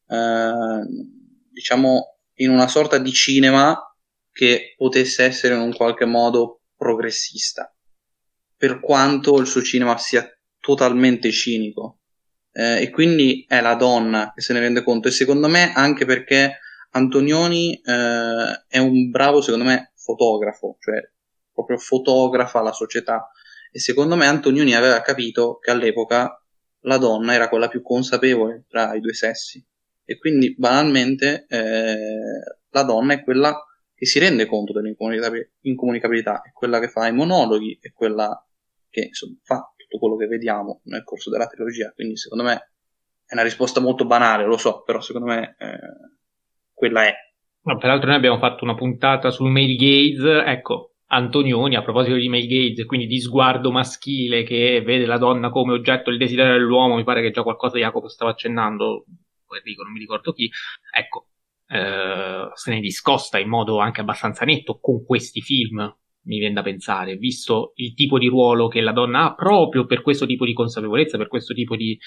diciamo, in una sorta di cinema che potesse essere in un qualche modo progressista, per quanto il suo cinema sia totalmente cinico. E quindi è la donna che se ne rende conto, e secondo me anche perché Antonioni è un bravo, secondo me, fotografo, cioè proprio fotografa la società, e secondo me Antonioni aveva capito che all'epoca la donna era quella più consapevole tra i due sessi, e quindi banalmente la donna è quella che si rende conto dell'incomunicabilità, è quella che fa i monologhi, è quella che insomma, fa tutto quello che vediamo nel corso della trilogia. Quindi secondo me è una risposta molto banale, lo so, però secondo me quella è. No, peraltro noi abbiamo fatto una puntata sul male gaze, ecco, Antonioni, a proposito di male gaze, quindi di sguardo maschile che vede la donna come oggetto del desiderio dell'uomo, mi pare che già qualcosa Jacopo stava accennando, Enrico, non mi ricordo chi, ecco, se ne discosta in modo anche abbastanza netto con questi film, mi viene da pensare, visto il tipo di ruolo che la donna ha proprio per questo tipo di consapevolezza, per questo tipo di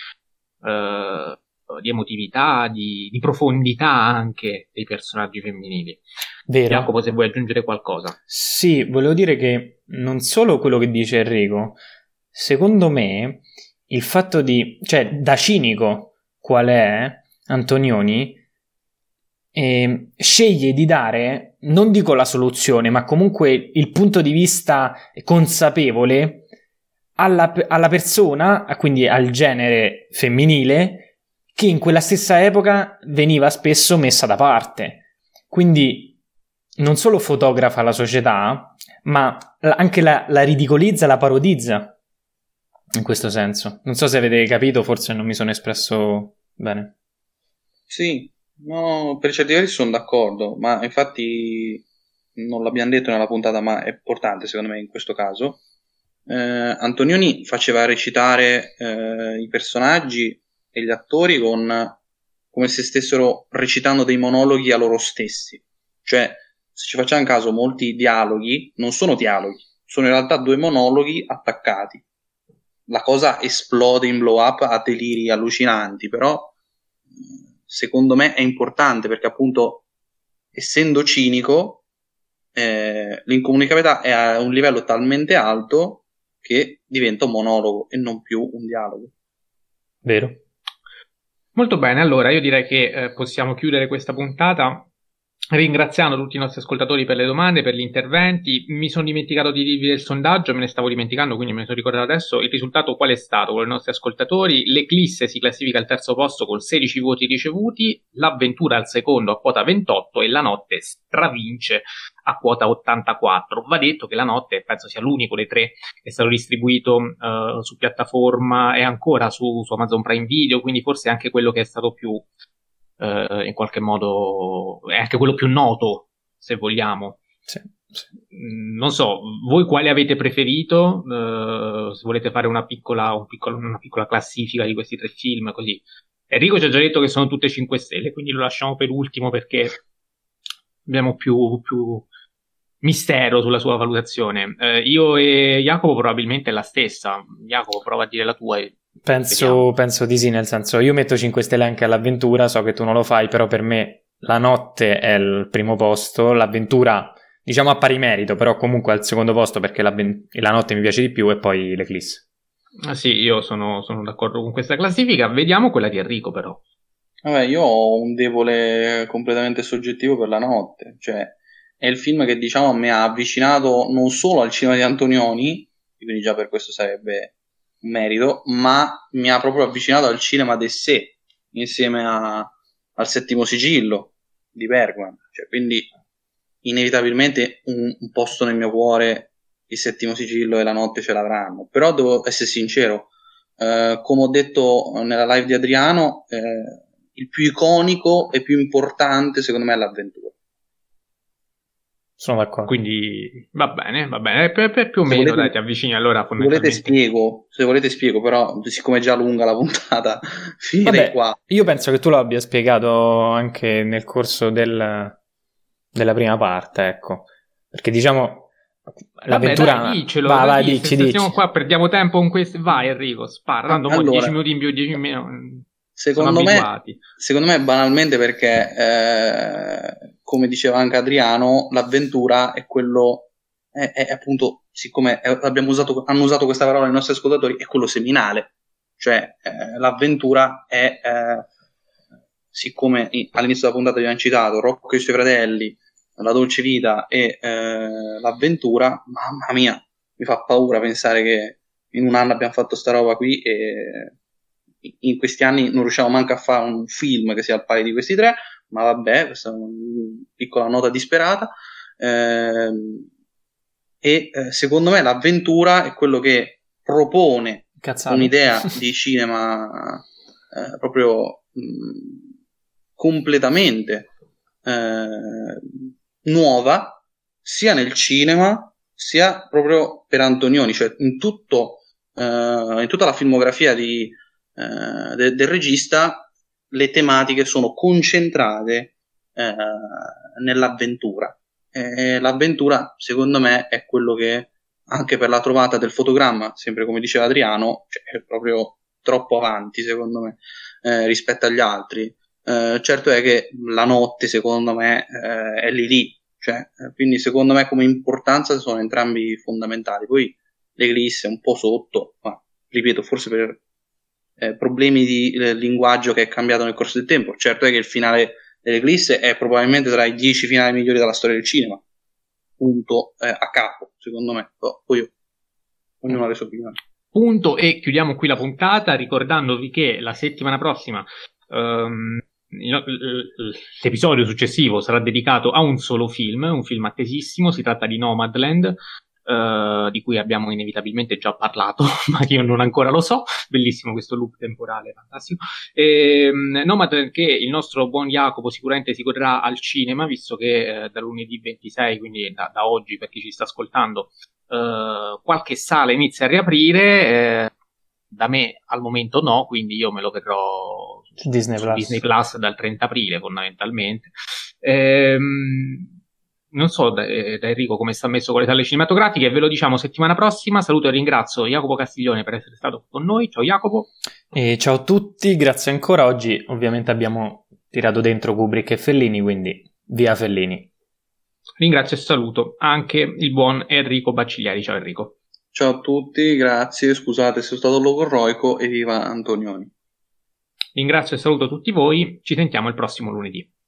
emotività, di profondità anche dei personaggi femminili. Vero. Jacopo, se vuoi aggiungere qualcosa. Sì, volevo dire che non solo quello che dice Enrico, secondo me il fatto di, cioè da cinico qual è Antonioni, sceglie di dare, non dico la soluzione, ma comunque il punto di vista consapevole alla persona, quindi al genere femminile, che in quella stessa epoca veniva spesso messa da parte. Quindi non solo fotografa la società, ma anche la ridicolizza, la parodizza, in questo senso. Non so se avete capito, forse non mi sono espresso bene. Sì, no, per certi versi sono d'accordo, ma infatti non l'abbiamo detto nella puntata, ma è importante secondo me in questo caso. Antonioni faceva recitare i personaggi e gli attori come se stessero recitando dei monologhi a loro stessi. Cioè, se ci facciamo caso, molti dialoghi non sono dialoghi, sono in realtà due monologhi attaccati. La cosa esplode in blow up a deliri allucinanti, però secondo me è importante perché appunto, essendo cinico, l'incomunicabilità è a un livello talmente alto che diventa un monologo e non più un dialogo. Vero. Molto bene, allora io direi che possiamo chiudere questa puntata ringraziando tutti i nostri ascoltatori per le domande, per gli interventi. Mi sono dimenticato di dirvi del sondaggio, me ne stavo dimenticando, quindi me ne sono ricordato adesso. Il risultato qual è stato con i nostri ascoltatori? L'Eclisse si classifica al terzo posto con 16 voti ricevuti, l'Avventura al secondo a quota 28 e la Notte stravince a quota 84. Va detto che la Notte penso sia l'unico dei tre che è stato distribuito su piattaforma e ancora su Amazon Prime Video, quindi forse anche quello che è stato più in qualche modo è anche quello più noto, se vogliamo. Sì. Non so, voi quale avete preferito? Se volete fare una piccola classifica di questi tre film, così. Enrico ci ha già detto che sono tutte 5 stelle, quindi lo lasciamo per ultimo perché abbiamo più mistero sulla sua valutazione. Io e Jacopo probabilmente è la stessa. Jacopo, prova a dire la tua e penso di sì, nel senso, io metto 5 stelle anche all'Avventura, so che tu non lo fai, però per me la Notte è il primo posto, l'Avventura diciamo a pari merito, però comunque al secondo posto perché la Notte mi piace di più, e poi l'Eclisse. Sì, io sono d'accordo con questa classifica. Vediamo quella di Enrico però. Vabbè, io ho un debole completamente soggettivo per la Notte, cioè è il film che diciamo mi ha avvicinato non solo al cinema di Antonioni, quindi già per questo sarebbe un merito, ma mi ha proprio avvicinato al cinema de sé, insieme al Settimo Sigillo di Bergman, cioè, quindi inevitabilmente un posto nel mio cuore il Settimo Sigillo e la Notte ce l'avranno, però devo essere sincero, come ho detto nella live di Adriano, il più iconico e più importante secondo me è l'Avventura, Sono d'accordo. Quindi va bene, per più o meno dai, ti avvicini allora fondamentalmente. Se volete spiego, però siccome è già lunga la puntata, finirei qua. Io penso che tu l'abbia spiegato anche nel corso della prima parte, ecco, perché diciamo l'avventura... Vabbè, dai, dicelo, vai, dici. Stiamo qua, perdiamo tempo con questo. Vai Enrico, spara, tanto allora, 10 minuti in più, 10 in meno. Secondo me banalmente perché come diceva anche Adriano, l'avventura è quello è appunto, siccome hanno usato questa parola i nostri ascoltatori, è quello seminale, cioè l'avventura è siccome all'inizio della puntata abbiamo citato Rocco e i suoi fratelli, La dolce vita e l'avventura, mamma mia, mi fa paura pensare che in un anno abbiamo fatto sta roba qui e in questi anni non riusciamo manco a fare un film che sia al pari di questi tre, ma vabbè, questa è una piccola nota disperata. Secondo me l'avventura è quello che propone un'idea di cinema proprio completamente nuova, sia nel cinema sia proprio per Antonioni, cioè in tutta la filmografia del regista le tematiche sono concentrate nell'avventura. L'avventura, secondo me, è quello che anche per la trovata del fotogramma, sempre come diceva Adriano, cioè, è proprio troppo avanti, secondo me, rispetto agli altri. Certo è che la notte, secondo me, è lì, cioè, quindi secondo me come importanza sono entrambi fondamentali. Poi l'Eclisse è un po' sotto, ma ripeto, forse per problemi di linguaggio che è cambiato nel corso del tempo. Certo è che il finale dell'Eclisse è probabilmente tra i 10 finali migliori della storia del cinema, punto a capo, secondo me. Poi ognuno ha le sue opinioni. Punto, e chiudiamo qui la puntata ricordandovi che la settimana prossima l'episodio successivo sarà dedicato a un solo film, un film attesissimo, si tratta di Nomadland, di cui abbiamo inevitabilmente già parlato, ma io non ancora lo so. Bellissimo questo loop temporale, fantastico. Nomadland, che il nostro buon Jacopo sicuramente si godrà al cinema, visto che da lunedì 26, quindi da oggi per chi ci sta ascoltando, qualche sala inizia a riaprire. Da me al momento no, quindi io me lo vedrò su Disney Plus dal 30 aprile fondamentalmente. Non so da Enrico come sta messo con le sale cinematografiche, ve lo diciamo settimana prossima. Saluto e ringrazio Jacopo Castiglione per essere stato con noi. Ciao Jacopo. E ciao a tutti, grazie ancora. Oggi ovviamente abbiamo tirato dentro Kubrick e Fellini, quindi via Fellini. Ringrazio e saluto anche il buon Enrico Bacciglieri. Ciao Enrico. Ciao a tutti, grazie, scusate se sono stato logorroico e viva Antonioni. Ringrazio e saluto tutti voi, ci sentiamo il prossimo lunedì.